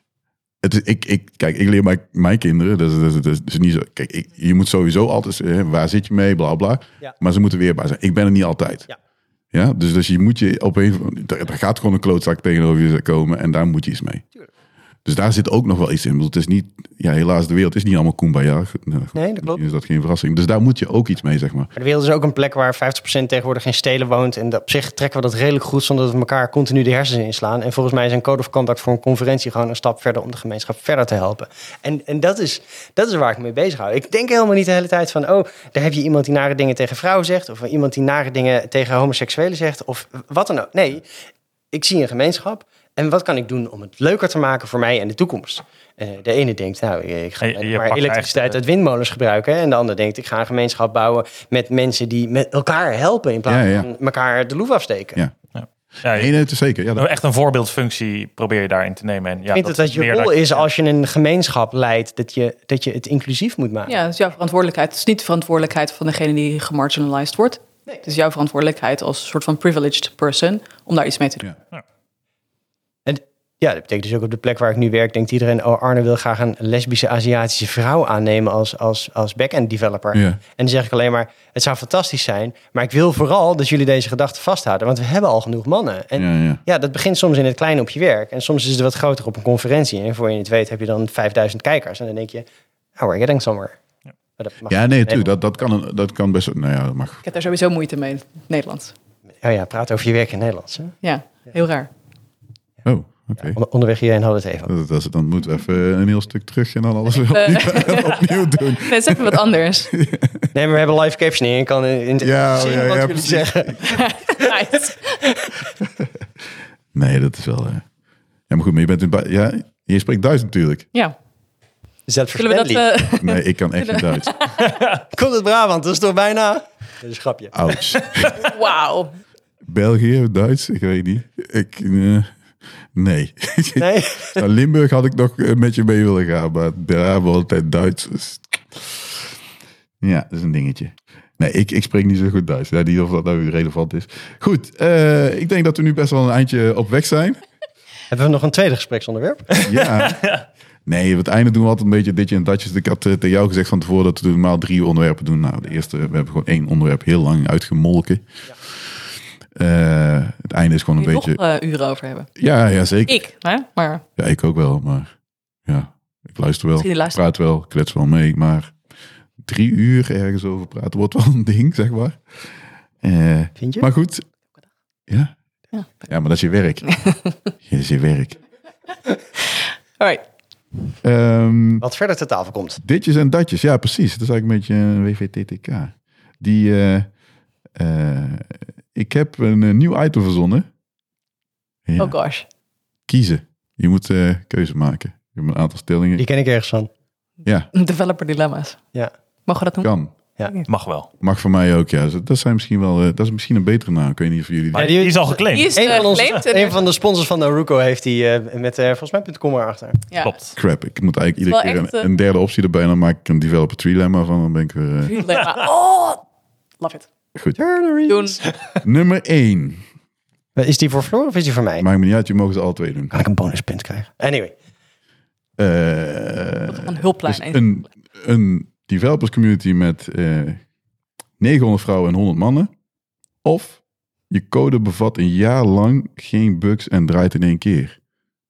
Ik leer mijn kinderen, dat is niet zo. Kijk, je moet sowieso altijd, waar zit je mee, bla bla. Ja. Maar ze moeten weerbaar zijn. Ik ben er niet altijd. Ja, dus je moet er gaat gewoon een klootzak tegenover je komen en daar moet je iets mee. Tuurlijk. Dus daar zit ook nog wel iets in. Het is niet, helaas, de wereld is niet allemaal kumbaya. Nee, dat klopt. Is dat geen verrassing. Dus daar moet je ook iets mee, zeg maar. De wereld is ook een plek waar 50% tegenwoordig in steden woont. En op zich trekken we dat redelijk goed, zonder dat we elkaar continu de hersens inslaan. En volgens mij is een code of conduct voor een conferentie gewoon een stap verder om de gemeenschap verder te helpen. En dat is waar ik me mee bezig hou. Ik denk helemaal niet de hele tijd van, daar heb je iemand die nare dingen tegen vrouwen zegt. Of iemand die nare dingen tegen homoseksuelen zegt. Of wat dan ook. Nee, ik zie een gemeenschap. En wat kan ik doen om het leuker te maken voor mij en de toekomst? De ene denkt, ik ga maar elektriciteit uit windmolens gebruiken. En de ander denkt, ik ga een gemeenschap bouwen met mensen die met elkaar helpen in plaats van elkaar de loef afsteken. Nee, het is zeker. Ja, echt een voorbeeldfunctie probeer je daarin te nemen. En ik vind dat je rol is als je een gemeenschap leidt, dat je het inclusief moet maken. Ja, dat is jouw verantwoordelijkheid. Het is niet de verantwoordelijkheid van degene die gemarginalized wordt. Nee. Het is jouw verantwoordelijkheid als soort van privileged person om daar iets mee te doen. Ja. Ja, dat betekent dus ook op de plek waar ik nu werk, denkt iedereen, Arne wil graag een lesbische Aziatische vrouw aannemen als back-end developer. Ja. En dan zeg ik alleen maar, het zou fantastisch zijn, maar ik wil vooral dat jullie deze gedachte vasthouden, want we hebben al genoeg mannen. En dat begint soms in het kleine op je werk. En soms is het wat groter op een conferentie. En voor je het weet heb je dan 5000 kijkers. En dan denk je, we're getting somewhere. Natuurlijk, dat kan best, dat mag. Ik heb daar sowieso moeite mee in het Nederlands. Praat over je werk in Nederlands. Hè? Ja, heel raar. Oh. Okay. Onderweg hierheen hadden we het even. Dan moeten we even een heel stuk terug en dan alles opnieuw doen. Nee, het is even wat anders. Nee, maar we hebben live captioning. Ik kan in zien wat jullie zeggen. Nice. Nee, dat is wel... Ja, maar goed, maar je spreekt Duits natuurlijk. Ja. Zelfverständlich. Nee, ik kan echt niet Duits. Komt het Brabant, dat is toch bijna... Dat is een grapje. Ouch. Wauw. België, Duits, ik weet niet. Nee. Naar Limburg had ik nog met je mee willen gaan, maar Brabant en Duits is... Ja, dat is een dingetje. Nee, ik spreek niet zo goed Duits. Ja, niet of dat nou relevant is. Goed, ik denk dat we nu best wel een eindje op weg zijn. Hebben we nog een tweede gespreksonderwerp? Ja. Nee, op het einde doen we altijd een beetje ditje en datjes. Ik had tegen jou gezegd van tevoren dat we normaal 3 onderwerpen doen. Nou, de eerste, we hebben gewoon 1 onderwerp heel lang uitgemolken. Het einde is gewoon een beetje... nog uren over hebben. Ja, zeker. Ik, hè? Maar... Ja, ik ook wel, maar ja, ik luister wel, praat wel, klets wel mee, maar 3 uur ergens over praten wordt wel een ding, zeg maar. Vind je? Maar goed. Ja, maar dat is je werk. Dat is je werk. Alright. Wat verder ter tafel komt. Ditjes en datjes, ja precies. Dat is eigenlijk een beetje een WVTTK. Ik heb een nieuw item verzonnen. Ja. Oh gosh. Kiezen. Je moet keuze maken. Je hebt een aantal stellingen. Die ken ik ergens van. Ja. Developer dilemma's. Ja. Mogen we dat doen? Kan. Ja. Mag wel. Mag voor mij ook, ja. Dat zijn misschien wel, dat is misschien een betere naam. Ik weet niet of jullie... Maar die is al geclaimd. Die is geclaimd. Een van de sponsors van Naruto heeft die met volgens mij .com erachter. Ja. Klopt. Crap, ik moet eigenlijk iedere keer echt, een derde optie erbij. Dan maak ik een developer trilemma van. Dan ben ik weer... Oh, love it. Goed. Doen. Nummer 1. Is die voor Floor of is die voor mij? Maakt me niet uit, je mogen ze alle twee doen. Kan ik een bonuspunt krijgen? Anyway. Een hulplijn. Dus een developers community met 900 vrouwen en 100 mannen. Of je code bevat een jaar lang geen bugs en draait in 1 keer.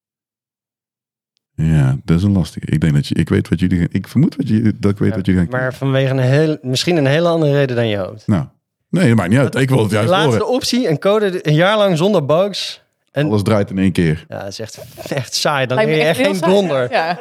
Ja, dat is een lastige. Ik denk dat ik weet wat jullie... Ik vermoed dat ik weet wat jullie gaan Maar vanwege misschien een hele andere reden dan je hoopt. Nou, nee, dat maakt niet uit. Ik wil het De juist laatste horen. optie, een code een jaar lang zonder bugs. En Alles draait in 1 keer. ja, dat is echt saai. Dan Lijkt me leer je echt echt heel geen saai. donder. Ja.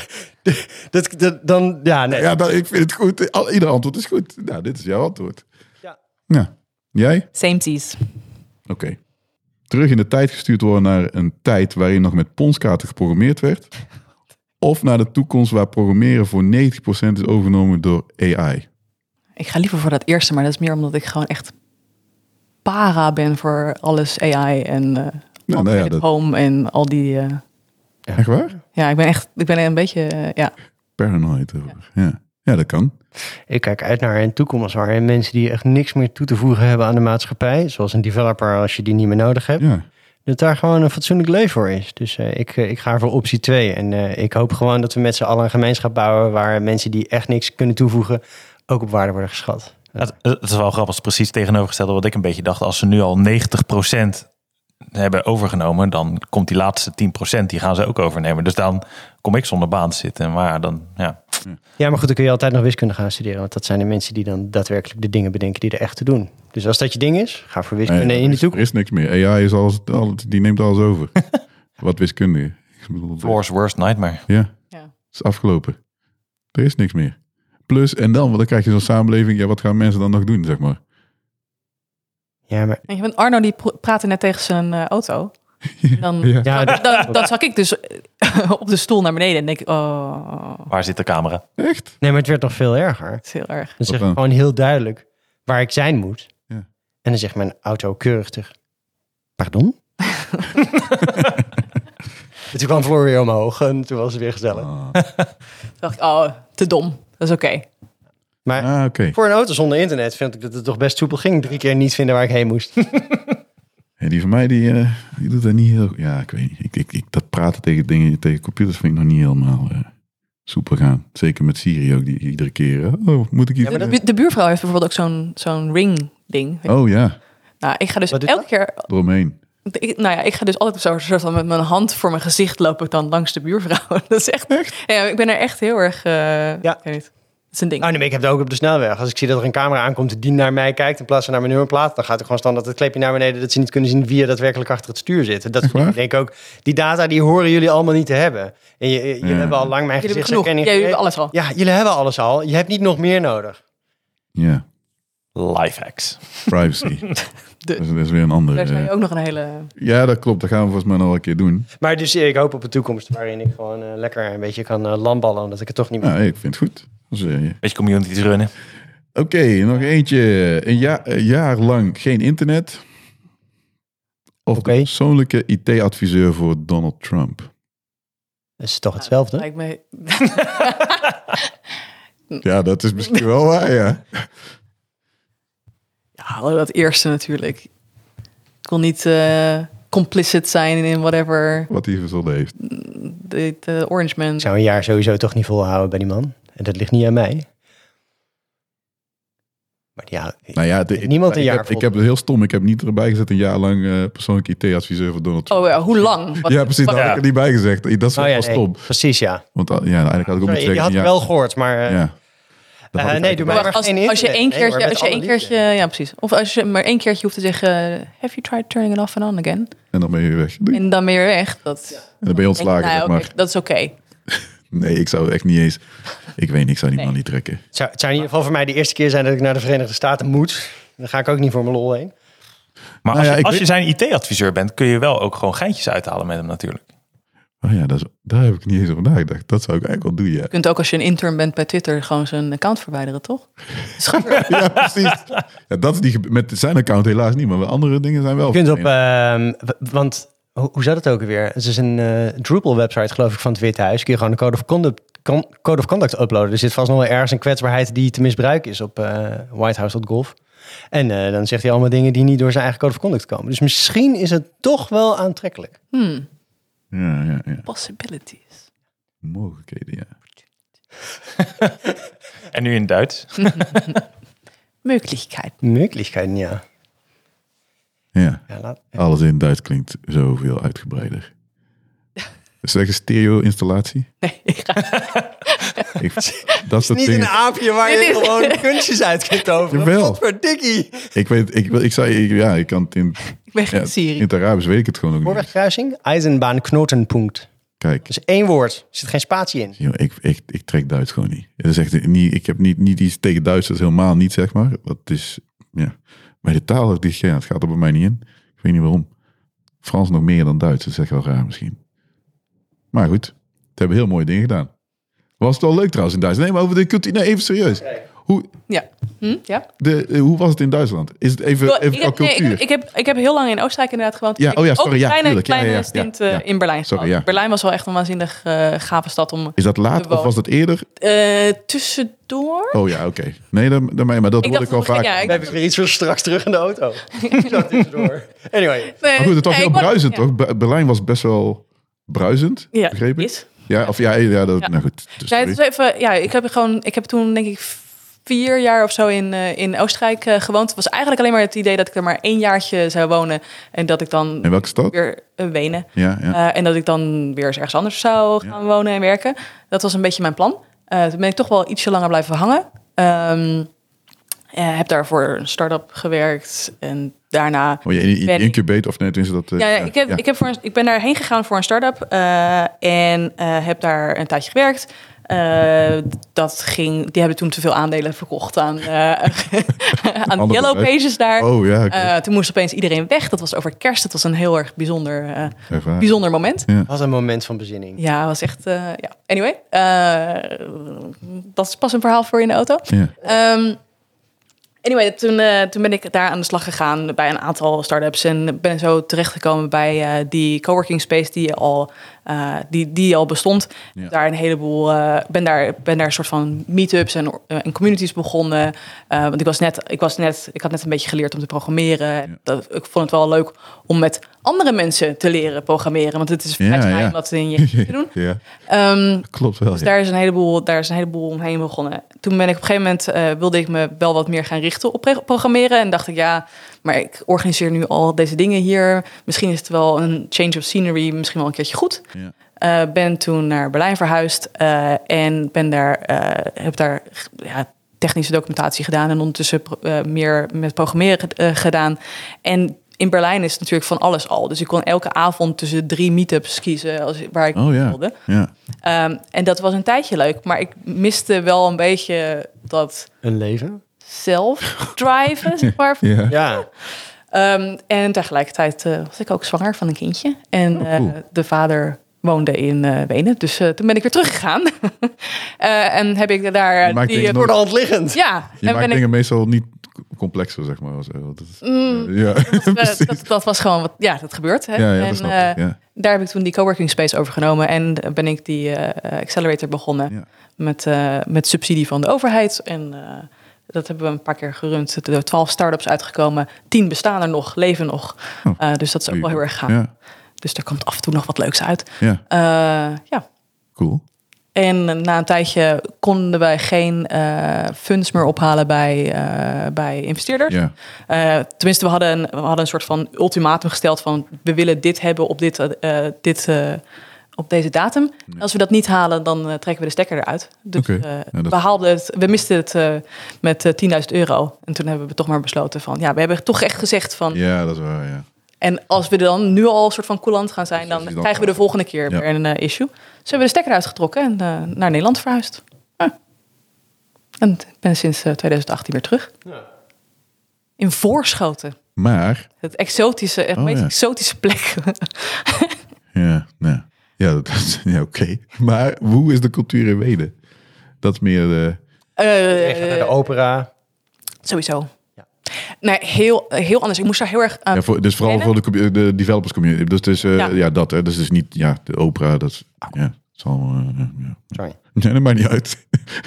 Nee. Ja, ik vind het goed. Ieder antwoord is goed. Nou, dit is jouw antwoord. Ja. Jij? Samesies. Oké. Terug in de tijd gestuurd worden naar een tijd waarin nog met ponskaarten geprogrammeerd werd. Of naar de toekomst waar programmeren voor 90% is overgenomen door AI. Ik ga liever voor dat eerste, maar dat is meer omdat ik gewoon echt para ben voor alles AI en home en al die... Echt waar? Ja, ik ben een beetje, ja. Paranoid over. Ja, dat kan. Ik kijk uit naar een toekomst waarin mensen die echt niks meer toe te voegen hebben aan de maatschappij, zoals een developer als je die niet meer nodig hebt, Ja. dat daar gewoon een fatsoenlijk leven voor is. Dus ik ga voor optie 2. En ik hoop gewoon dat we met z'n allen een gemeenschap bouwen waar mensen die echt niks kunnen toevoegen ook op waarde worden geschat. Het is wel grappig, het is precies tegenovergestelde wat ik een beetje dacht. Als ze nu al 90% hebben overgenomen, dan komt die laatste 10%, die gaan ze ook overnemen. Dus dan kom ik zonder baan te zitten. Maar dan, ja. Ja, maar goed, dan kun je altijd nog wiskunde gaan studeren. Want dat zijn de mensen die dan daadwerkelijk de dingen bedenken die er echt te doen. Dus als dat je ding is, ga voor wiskunde in de Er toekomst. is niks meer. AI is die neemt alles over. Wat wiskunde. Ik bedoel, Floor's worst nightmare. ja, Ja. is afgelopen. Er is niks meer. Plus, en dan krijg je zo'n samenleving. Ja, wat gaan mensen dan nog doen, zeg maar? Ja, maar En Arno die praatte net tegen zijn auto. Dan, ja, dan zak ik dus op de stoel naar beneden en denk ik, Waar zit de camera? Echt? nee, maar het werd nog veel erger. dat is heel erg. Dan zeg ik dan? gewoon heel duidelijk waar ik zijn moet. Ja. En dan zegt mijn auto keurig terug. Pardon? En toen kwam Floor weer omhoog en toen was het weer gezellig. Toen dacht ik, te dom. Dat is oké. Maar Oké. voor een auto zonder internet vind ik dat het toch best soepel ging. 3 keer niet vinden waar ik heen moest. Ja, die van mij, die doet dat niet heel... Ja, ik weet niet. Dat praten tegen computers vind ik nog niet helemaal soepel gaan. Zeker met Siri ook, die iedere keer... moet ik iets... De buurvrouw heeft bijvoorbeeld ook zo'n ring ding. Oh ja, Nou, ik ga dus Wat doet elke dat? keer... eromheen. Ik ga dus altijd zo soort van met mijn hand voor mijn gezicht loop ik dan langs de buurvrouw. Dat is echt... Ja, ik ben er echt heel erg... Ik weet niet. Het is een ding. Oh nee, maar ik heb het ook op de snelweg. Als ik zie dat er een camera aankomt die naar mij kijkt in plaats van naar mijn nummerplaat, dan gaat er gewoon standaard het kleepje naar beneden dat ze niet kunnen zien wie er daadwerkelijk achter het stuur zit. Dat waar? ik denk ook, die data die horen jullie allemaal niet te hebben. En jullie hebben al lang mijn Jullie hebben gezichtsherkenning. genoeg. Jullie gegeven. hebben alles al. Ja, jullie hebben alles al. Je hebt niet nog meer nodig. Ja, Lifehacks. privacy. Dat is weer een Daar andere... zou je ook nog een hele... Ja, dat klopt. Dat gaan we volgens mij nog wel een keer doen. Maar dus ik hoop op een toekomst waarin ik gewoon lekker een beetje kan landballen, omdat ik het toch niet meer... Ja, ik vind het goed. Dus, Beetje communities runnen. Oké, nog eentje. Een jaar lang geen internet. Of de persoonlijke IT-adviseur voor Donald Trump. Dat is toch hetzelfde? Lijkt me... Ja, dat is misschien wel waar, ja. Ja, dat eerste natuurlijk. Ik wil niet complicit zijn in whatever Wat hij verzonnen heeft. de Orange Man. Ik zou een jaar sowieso toch niet volhouden bij die man. En dat ligt niet aan mij. Maar ja, Nou ja, niemand een jaar ik heb het heel stom. Ik heb niet erbij gezet een jaar lang persoonlijke IT-adviseur voor Donald Trump. Oh ja, hoe lang? Wat- Ja, precies. Daar had ik er niet bij gezegd. Dat is wel stom. precies, ja. Want eigenlijk had ik ook moeten Je zeggen... had het wel gehoord, maar... Ja. nee, doe maar Als geen je internet. één Nee, keertje, hoor, met als je alle één liefde. keertje, ja precies. Of als je maar één keertje hoeft te zeggen, have you tried turning it off and on again? En dan ben je weer weg. Doei. En dan ben je weer weg. Dat, En dan ben je ontslagen, nou, zeg oké, maar. dat is oké. Nee, ik zou echt niet eens... Ik weet niet, ik zou die man Nee. niet trekken. Het zou in ieder geval voor mij de eerste keer zijn dat ik naar de Verenigde Staten moet. Dan ga ik ook niet voor mijn lol heen. Maar Nou ja, ik als je weet- zijn IT-adviseur bent, kun je wel ook gewoon geintjes uithalen met hem natuurlijk. Oh ja, daar heb ik niet eens over nagedacht. Dat zou ik eigenlijk wel doen, ja. Je kunt ook als je een intern bent bij Twitter gewoon zijn account verwijderen, toch? Ja, precies. Ja, dat is niet met zijn account helaas niet, maar andere dingen zijn wel. Je kunt op, want hoe zat het ook alweer? Het is een Drupal-website, geloof ik, van het Witte Huis. Kun je gewoon een code of conduct uploaden. Er zit vast nog wel ergens een kwetsbaarheid die te misbruiken is op whitehouse.golf. En dan zegt hij allemaal dingen die niet door zijn eigen code of conduct komen. Dus misschien is het toch wel aantrekkelijk. Ja. Possibilities. Mogelijkheden, ja. En nu in Duits. Möglichkeiten, Ja. Ja, Alles in Duits klinkt zoveel uitgebreider. Zeg stereo-installatie? Nee, ik ga... Dat soort niet dingen. een aapje waar je gewoon kunstjes uit kunt toveren. Jawel. Wat voor dikkie. Ik kan het in... Ik ben geen Siri. In het Arabisch weet ik het gewoon ook niet. Spoorwegkruising, Eisenbahnknotenpunkt. Kijk, Dus 1 woord. Er zit geen spatie in. joh, ik trek Duits gewoon niet. Dat is echt niet. Ik heb niet iets tegen Duitsers, helemaal niet, zeg maar. Dat is, ja. Bij de taal, het gaat er bij mij niet in. Ik weet niet waarom. Frans nog meer dan Duits, dat is echt wel raar misschien. Maar goed, het hebben heel mooie dingen gedaan. Was het wel leuk trouwens in Duitsland? Nee, maar over de cultuur, nee, even serieus. Ja. Ja. Hoe was het in Duitsland? Is het even cultuur? Ik heb heel lang in Oostenrijk inderdaad gewoond. Ja, Ik heb ook een tuurlijk. kleine stint in Berlijn Sorry, gehad. ja. Berlijn was wel echt een waanzinnig gave stad om... Is dat laat of was dat eerder? Tussendoor? Oh ja, oké. Nee, maar dat hoorde ik wel vaak. Ja, We hebben weer iets voor straks terug in de auto. Zo tussendoor. Anyway. Maar goed, het was heel bruisend, toch? Berlijn was best wel bruisend, Ja, begrepen? is. Ja, of ja, dat, Ja. nou goed. Dus Nee, het is even, ik heb toen denk ik 4 jaar of zo in Oostenrijk gewoond. Het was eigenlijk alleen maar het idee dat ik er maar 1 jaartje zou wonen. En dat ik dan in welke stad? weer Wenen. Ja. En dat ik dan weer eens ergens anders zou gaan wonen en werken. Dat was een beetje mijn plan. Toen ben ik toch wel ietsje langer blijven hangen. Heb daar voor een start-up gewerkt. En daarna... Incubate of net is dat... Ik ben daarheen gegaan voor een start-up. En heb daar een tijdje gewerkt. Die hebben toen te veel aandelen verkocht aan Yellow Pages daar. Oh, ja, toen moest opeens iedereen weg. Dat was over Kerst. Dat was een heel erg bijzonder moment. Ja. Wat een moment van bezinning. Ja, was echt... Anyway, dat is pas een verhaal voor je in de auto. Ja. Anyway, toen ben ik daar aan de slag gegaan bij een aantal start-ups en ben zo terechtgekomen bij die coworking space die al bestond. Ja. Daar een heleboel, ben daar een soort van meetups en communities begonnen. Want ik had net een beetje geleerd om te programmeren. Ja. Ik vond het wel leuk om met andere mensen te leren programmeren, want het is vrij fijn om dat in je te doen. Ja. Klopt wel. Dus daar is een heleboel omheen begonnen. Toen ben ik op een gegeven moment wilde ik me wel wat meer gaan richten op programmeren en dacht ik maar ik organiseer nu al deze dingen hier. Misschien is het wel een change of scenery, misschien wel een keertje goed. Ja. Ben toen naar Berlijn verhuisd en heb daar technische documentatie gedaan en ondertussen meer met programmeren gedaan. En in Berlijn is het natuurlijk van alles al. Dus ik kon elke avond tussen 3 meetups kiezen waar ik wilde. Ja. En dat was een tijdje leuk, maar ik miste wel een beetje dat... Een leven? Self-driven, zeg maar. Ja. En tegelijkertijd was ik ook zwanger van een kindje. En de vader woonde in Wenen. Dus toen ben ik weer teruggegaan. En heb ik daar... voor de hand liggend. Ja. Je maakt dingen meestal niet complexer, zeg maar. Dat was gewoon wat... Ja, dat gebeurt. Hè? Ja, dat snap ik. Ja. Daar heb ik toen die coworking space overgenomen. En ben ik die accelerator begonnen. Ja. Met subsidie van de overheid. En... dat hebben we een paar keer gerund. Er zijn 12 start-ups uitgekomen. 10 bestaan er nog, leven nog. Dus dat is ook wel heel erg gaaf. Ja. Dus er komt af en toe nog wat leuks uit. Ja. Cool. En na een tijdje konden wij geen funds meer ophalen bij investeerders. Ja. Tenminste, we hadden een soort van ultimatum gesteld van... we willen dit hebben op op deze datum. Ja. Als we dat niet halen, dan trekken we de stekker eruit. Dus we misten het met €10.000. En toen hebben we toch maar besloten van... we hebben toch echt gezegd van... Ja, dat is waar, ja. En als we dan nu al een soort van coulant gaan zijn... dan krijgen we de volgende keer weer een issue. Dus hebben we de stekker uitgetrokken en naar Nederland verhuisd. Ja. En ik ben sinds 2018 weer terug. Ja. In Voorschoten. Maar... Het exotische, meest exotische plek. Ja. oké. Maar hoe is de cultuur in Wenen? Dat is meer Naar de opera. Sowieso. Ja. Nee, heel anders. Ik moest daar heel erg aan dus vooral wennen. voor de developers community. Dus het is, dat. Hè. Dus het is niet de opera. Dat is, het zal... Sorry. Nee, dat maakt niet uit.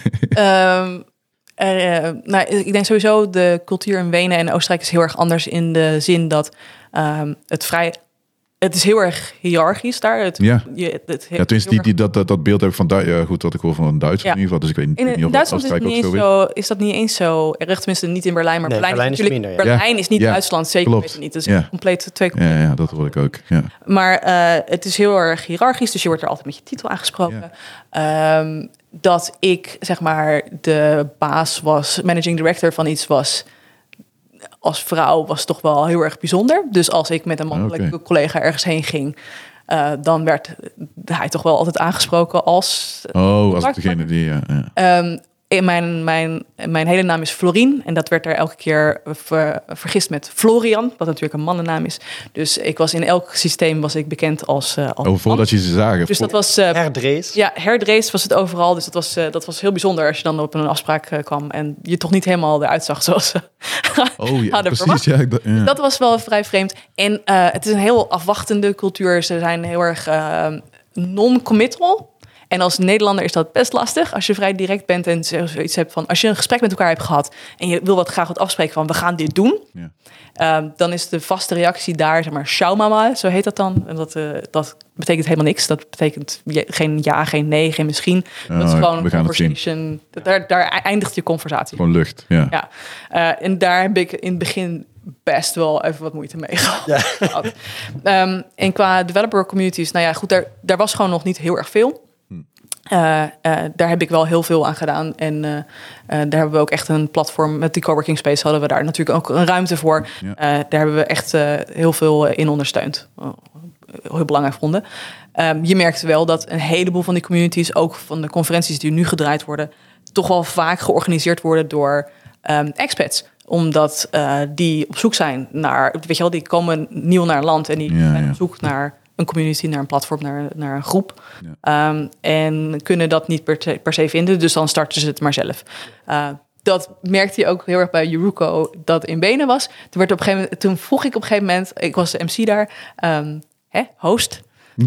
Ik denk sowieso de cultuur in Wenen en Oostenrijk is heel erg anders in de zin dat het is heel erg hiërarchisch daar. Tenminste, dat beeld heb ik van goed wat ik hoor van Duitsland in ieder geval. Dus ik weet niet in of Duitsland Oostenrijk is dat niet eens zo erg. Tenminste, niet in Berlijn, maar Nee, Berlijn is natuurlijk... minder, Berlijn is niet Duitsland, zeker klopt. weten niet. Dat is compleet twee... Ja, dat hoor ik ook. Ja. Maar het is heel erg hiërarchisch, dus je wordt er altijd met je titel aangesproken. Dat ik, zeg maar, de baas was, managing director van iets was... Als vrouw was toch wel heel erg bijzonder. Dus als ik met een mannelijke collega ergens heen ging... dan werd hij toch wel altijd aangesproken als... als degene die... Mijn hele naam is Florien. En dat werd er elke keer vergist met Florian. Wat natuurlijk een mannennaam is. Dus ik was in elk systeem was ik bekend als voordat je ze zagen. Dus dat was... Herdrees. Ja, Herdrees was het overal. Dus dat was heel bijzonder als je dan op een afspraak kwam. En je toch niet helemaal eruit zag zoals ze hadden verwacht. Ja. Dat was wel vrij vreemd. En het is een heel afwachtende cultuur. Ze zijn heel erg non-committal. En als Nederlander is dat best lastig. Als je vrij direct bent en zoiets hebt van... Als je een gesprek met elkaar hebt gehad... en je wil graag wat afspreken van... we gaan dit doen. Ja. Dan is de vaste reactie daar, zeg maar... Schau mama, zo heet dat dan. En dat betekent helemaal niks. Dat betekent geen ja, geen nee, geen misschien. Dat is gewoon een conversation. Daar eindigt je conversatie. Gewoon lucht, ja. En daar heb ik in het begin... best wel even wat moeite mee gehad. Ja. En qua developer communities... nou ja, goed, daar was gewoon nog niet heel erg veel... daar heb ik wel heel veel aan gedaan. En daar hebben we ook echt een platform... met die coworking space hadden we daar natuurlijk ook een ruimte voor. Ja. Daar hebben we echt heel veel in ondersteund. Heel belangrijk vonden. Je merkt wel dat een heleboel van die communities... ook van de conferenties die nu gedraaid worden... toch wel vaak georganiseerd worden door expats. Omdat die op zoek zijn naar... weet je wel, die komen nieuw naar een land... en die zijn op zoek naar... een community, naar een platform, naar een groep. Ja. En kunnen dat niet per se vinden. Dus dan starten ze het maar zelf. Dat merkte je ook heel erg bij Yuruko dat in Wenen was. Toen vroeg ik op een gegeven moment... Ik was de MC daar. Host.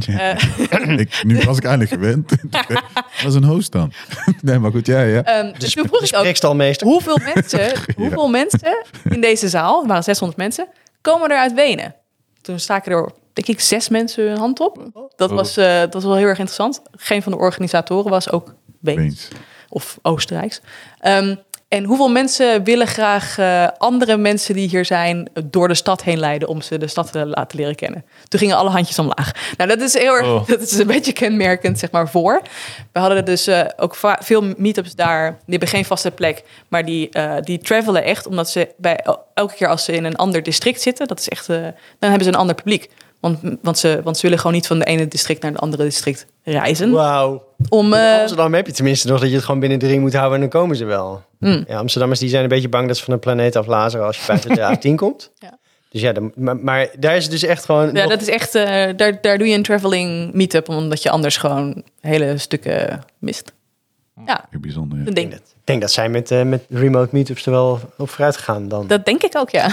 Nu was ik eindelijk gewend. Was een host dan? Nee, maar goed, dus toen vroeg ik ook... hoeveel mensen in deze zaal... er waren 600 mensen... komen er uit Wenen? Toen staken er... denk ik 6 mensen hun hand op. Dat was wel heel erg interessant. Geen van de organisatoren was ook Weens of Oostenrijks. En hoeveel mensen willen graag andere mensen die hier zijn... door de stad heen leiden om ze de stad te laten leren kennen? Toen gingen alle handjes omlaag. Nou, dat is heel erg, dat is een beetje kenmerkend, zeg maar, voor. We hadden dus ook veel meetups daar. Die hebben geen vaste plek, maar die travelen echt... omdat ze elke keer als ze in een ander district zitten... dat is echt, dan hebben ze een ander publiek. Want ze willen gewoon niet van de ene district naar het andere district reizen. Wauw. In Amsterdam heb je tenminste nog dat je het gewoon binnen de ring moet houden... en dan komen ze wel. Ja, Amsterdammers die zijn een beetje bang dat ze van de planeet af lazeren... als je buiten de A10 komt. Ja. Dus ja, maar daar is het dus echt gewoon... Ja, dat is echt... daar doe je een traveling meetup... omdat je anders gewoon hele stukken mist. Ja, bijzonder. Ja. Ik denk dat zij met remote meetups er wel op vooruit gaan dan. Dat denk ik ook, ja.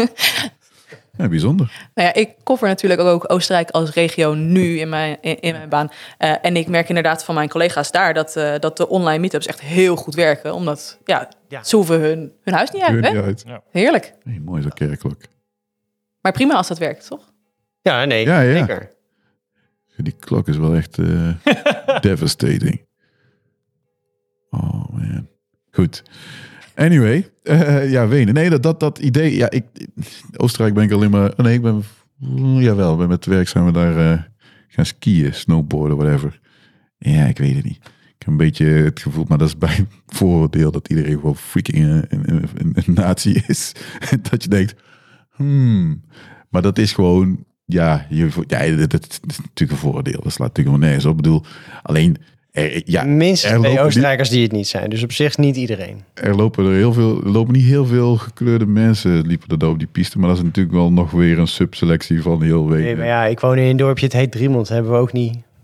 Ja, bijzonder. Nou ja, ik cover natuurlijk ook Oostenrijk als regio nu in mijn baan. En ik merk inderdaad van mijn collega's daar... dat de online meetups echt heel goed werken. Omdat, ze hoeven hun huis niet uit. Hè? Ja. Heerlijk. Hey, mooi zo'n kerkklok. Maar prima als dat werkt, toch? Ja, nee, zeker. Die klok is wel echt devastating. Oh, man. Goed. Anyway, Wenen. Nee, dat idee... Ja, Oostenrijk ben ik alleen maar... Nee, ik ben... Jawel, met het werk zijn we daar gaan skiën, snowboarden, whatever. Ja, ik weet het niet. Ik heb een beetje het gevoel, maar dat is bij een vooroordeel... dat iedereen gewoon freaking een nazi is. Dat je denkt... Maar dat is gewoon... dat is natuurlijk een vooroordeel. Dat slaat natuurlijk helemaal nergens op. Ik bedoel, alleen... minstens 2 Oostenrijkers die het niet zijn. Dus op zich niet iedereen. Er lopen niet heel veel gekleurde mensen liepen er op die piste. Maar dat is natuurlijk wel nog weer een subselectie van heel Wenen. Nee, maar ik woon in een dorpje, het heet Driemond. Hebben we ook niet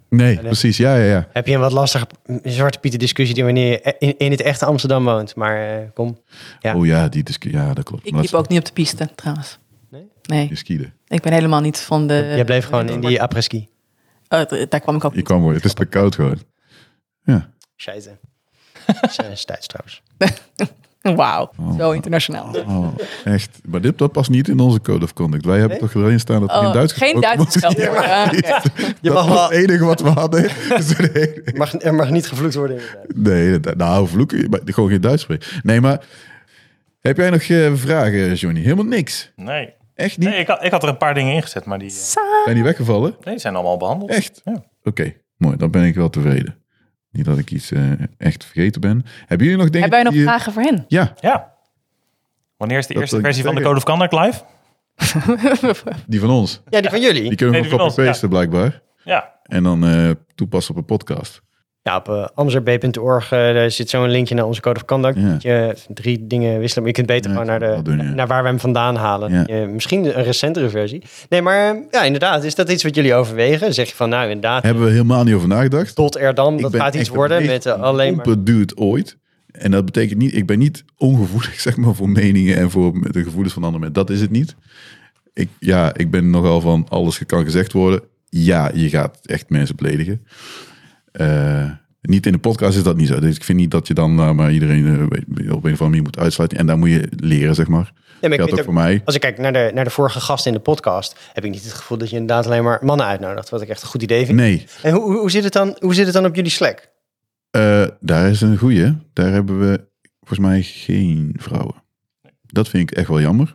Nee, precies. Ja. Heb je een wat lastige Zwarte Pieten discussie die wanneer je in het echte Amsterdam woont. Maar kom. Ja. Oh ja, die discussie. Ja, dat klopt. Ik liep ook niet op de piste, trouwens. Nee. Je skiede. Ik ben helemaal niet van de... Jij bleef gewoon in die après-ski. Daar kwam ik ook Je kwam gewoon. Het is te koud gewoon. Ja. Scheisse. Stijds trouwens. Wauw, zo internationaal. Oh, echt. Maar dat past niet in onze code of conduct. Wij hebben toch erin staan dat er geen Duits geen Duits gespeld wordt. Je dat was het enige wat we hadden. Er mag niet gevloekt worden inderdaad. Nee, nou vloeken. Gewoon geen Duits spreken. Nee, maar heb jij nog vragen, Johnny? Helemaal niks. Nee. Echt niet? Nee, ik had er een paar dingen ingezet, maar die Zijn die weggevallen? nee, die zijn allemaal behandeld. Echt? Ja. Oké, mooi. Dan ben ik wel tevreden. Niet dat ik iets echt vergeten ben. Hebben jullie nog dingen? Hebben wij nog vragen voor hen? Ja, Ja. Wanneer is de Dat eerste wil ik versie van de zeggen. Code of Conduct live? die van ons. Ja, die van jullie. Die kunnen we Nee, gewoon die van ons, copy-pasten blijkbaar. Ja. En dan toepassen op een podcast. Ja, op amzerb.org daar zit zo'n linkje naar onze Code of Conduct. Ja. Dat je 3 dingen wisselen. Maar je kunt beter Ja, gewoon naar, dat doen, ja. naar waar we hem vandaan halen. Ja. Misschien een recentere versie. Nee, maar ja, inderdaad. Is dat iets wat jullie overwegen? Zeg je van, nou inderdaad, Hebben we helemaal niet over nagedacht. tot Erdam, dat ben gaat iets echt worden de met meest alleen maar... lompe dude ooit. En dat betekent niet, ik ben niet ongevoelig zeg maar voor meningen en voor de gevoelens van anderen. Dat is het niet. Ik ben nogal van alles kan gezegd worden. Ja, je gaat echt mensen beledigen. Niet in de podcast is dat niet zo. Dus ik vind niet dat je dan maar iedereen op een of andere manier moet uitsluiten. En daar moet je leren, zeg maar. Ja, maar ik Geldt weet ook voor mij. Als ik kijk naar de vorige gasten in de podcast, heb ik niet het gevoel dat je inderdaad alleen maar mannen uitnodigt. Wat ik echt een goed idee vind. Nee, En hoe zit het dan op jullie Slack? daar is een goeie. Daar hebben we volgens mij geen vrouwen. Dat vind ik echt wel jammer.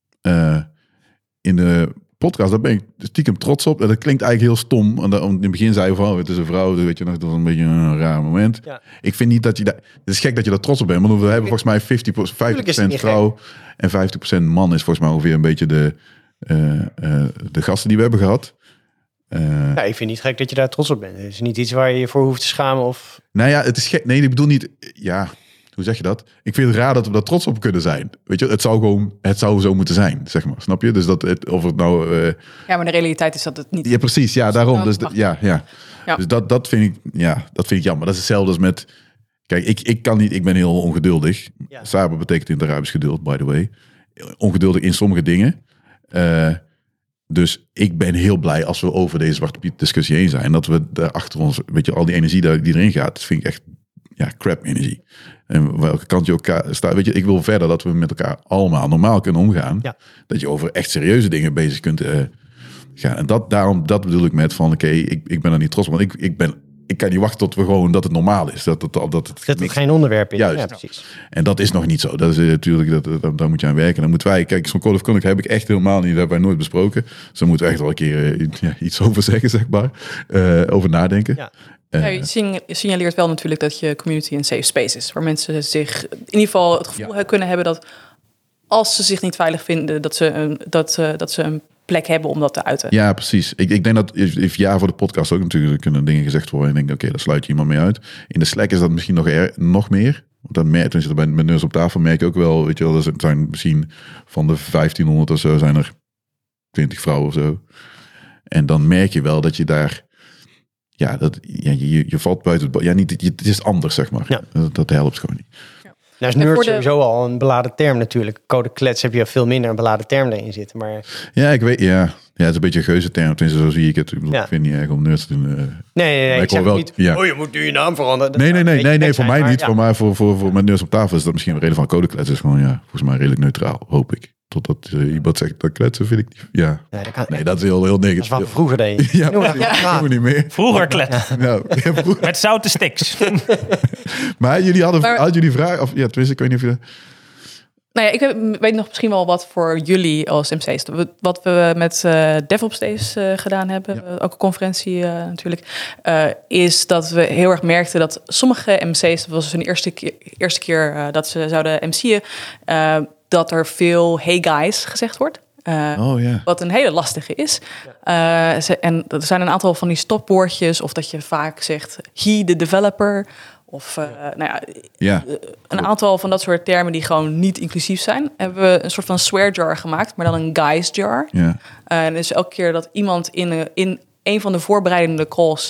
In de podcast, daar ben ik stiekem trots op. En dat klinkt eigenlijk heel stom. In het begin zei je van, het is een vrouw. Dus weet je nog, dat was een beetje een raar moment. Ja. Ik vind niet dat je daar... Het is gek dat je daar trots op bent. Want we hebben volgens mij 50% niet vrouw en 50% man is volgens mij ongeveer een beetje de gasten die we hebben gehad. Ja, ik vind niet gek dat je daar trots op bent. Het is niet iets waar je je voor hoeft te schamen of... Nou ja, het is gek. Nee, ik bedoel niet... Ja, hoe zeg je dat? Ik vind het raar dat we daar trots op kunnen zijn. Weet je, het zou zo moeten zijn, zeg maar. Snap je? Dus of het nou... Ja, maar de realiteit is dat het niet... Ja, precies. Ja, daarom. Dus Ja. Dus dat vind ik jammer. Dat is hetzelfde als met... Kijk, ik kan niet... Ik ben heel ongeduldig. Ja. Saber betekent in het Arabisch geduld, by the way. Ongeduldig in sommige dingen. Dus ik ben heel blij als we over deze Zwarte Piet discussie heen zijn. Dat we daar achter ons... Weet je, al die energie die erin gaat, dat vind ik echt... Ja, crap energie. En welke kant je elkaar staat. Weet je, ik wil verder dat we met elkaar allemaal normaal kunnen omgaan. Ja. Dat je over echt serieuze dingen bezig kunt gaan. En dat bedoel ik met van oké, ik ben er niet trots op. Want ik kan niet wachten tot we gewoon dat het normaal is. Dat het geen onderwerp is. Juist. Ja, precies. En dat is nog niet zo. Dat is natuurlijk, daar moet je aan werken. Dan moeten wij, kijk, zo'n Code of Conduct heb ik echt helemaal niet, dat hebben wij nooit besproken. Dus daar moeten we echt wel een keer iets over zeggen, zeg maar. Over nadenken. Ja. Je signaleert wel natuurlijk dat je community een safe space is. Waar mensen zich in ieder geval het gevoel kunnen hebben dat als ze zich niet veilig vinden, dat ze een plek hebben om dat te uiten. Ja, precies. Ik denk dat ja, voor de podcast ook natuurlijk kunnen dingen gezegd worden. En ik denk, oké, daar sluit je iemand mee uit. In de Slack is dat misschien nog meer. Want dan toen zit er bij Neus op tafel, merk je ook wel, weet je wel, er zijn misschien van de 1500 of zo zijn er 20 vrouwen of zo. En dan merk je wel dat je daar, je valt buiten het het is anders, zeg maar. Ja. Dat helpt gewoon niet. Nou is nerd sowieso al een beladen term natuurlijk. Code klets heb je veel minder een beladen term erin zitten. Maar... Ja, ik weet, ja, het is een beetje een geuzenterm. Tenminste, zo zie ik het. Ik vind niet erg om nerds te doen. Nee, ik zeg wel, niet, ja. je moet nu je naam veranderen. Nee, voor mij niet. Ja. Voor met nerds op tafel is dat misschien een reden van codeklets. Is gewoon, volgens mij redelijk neutraal, hoop ik. Totdat iemand zegt, dat kletsen vind ik niet. Ja. Nee, Dat is heel negatief. Dat is wat we vroeger deden. Ja, dat doen we niet meer. Vroeger kletsen. Nou, Met zoute sticks. maar jullie hadden jullie vragen? Of ja, tenminste, ik weet niet of je... Nou ja, ik weet nog misschien wel wat voor jullie als MC's. Wat we met DevOps Days gedaan hebben, ook een conferentie natuurlijk, is dat we heel erg merkten dat sommige MC's, dat was hun eerste keer dat ze zouden MC'en, dat er veel hey guys gezegd wordt. Wat een hele lastige is. En er zijn een aantal van die stopwoordjes, of dat je vaak zegt he the developer. Of een aantal van dat soort termen die gewoon niet inclusief zijn. Hebben we een soort van swear jar gemaakt, maar dan een guys jar. Ja. En dus elke keer dat iemand in een van de voorbereidende calls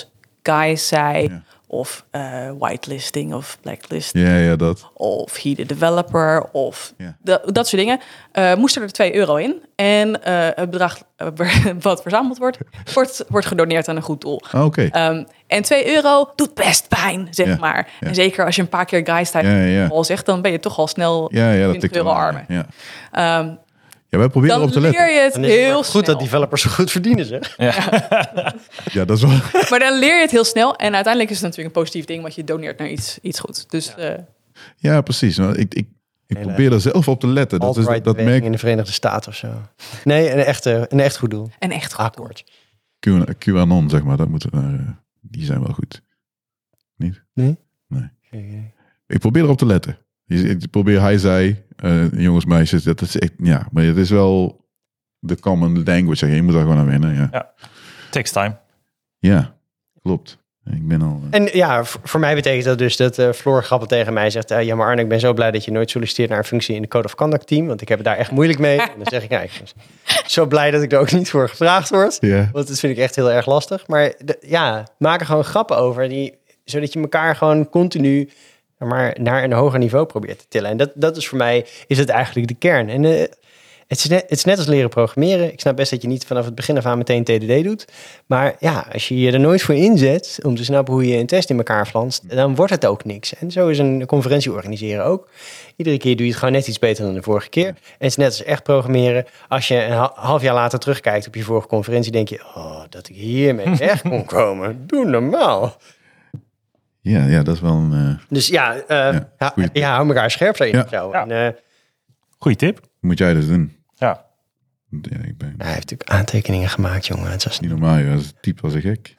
guys zei... Ja. Of whitelisting of blacklist. Ja, dat. Of he the developer. Of Ja. dat soort dingen. Moesten er €2 in. En het bedrag wat verzameld wordt gedoneerd aan een goed doel. Oké. En €2 doet best pijn, zeg maar. Ja. En zeker als je een paar keer guys tijd al zegt... dan ben je toch al snel dat tikt €20 wel aan, armen. Ja. Wij proberen Dan erop te letten. leer je het Dan is het heel maar goed snel. dat developers zo goed verdienen, zeg. Ja, dat is wel... Maar dan leer je het heel snel. En uiteindelijk is het natuurlijk een positief ding... want je doneert naar iets goeds. Dus Ja, precies. Nou, ik probeer er zelf op te letten. Dat merk in de Verenigde Staten of zo. Nee, een echt goed doel. een echt goed doel. Akkoord. QAnon, zeg maar. Dat moeten die zijn wel goed. Niet? Nee? Nee. Ik probeer erop te letten. Ik probeer hij, zij, jongens, meisjes. Dat is echt, ja, maar het is wel de common language. Zeg. Je moet daar gewoon aan wennen. Ja, Takes time. ja, klopt. Ik ben al... En ja, voor mij betekent dat dus dat Floor grappig tegen mij zegt... ja, maar Arne, ik ben zo blij dat je nooit solliciteert naar een functie in de Code of Conduct team. Want ik heb het daar echt moeilijk mee. En dan zeg ik, ik ben zo blij dat ik er ook niet voor gevraagd word. Ja. Want dat vind ik echt heel erg lastig. Maar maak er gewoon grappen over. Zodat je elkaar gewoon continu naar een hoger niveau probeert te tillen. En dat is voor mij, is het eigenlijk de kern. En het is net als leren programmeren. Ik snap best dat je niet vanaf het begin af aan meteen TDD doet. Maar ja, als je je er nooit voor inzet om te snappen hoe je een test in elkaar flanst, dan wordt het ook niks. En zo is een conferentie organiseren ook. Iedere keer doe je het gewoon net iets beter dan de vorige keer. En het is net als echt programmeren. Als je een half jaar later terugkijkt op je vorige conferentie, denk je, dat ik hiermee weg kon komen. Doe normaal. Ja, dat is wel een... Dus hou elkaar scherp daarin. Ja. Zo. Ja. En, Moet jij dus doen. Ja. Ja, ik ben hij heeft natuurlijk aantekeningen gemaakt, jongen. Het was niet normaal, joh. Dat is type als een gek.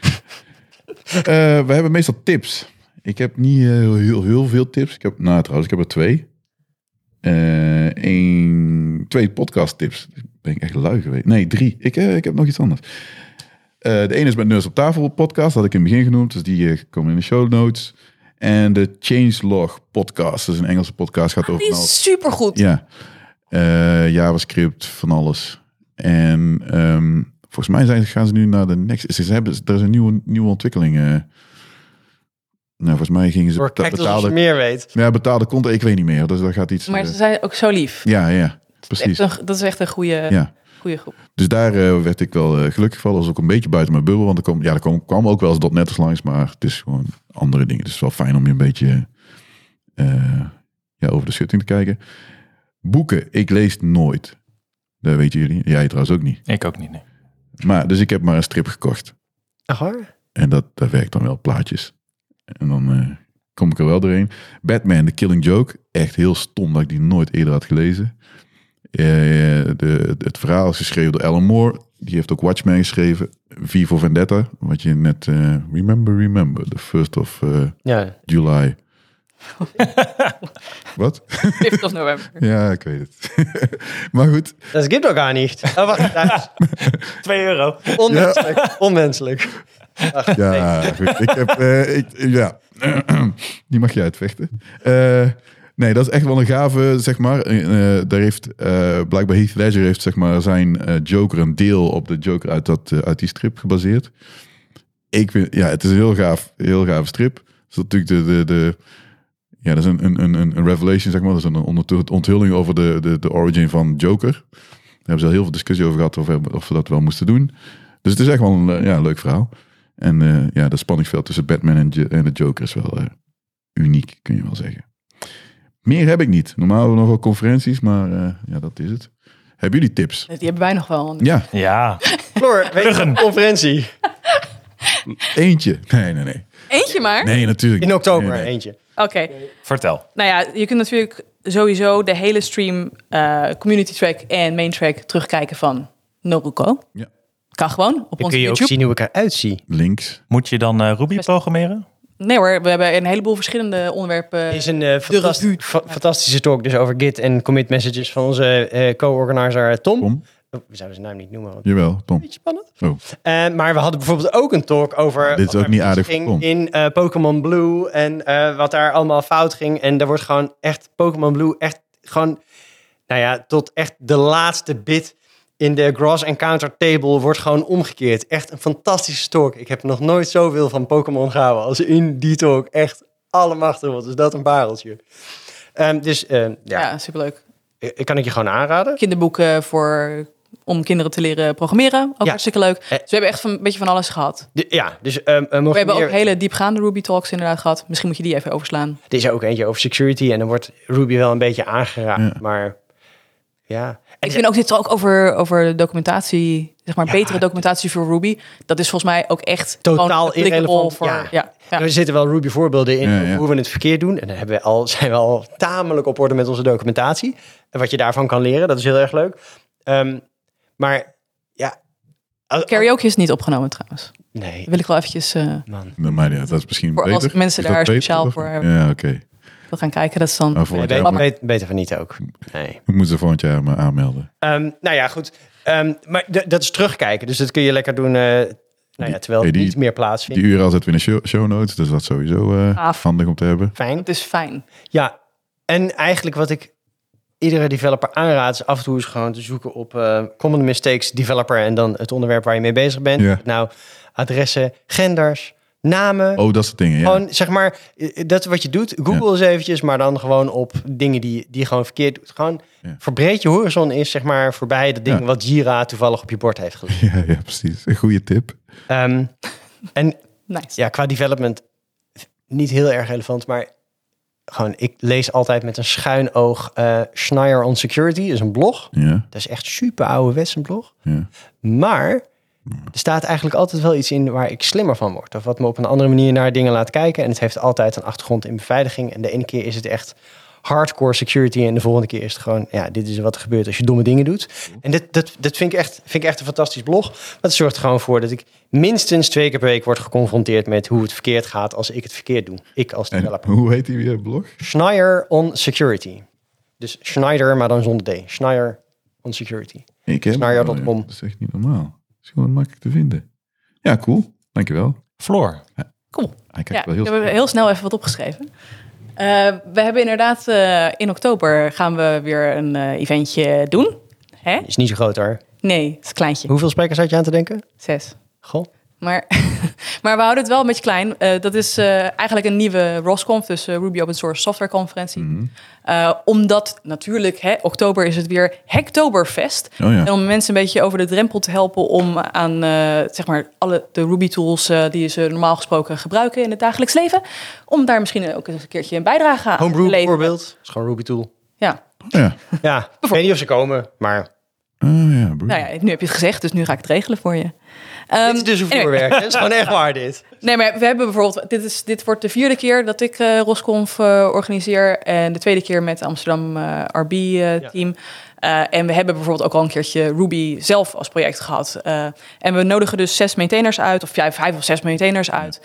We hebben meestal tips. Ik heb niet heel veel tips. Ik heb er 2. 2 podcast tips. Ben ik echt lui geweest? Nee, 3. Ik heb nog iets anders. De ene is met Nerds op Tafel podcast. Dat had ik in het begin genoemd. Dus die komen in de show notes. En de Changelog podcast. Dat is een Engelse podcast. Gaat over Die is supergoed. Ja. JavaScript, van alles. En volgens mij gaan ze nu naar de next... Er is een nieuwe ontwikkeling. Volgens mij gingen ze als je meer weet. Ja, betaalde content. Ik weet niet meer. Dus daar gaat iets... Maar ze zijn ook zo lief. Ja, precies. Dat is echt een goede groep. Dus daar werd ik wel gelukkig van. Dat was ook een beetje buiten mijn bubbel. Want er kwam ook wel eens .NET langs. Maar het is gewoon andere dingen. Dus het is wel fijn om je een beetje over de schutting te kijken. Boeken. Ik lees nooit. Dat weten jullie. Jij trouwens ook niet. Ik ook niet, nee. Maar, dus ik heb maar een strip gekocht. Ach hoor. En dat werkt dan wel, plaatjes. En dan kom ik er wel doorheen. Batman, The Killing Joke. Echt heel stom dat ik die nooit eerder had gelezen. Het verhaal is geschreven door Alan Moore. Die heeft ook Watchmen geschreven. V for Vendetta. Wat je net... Remember. The 1st of July. Wat? 5th of November. Ja, ik weet het. Maar goed. Dat gibt ook gar niet. Wacht, €2. onmenselijk. Onmenselijk. Wacht, Ja, goed. Ik heb... Die mag je uitvechten. Nee, dat is echt wel een gave, zeg maar. Daar heeft blijkbaar Heath Ledger heeft, zeg maar, zijn Joker een deel op de Joker uit die strip gebaseerd. Ik vind, het is een heel gaaf strip. Dat is natuurlijk dat is een revelation, zeg maar. Dat is een onthulling over de origin van Joker. Daar hebben ze al heel veel discussie over gehad of we dat wel moesten doen. Dus het is echt wel een leuk verhaal. En dat spanningsveld tussen Batman en de Joker is wel uniek, kun je wel zeggen. Meer heb ik niet. Normaal hebben we nog wel conferenties, maar dat is het. Hebben jullie tips? Die hebben wij nog wel. Ja, Floor, weet je een conferentie? eentje. Nee. Eentje maar? Nee, natuurlijk. In oktober, Nee. eentje. Oké. Vertel. Nou ja, je kunt natuurlijk sowieso de hele stream community track en main track terugkijken van Noruko. Ja. Kan gewoon op Dan onze kun je ook YouTube. zien hoe ik eruit zie. Links. Moet je dan Ruby programmeren? Nee hoor, we hebben een heleboel verschillende onderwerpen. Er is een fantastische talk dus over Git en commit messages van onze co-organizer Tom. Tom. Oh, we zouden zijn naam niet noemen. Want Jawel, Tom. beetje spannend. Oh. Maar we hadden bijvoorbeeld ook een talk over... Dit is ook niet aardig voor Tom. in Pokémon Blue en wat daar allemaal fout ging. En daar wordt gewoon echt Pokémon Blue echt gewoon... Nou ja, tot echt de laatste bit in de Gross Encounter table wordt gewoon omgekeerd. Echt een fantastische talk. Ik heb nog nooit zoveel van Pokémon gehouden als in die talk. Echt allemachtig, wat is dat een pareltje. Ja, superleuk. Ik kan het je gewoon aanraden. Kinderboeken om kinderen te leren programmeren. Ook hartstikke leuk. Dus we hebben echt een beetje van alles gehad. We hebben ook hele diepgaande Ruby Talks inderdaad gehad. Misschien moet je die even overslaan. Er is ook eentje over security en dan wordt Ruby wel een beetje aangeraakt. Ja. Maar ja... Ik vind ook dit ook over documentatie, zeg maar betere documentatie voor Ruby. Dat is volgens mij ook echt totaal irrelevant. Voor, Er zitten wel Ruby voorbeelden in hoe we het verkeerd doen. En dan zijn we al tamelijk op orde met onze documentatie. En wat je daarvan kan leren, dat is heel erg leuk. Maar ja... Karaoke is niet opgenomen trouwens. Nee. Dat wil ik wel eventjes... Maar dat is misschien voor beter. Als mensen daar speciaal voor hebben. Ja, oké. We gaan kijken, dat is dan... Beter van niet ook. Nee. We moeten volgend jaar maar aanmelden. Nou ja, goed. Maar dat is terugkijken. Dus dat kun je lekker doen... terwijl het niet meer plaatsvindt. Die URL zetten we in de show notes. Dus dat is sowieso handig om te hebben. Fijn. Het is fijn. Ja. En eigenlijk wat ik iedere developer aanraad... is af en toe eens gewoon te zoeken op Common Mistakes Developer... en dan het onderwerp waar je mee bezig bent. Ja. Nou, adressen, genders... namen. Oh, dat soort dingen, ja. Gewoon, zeg maar, dat is wat je doet. Google eens eventjes, maar dan gewoon op dingen die je gewoon verkeerd doet. Gewoon verbreed je horizon is, zeg maar, voorbij de dingen wat Jira toevallig op je bord heeft gelegd. Ja, precies. Een goede tip. En nice. Ja, qua development niet heel erg relevant, maar gewoon, ik lees altijd met een schuin oog Schneier on Security, is een blog. Ja. Dat is echt super ouderwets een blog. Ja. Maar... er staat eigenlijk altijd wel iets in waar ik slimmer van word. Of wat me op een andere manier naar dingen laat kijken. En het heeft altijd een achtergrond in beveiliging. En de ene keer is het echt hardcore security. En de volgende keer is het gewoon... dit is wat er gebeurt als je domme dingen doet. En dat vind ik echt een fantastisch blog. Maar het zorgt er gewoon voor dat ik minstens 2 keer per week word geconfronteerd met hoe het verkeerd gaat als ik het verkeerd doe. Ik als developer. En hoe heet die weer blog? Schneier on Security. Dus Schneider, maar dan zonder D. Schneier on Security. Schneier.com. Dat is echt niet normaal. Is gewoon makkelijk te vinden. Ja, cool. Dankjewel. Floor. Cool. Hij kijkt wel we hebben heel snel even wat opgeschreven. We hebben inderdaad in oktober gaan we weer een eventje doen. Hè? Is niet zo groot hoor. Nee, het is een kleintje. Hoeveel sprekers had je aan te denken? 6. Goh. Maar we houden het wel een beetje klein. Dat is eigenlijk een nieuwe ROSConf, dus Ruby Open Source Software Conferentie. Mm-hmm. Omdat natuurlijk, oktober is het weer Hacktoberfest. Oh ja. En om mensen een beetje over de drempel te helpen om aan zeg maar alle de Ruby tools die ze normaal gesproken gebruiken in het dagelijks leven, om daar misschien ook eens een keertje een bijdrage aan te Homebrew leveren. bijvoorbeeld. is gewoon Ruby tool. Ja. Ja, ik weet niet of ze komen, maar... Nou ja, nu heb je het gezegd, dus nu ga ik het regelen voor je. Dit is dus een voorwerk. Het is gewoon echt waar dit. Nee, maar we hebben bijvoorbeeld... Dit wordt de 4e keer dat ik ROSConf organiseer. En de 2e keer met het Amsterdam RB-team. En we hebben bijvoorbeeld ook al een keertje Ruby zelf als project gehad. En we nodigen dus 6 maintainers uit. Of 5 of 6 maintainers uit.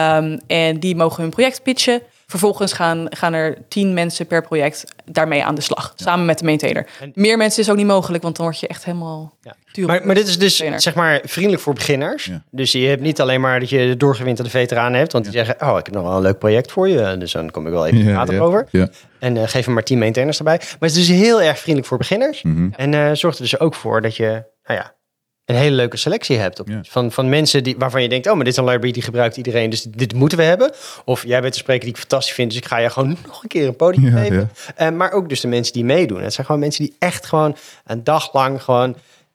En die mogen hun project pitchen. Vervolgens gaan er 10 mensen per project daarmee aan de slag. Samen met de maintainer. Meer mensen is ook niet mogelijk, want dan word je echt helemaal... Ja. Maar dit is dus zeg maar vriendelijk voor beginners. Ja. Dus je hebt niet alleen maar dat je de doorgewinterde veteranen hebt. Want die zeggen, ik heb nog wel een leuk project voor je. Dus dan kom ik wel even praten over. Ja. En geef hem maar 10 maintainers erbij. Maar het is dus heel erg vriendelijk voor beginners. Mm-hmm. En zorgt er dus ook voor dat je... een hele leuke selectie hebt van mensen waarvan je denkt, maar dit is een library die gebruikt iedereen, dus dit moeten we hebben. Of jij bent een spreker die ik fantastisch vind, dus ik ga je gewoon nog een keer een podium geven. Ja. Maar ook dus de mensen die meedoen. Het zijn gewoon mensen die echt gewoon een dag lang gewoon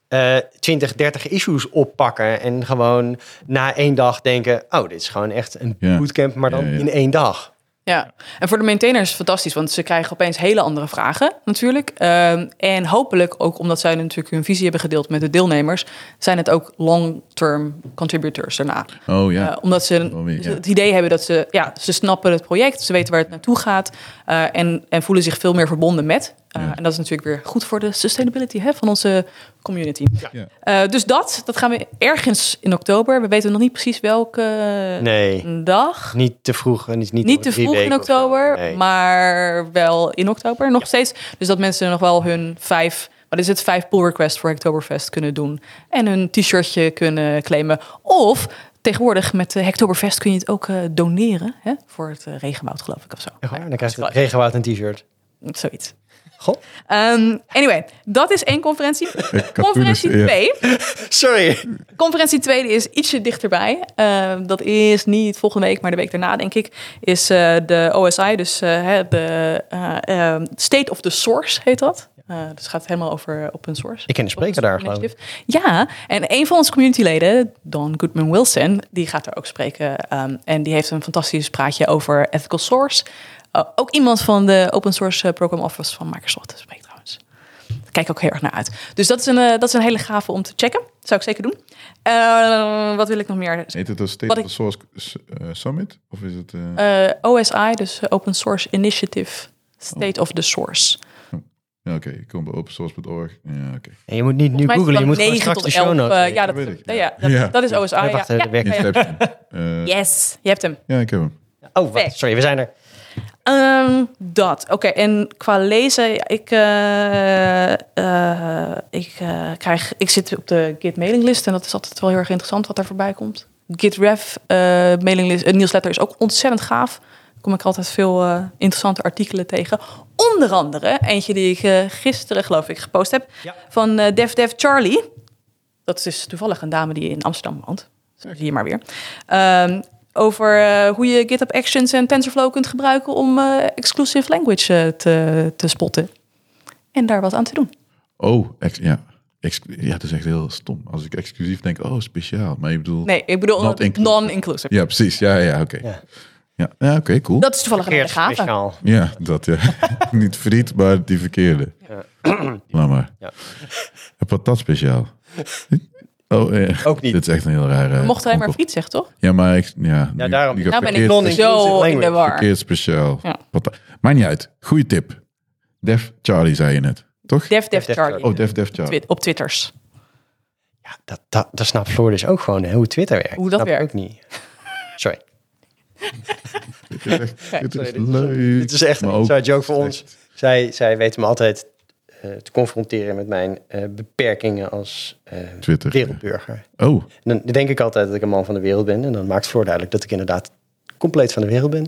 20, 30 issues oppakken en gewoon na 1 dag denken, dit is gewoon echt een bootcamp, maar dan in 1 dag. Ja, en voor de maintainers is het fantastisch, want ze krijgen opeens hele andere vragen natuurlijk. En hopelijk ook omdat zij natuurlijk hun visie hebben gedeeld met de deelnemers, zijn het ook long-term contributors daarna. Oh ja. Omdat ze het idee hebben dat ze snappen het project, ze weten waar het naartoe gaat en voelen zich veel meer verbonden met. En dat is natuurlijk weer goed voor de sustainability van onze community. Ja. Dus dat gaan we ergens in oktober. We weten nog niet precies welke dag. Niet te vroeg. Niet te vroeg in oktober, maar wel in oktober nog steeds. Dus dat mensen nog wel hun 5 pull requests voor Hacktoberfest kunnen doen. En hun t-shirtje kunnen claimen. Of tegenwoordig met Hacktoberfest kun je het ook doneren. Voor het regenwoud, geloof ik, of zo. Ja, dan krijg je het regenwoud een t-shirt. Zoiets. Goh. Anyway, dat is 1 conferentie. Conferentie 2. Sorry. Conferentie 2 is ietsje dichterbij. Dat is niet volgende week, maar de week daarna, denk ik. Is de OSI, dus de State of the Source heet dat. Dus het gaat helemaal over open source. Ik ken de spreker daar, geloof ik. Ja, en een van onze communityleden, Don Goodman Wilson, die gaat er ook spreken. En die heeft een fantastisch praatje over ethical source. Ook iemand van de Open Source Program Office van Microsoft spreekt trouwens. Daar kijk ik ook heel erg naar uit. Dus dat is een hele gave om te checken. Dat zou ik zeker doen. Wat wil ik nog meer? Heet het een State of the Source Summit? Of is het... OSI, dus Open Source Initiative State of the Source. Ja, oké. Ik kom bij opensource.org. Ja, oké. En je moet niet nu googlen, je moet gewoon straks de show notes. Dat is OSI. Wacht, Yes, je hebt hem. Ja, ik heb hem. Oh, wacht, sorry, we zijn er. Dat, oké. En qua lezen, ik zit op de Git mailinglist en dat is altijd wel heel erg interessant wat er voorbij komt. GitRef mailinglist, newsletter is ook ontzettend gaaf. Daar kom ik altijd veel interessante artikelen tegen. Onder andere eentje die ik gisteren, geloof ik, gepost heb van Dev Charlie. Dat is toevallig een dame die in Amsterdam woont. Zo zie je maar weer. Over hoe je GitHub Actions en TensorFlow kunt gebruiken om exclusive language te spotten. En daar wat aan te doen. Oh, ja, dat is echt heel stom. Als ik exclusief denk, speciaal. Maar je bedoelt... Nee, ik bedoel non-inclusive. Ja, precies. Ja, oké. Ja, oké, cool. Dat is toevallig een hele gave. Speciaal. Ja, dat ja. Niet friet, maar die verkeerde. Ja. Maar. Ja. Wat dat speciaal? Ook niet. Dit is echt een heel rare... We mochten hij maar friet zeggen, toch? Ja, maar daarom. Nou ben ik zo in de war. Verkeerd speciaal. Ja. Maakt niet uit. Goeie tip. Dev Charlie zei je net, toch? Dev Charlie. Oh, Dev Charlie. Op Twitters. Ja, dat snapt Floor dus ook gewoon, hè, hoe Twitter werkt. Hoe dat werkt. Ook niet. Sorry. Dit is leuk. Dit is echt een inside joke voor ons. Zij weten me altijd te confronteren met mijn beperkingen als wereldburger. Oh. Dan denk ik altijd dat ik een man van de wereld ben. En dan maakt Floor duidelijk dat ik inderdaad compleet van de wereld ben.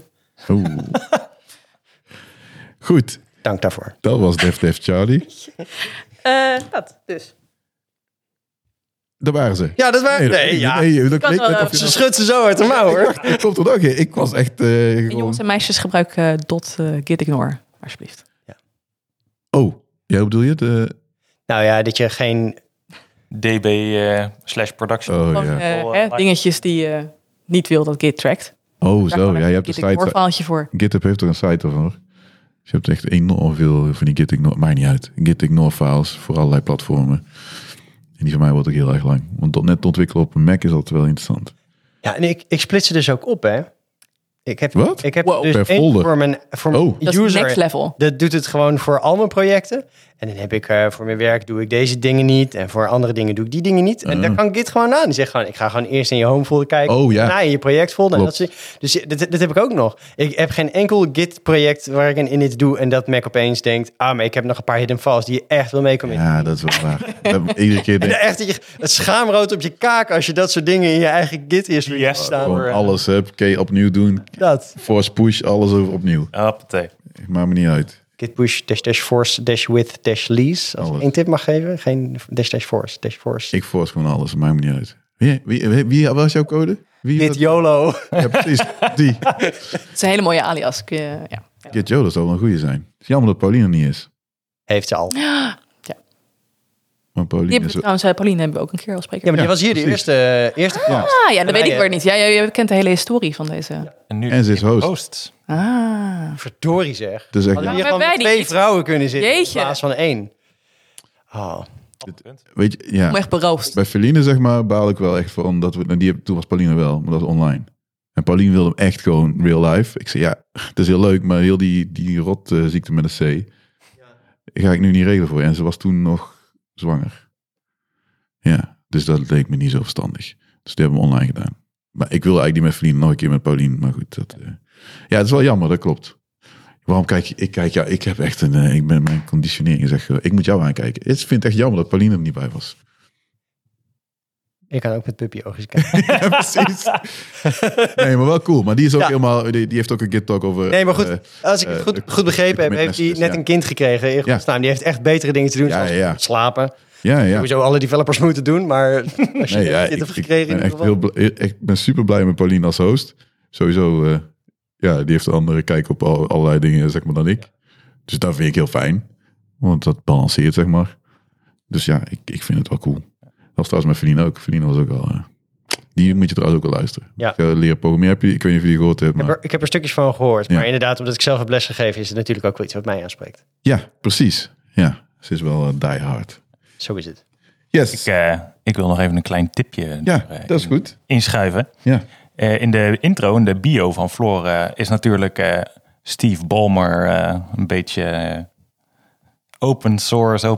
Goed. Dank daarvoor. Dat was Dev Charlie. Dat dus. Daar waren ze. Ja, dat waren ze. Ze schudt ze zo uit de mouw, hoor. Ik kom er nog in. Ik was echt... Jongens en meisjes, gebruik .gitignore, alsjeblieft. Ja. Oh, ja, hoe bedoel je? Nou ja, dat je geen... DB/production. Dingetjes die je niet wil dat Git trackt. Oh, zo. Ja, je hebt een site voor. GitHub heeft er een site over. Dus je hebt echt enorm veel van die Gitignore... Maakt niet uit. Gitignore files voor allerlei platformen. En die van mij wordt ook heel erg lang. Want net ontwikkelen op een Mac is altijd wel interessant. Ja, en ik splits ze dus ook op, hè. Wat? Ik heb dus per folder. voor mijn dat user. Is next level. Dat doet het gewoon voor al mijn projecten. En dan heb ik voor mijn werk doe ik deze dingen niet. En voor andere dingen doe ik die dingen niet. En daar kan Git gewoon aan. Die zegt gewoon, ik ga gewoon eerst in je home folder kijken. Daarna in je project folder. Dus dat heb ik ook nog. Ik heb geen enkel Git project waar ik een init doe. En dat Mac opeens denkt, maar ik heb nog een paar hidden files die je echt wil meecommitten. Ja, dat is wel waar. Iedere keer denk echt het schaamrood op je kaak als je dat soort dingen in je eigen Git is staan. Gewoon alles opnieuw doen. Dat. Force push, alles opnieuw. Hoppatee. Maakt me niet uit. Git push --force --with --lease. Als ik één tip mag geven, geen --force --force. Ik force gewoon alles, maakt me niet uit. Wie was jouw code? Git YOLO. Ja, precies. Die. Het is een hele mooie alias. Git YOLO zou wel een goede zijn. Het is jammer dat Pauline er niet is. Heeft ze al. Ja. Maar Pauline die hebben trouwens, Pauline hebben we ook een keer al spreken. Ja, maar die was hier de eerste klas. Ja, dat weet ik weer niet. Ja, je kent de hele historie van deze. Ja. En ze is host. Verdorie zeg. Dus echt, hadden we hier gewoon met 2 vrouwen kunnen zitten. Jeetje. In plaats van 1. Weet je, ja. Echt beroofd. Bij Feline zeg maar baal ik wel echt van dat toen was Pauline wel, maar dat was online. En Pauline wilde hem echt gewoon real life. Ik zei het is heel leuk, maar heel die rotziekte met een C ga ik nu niet regelen voor je. En ze was toen nog zwanger. Ja, dus dat leek me niet zo verstandig. Dus die hebben we online gedaan. Maar ik wilde eigenlijk niet met Feline, nog een keer met Pauline. Maar goed, het is wel jammer, dat klopt. Waarom kijk je? Ik heb echt ik ben mijn conditionering gezegd. Ik moet jou aankijken. Ik vind het echt jammer dat Pauline er niet bij was. Je kan ook met puppy-oogjes kijken. Ja, precies. Nee, maar wel cool. Maar die is ook helemaal... Die heeft ook een Git-talk over... Nee, maar goed. Als ik het goed begrepen heb, heeft hij net een kind gekregen. In godsnaam. Die heeft echt betere dingen te doen, zoals slapen. Ja. Sowieso alle developers moeten doen, maar als je dit hebt gekregen... Ik ben super blij met Pauline als host. Sowieso, die heeft een andere kijk op allerlei dingen, zeg maar, dan ik. Dus dat vind ik heel fijn. Want dat balanceert, zeg maar. Dus ja, ik vind het wel cool. Dat was trouwens met Feline ook. Feline was ook wel... die moet je trouwens ook wel luisteren. Ja. Leren programmeren. Ik weet niet of je die gehoord hebt. Maar... Ik heb er stukjes van gehoord. Maar inderdaad, omdat ik zelf heb lesgegeven... is het natuurlijk ook wel iets wat mij aanspreekt. Ja, precies. Ja, ze is wel die hard. Zo is het. Yes. Ik wil nog even een klein tipje dat is goed. Inschuiven. Ja. In de intro, in de bio van Floor... is natuurlijk Steve Ballmer een beetje... Open source.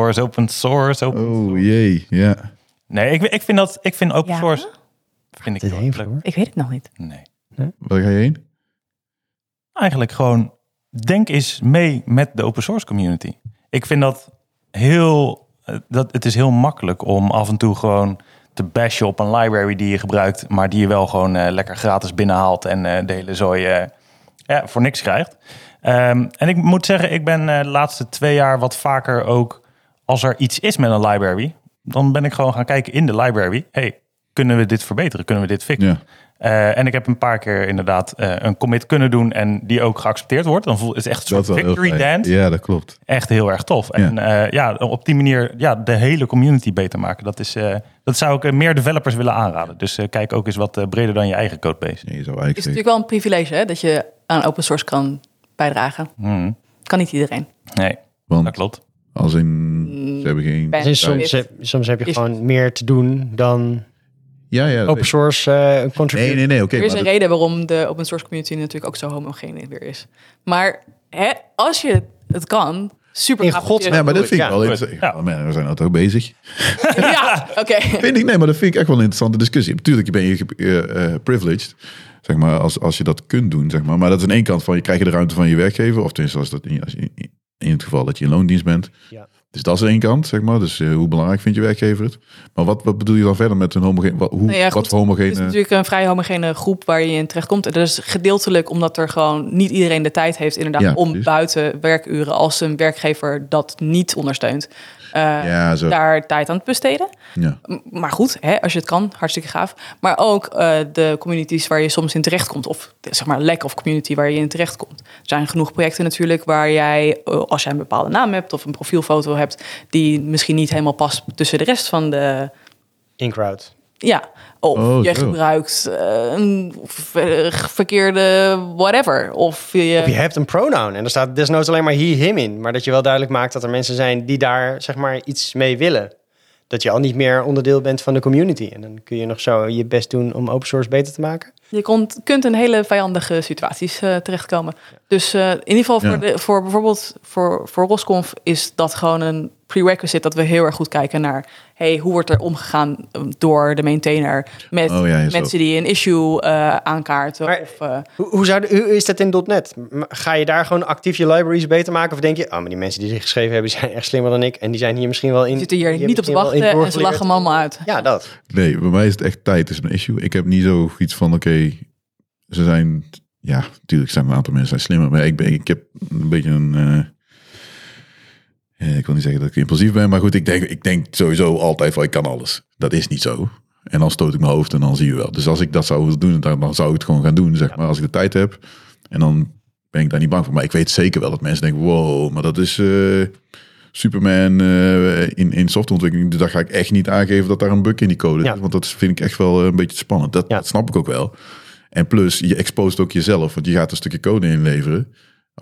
Oh jee, ja. Nee, ik vind open source... Vind ik leuk. Ik weet het nog niet. Nee. Waar ga je heen? Eigenlijk gewoon... Denk eens mee met de open source community. Ik vind dat het is heel makkelijk om af en toe gewoon te bashen op een library die je gebruikt, maar die je wel gewoon lekker gratis binnenhaalt en de hele zooi voor niks krijgt. En ik moet zeggen, ik ben de laatste 2 jaar wat vaker ook, als er iets is met een library, dan ben ik gewoon gaan kijken in de library. Hey, kunnen we dit verbeteren? Kunnen we dit fixen? Ja. En ik heb een paar keer inderdaad een commit kunnen doen en die ook geaccepteerd wordt. Dan voelt het echt een soort victory dance. Ja, dat klopt. Echt heel erg tof. Ja. En op die manier de hele community beter maken. Dat zou ik meer developers willen aanraden. Dus kijk ook eens wat breder dan je eigen codebase. Nee, het is natuurlijk wel een privilege hè, dat je aan open source kan bijdragen. Kan niet iedereen. Nee, want dat klopt. Als in, ze hebben geen... Soms heb je gewoon meer te doen dan... Ja, open source contributie. Nee, oké. Er is een reden waarom de open source community natuurlijk ook zo homogeen weer is. Maar als je het kan, super in godsnaam. Ja, maar dat vind ik wel interessant. Ja, we zijn al toch bezig. Ja, oké. Nee, maar dat vind ik echt wel een interessante discussie. Natuurlijk ben je privileged, zeg maar, als je dat kunt doen, zeg maar. Maar dat is aan één kant van, je krijgt de ruimte van je werkgever, of tenminste als in het geval dat je in loondienst bent. Ja. Dus dat is één kant, zeg maar. Dus hoe belangrijk vindt je werkgever het? Maar wat bedoel je dan verder met een homogene... Wat voor homogene... Het is natuurlijk een vrij homogene groep waar je in terechtkomt. En dat is gedeeltelijk omdat er gewoon niet iedereen de tijd heeft inderdaad om buiten werkuren, als een werkgever dat niet ondersteunt, daar tijd aan te besteden. Ja. Maar goed, als je het kan, hartstikke gaaf. Maar ook de communities waar je soms in terechtkomt, of zeg maar lack of community waar je in terechtkomt. Er zijn genoeg projecten natuurlijk waar jij, als jij een bepaalde naam hebt of een profielfoto hebt die misschien niet helemaal past tussen de rest van de in-crowd. Ja, of je gebruikt een verkeerde whatever. Of je hebt een pronoun en er staat desnoods alleen maar he, him in. Maar dat je wel duidelijk maakt dat er mensen zijn die daar zeg maar iets mee willen. Dat je al niet meer onderdeel bent van de community. En dan kun je nog zo je best doen om open source beter te maken. Je kunt in hele vijandige situaties terechtkomen. Ja. Dus in ieder geval voor bijvoorbeeld voor Rosconf is dat gewoon een prerequisite dat we heel erg goed kijken naar hoe wordt er omgegaan door de maintainer met mensen die een issue aankaarten. Maar, hoe is dat in .NET? Ga je daar gewoon actief je libraries beter maken? Of denk je, maar die mensen die dit geschreven hebben zijn echt slimmer dan ik en die zijn hier misschien wel in. Die zitten hier niet op te wachten en ze lachen hem allemaal uit. Ja, dat. Nee, bij mij is het echt tijd is een issue. Ik heb niet zo iets van ze zijn, ja, natuurlijk zijn een aantal mensen zijn slimmer, maar ik heb een beetje een, ik wil niet zeggen dat ik impulsief ben, maar goed, ik denk sowieso altijd van ik kan alles. Dat is niet zo. En dan stoot ik mijn hoofd en dan zie je wel. Dus als ik dat zou doen, dan zou ik het gewoon gaan doen, zeg maar. Als ik de tijd heb en dan ben ik daar niet bang voor. Maar ik weet zeker wel dat mensen denken, wow, maar dat is Superman in softwareontwikkeling. Dus daar ga ik echt niet aangeven dat daar een bug in die code is. Want dat vind ik echt wel een beetje spannend. Dat snap ik ook wel. En plus, je exposeert ook jezelf, want je gaat een stukje code inleveren.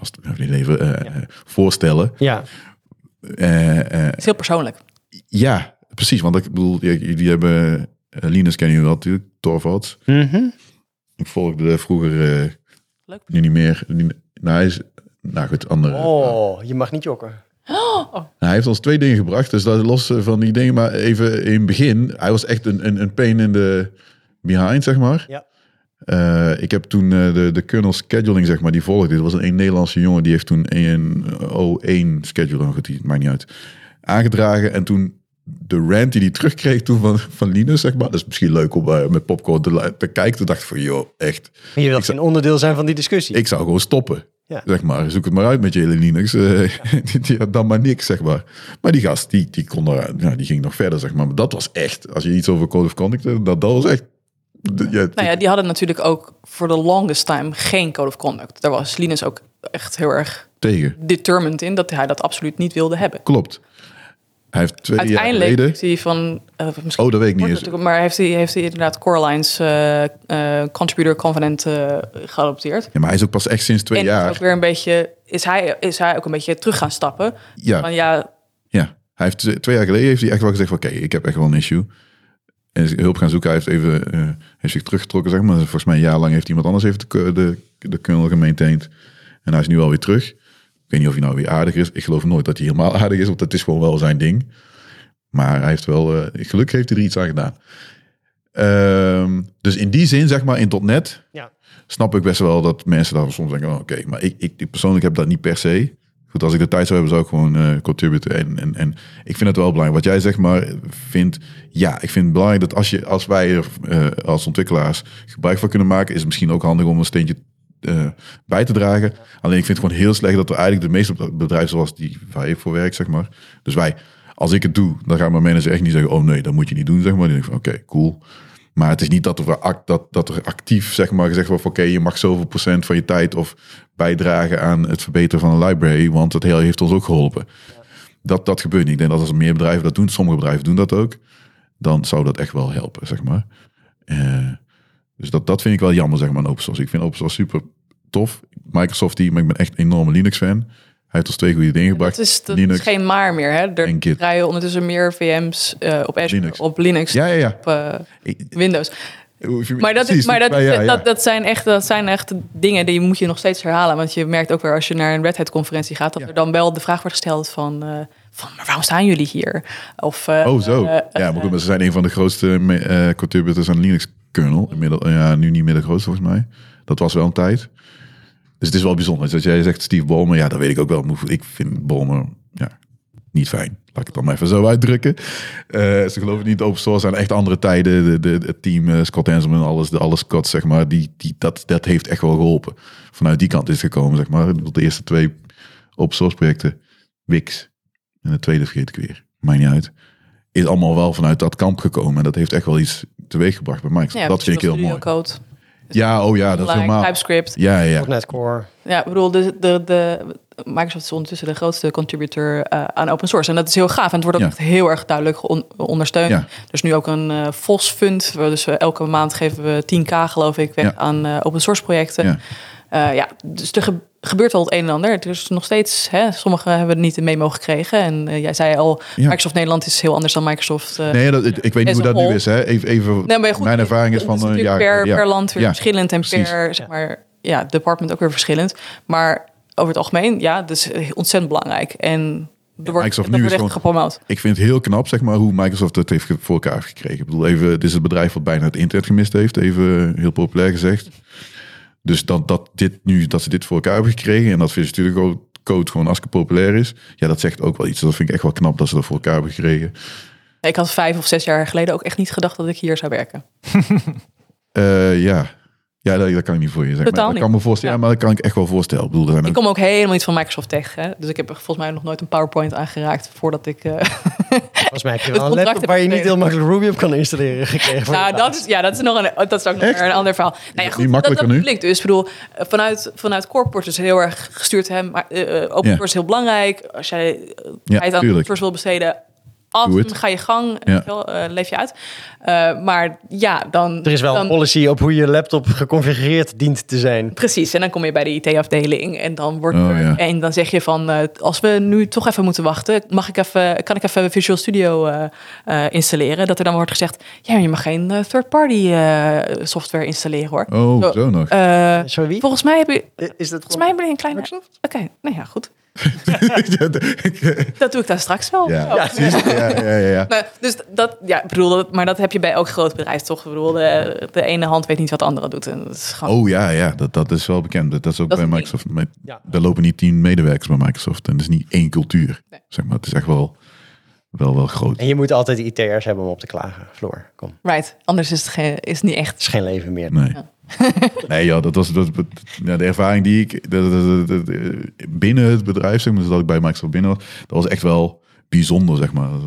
Voorstellen. Ja. Het is heel persoonlijk. Ja, precies. Want ik bedoel, jullie hebben Linus kennen jullie wel natuurlijk, Torvalds. Mm-hmm. Ik volgde vroeger nu niet meer. Hij is, goed, andere. Je mag niet jokken. Hij heeft ons 2 dingen gebracht, dus dat los van die dingen. Maar even in het begin, hij was echt een pain in the behind, zeg maar. Ja. Ik heb toen de kernel scheduling, zeg maar, die volgde. Dat was een Nederlandse jongen, die heeft toen een O1 scheduler, goed, die maakt niet uit, aangedragen. En toen de rant die hij terugkreeg toen van Linus, zeg maar. Dat is misschien leuk om met popcorn te kijken. Toen dacht ik van, joh, echt. Maar je wilt geen onderdeel zijn van die discussie. Ik zou gewoon stoppen. Ja. Zeg maar, zoek het maar uit met je hele Linux. Dan maar niks, zeg maar. Maar die gast, die kon die ging nog verder, zeg maar. Maar dat was echt, als je iets over Code of Conduct, dat was echt... die hadden natuurlijk ook voor de longest time geen Code of Conduct. Daar was Linus ook echt heel erg tegen determined in dat hij dat absoluut niet wilde hebben. Klopt. Hij heeft 2 jaar geleden... Uiteindelijk heeft hij van... dat weet ik niet eens. Maar heeft hij inderdaad Coreline's Contributor Covenant geadopteerd. Ja, maar hij is ook pas echt sinds 2 jaar. En ook weer een beetje... Is hij ook een beetje terug gaan stappen. Ja. Van, hij heeft 2 jaar geleden heeft hij echt wel gezegd van... Oké, ik heb echt wel een issue. En is hulp gaan zoeken. Hij heeft zich teruggetrokken, zeg maar. Volgens mij een jaar lang heeft iemand anders de kernel gemaintained. En hij is nu alweer terug. Ik weet niet of hij nou weer aardig is. Ik geloof nooit dat hij helemaal aardig is, want dat is gewoon wel zijn ding. Maar hij heeft wel... gelukkig heeft hij er iets aan gedaan. Dus in die zin, zeg maar, in .NET... snap ik best wel dat mensen daar soms denken... Oké, maar ik persoonlijk heb dat niet per se. Goed, als ik de tijd zou hebben, zou ik gewoon contributen. En ik vind het wel belangrijk. Wat jij zeg maar vindt... Ja, ik vind het belangrijk dat als wij er als ontwikkelaars gebruik van kunnen maken... is het misschien ook handig om een steentje bij te dragen. Alleen ik vind het gewoon heel slecht dat er eigenlijk de meeste bedrijven zoals die waar ik voor werk, zeg maar. Dus als ik het doe, dan gaan mijn manager echt niet zeggen... oh nee, dat moet je niet doen, zeg maar. Dan denk ik van oké, cool. Maar het is niet dat er actief, zeg maar, gezegd wordt... oké, je mag zoveel procent van je tijd of bijdragen aan het verbeteren van een library... want het heeft ons ook geholpen. Ja. Dat gebeurt niet. Ik denk dat als er meer bedrijven dat doen, sommige bedrijven doen dat ook... dan zou dat echt wel helpen, zeg maar. Dus dat vind ik wel jammer, zeg maar, aan open source. Ik vind open source super tof. Microsoft team, maar ik ben echt een enorme Linux-fan. Hij heeft ons 2 goede dingen gebracht. Dat is geen maar meer, hè? Er draaien ondertussen meer VM's op Azure, Linux. Op Linux, op Windows. Maar dat zijn echt dingen die moet je nog steeds herhalen. Want je merkt ook weer als je naar een Red Hat-conferentie gaat... dat er dan wel de vraag wordt gesteld van maar waarom staan jullie hier? Of, zo. Maar goed, maar ze zijn een van de grootste contributors aan Linux-kernel. Nu niet meer de grootste, volgens mij. Dat was wel een tijd. Dus het is wel bijzonder. Als jij zegt Steve Ballmer, dat weet ik ook wel. Ik vind Ballmer niet fijn. Laat ik het dan maar even zo uitdrukken. Ze geloven niet in open source. Zijn echt andere tijden. Het team Scott Hanselman, alle Scots, zeg maar. Dat heeft echt wel geholpen. Vanuit die kant is het gekomen, zeg maar. De eerste 2 open source projecten. Wix. En de tweede vergeet ik weer. Maakt niet uit. Is allemaal wel vanuit dat kamp gekomen. En dat heeft echt wel iets teweeg gebracht bij Microsoft. Ja, dat vind ik heel mooi. Code. Dat is helemaal... TypeScript. Ja. .NET Core. Ja, ik bedoel, Microsoft is ondertussen de grootste contributor aan open source. En dat is heel gaaf. En het wordt ook echt heel erg duidelijk ondersteund. Ja. Er is nu ook een FOSS fund. Dus elke maand geven we 10.000, geloof ik, weg aan open source projecten. Dus er gebeurt wel het een en ander. Dus nog steeds, sommigen hebben het niet mee mogen gekregen. En jij zei al, Microsoft Nederland is heel anders dan Microsoft. Ik weet niet hoe dat nu is. Hè. Even goed, mijn ervaring is van een jaar. Per land weer verschillend en per zeg maar, department ook weer verschillend. Maar over het algemeen, dat is ontzettend belangrijk. En er wordt nu echt gepromoot. Ik vind het heel knap, zeg maar, hoe Microsoft het heeft voor elkaar heeft gekregen. Ik bedoel, het is het bedrijf wat bijna het internet gemist heeft. Even heel populair gezegd. Dus dat ze dit voor elkaar hebben gekregen... en dat Visual Code gewoon hartstikke populair is... dat zegt ook wel iets. Dat vind ik echt wel knap dat ze dat voor elkaar hebben gekregen. Ik had 5 of 6 jaar geleden ook echt niet gedacht dat ik hier zou werken. Dat kan ik niet voor je zeggen. Dat kan me voorstellen, maar dat kan ik echt wel voorstellen. Ik bedoel, ik kom ook helemaal niet van Microsoft Tech. Hè? Dus ik heb volgens mij nog nooit een PowerPoint aangeraakt... voordat ik... Volgens mij heb je wel een laptop waar je niet heel makkelijk Ruby op kan installeren gekregen. Nou, dat is ook nog een ander verhaal. Nou ja, goed, makkelijker nu? Dus ik bedoel, vanuit Corporate is heel erg gestuurd. Maar open source is heel belangrijk. Als jij tijd aan open source wil besteden... ga je gang, leef je uit. Maar dan... Er is wel een policy op hoe je laptop geconfigureerd dient te zijn. Precies, en dan kom je bij de IT-afdeling en dan wordt en dan zeg je van... als we nu toch even moeten wachten, kan ik even Visual Studio installeren? Dat er dan wordt gezegd, je mag geen third-party software installeren, hoor. Zo nog. Sorry, volgens mij heb je... Volgens mij heb je een kleine... Oké, nou ja, goed. Dat doe ik dan straks wel. Ja. Nou, dus maar dat heb je bij elk groot bedrijf, toch? Ik bedoel, de ene hand weet niet wat de andere doet. En dat is gewoon... dat is wel bekend. Dat is ook bij Microsoft. Er lopen niet 10 medewerkers bij Microsoft. En dat is niet één cultuur. Nee. Zeg maar, het is echt wel wel groot. En je moet altijd IT'ers hebben om op te klagen, Floor. Kom. Right, anders is het is niet echt. Het is geen leven meer. Nee. Ja. Nee, ja, dat was de ervaring die ik binnen het bedrijf, zeg maar, dus dat ik bij Microsoft binnen was, dat was echt wel bijzonder, zeg maar.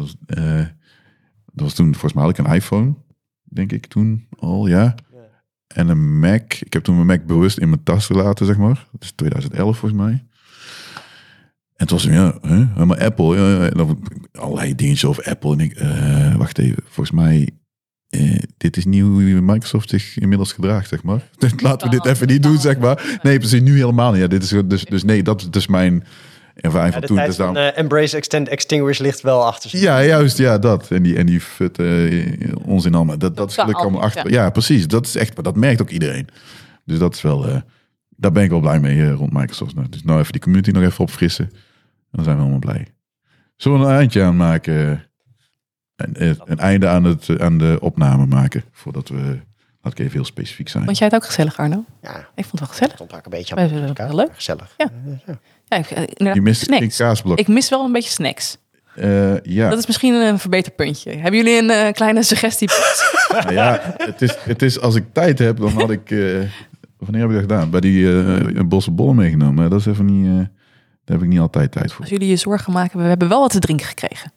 Dat was toen, volgens mij had ik een iPhone, denk ik toen al, ja. En een Mac. Ik heb toen mijn Mac bewust in mijn tas gelaten, zeg maar. Dat is 2011 volgens mij. En het was helemaal Apple. Allerlei dingetjes over Apple. En ik, wacht even, volgens mij, dit is niet hoe Microsoft zich inmiddels gedraagt, zeg maar. Laten we dit even niet doen, zeg maar. Nee, precies, nu helemaal niet. Ja, dit is dus nee, dat is dus mijn ervaring van de toen. tijd Dus van Embrace, Extend, Extinguish ligt wel achter zich. Ja, juist, ja, dat. En die onzin allemaal. Dat is gelukkig allemaal achter. Ja, precies. Dat is echt, maar dat merkt ook iedereen. Dus dat is wel, daar ben ik wel blij mee rond Microsoft. Dus nou even die community nog even opfrissen. En dan zijn we allemaal blij. Zullen we een eindje aan maken? Een einde aan de opname maken. Voordat we, laat ik even heel specifiek zijn. Vond jij het ook gezellig, Arno? Ja, Ik vond het wel gezellig. stond vaak een beetje Wij aan vinden het elkaar. wel leuk. Gezellig. Ja. Ja, inderdaad, Je mist een snacks. kaasblok. Ik mis wel een beetje snacks. Ja. Dat is misschien een verbeterpuntje. Hebben jullie een kleine suggestie? Nou ja, het is als ik tijd heb, dan had ik... wanneer heb ik dat gedaan? Bij die bosse bollen meegenomen. Dat is even niet... daar heb ik niet altijd tijd voor. Als jullie je zorgen maken, we hebben wel wat te drinken gekregen.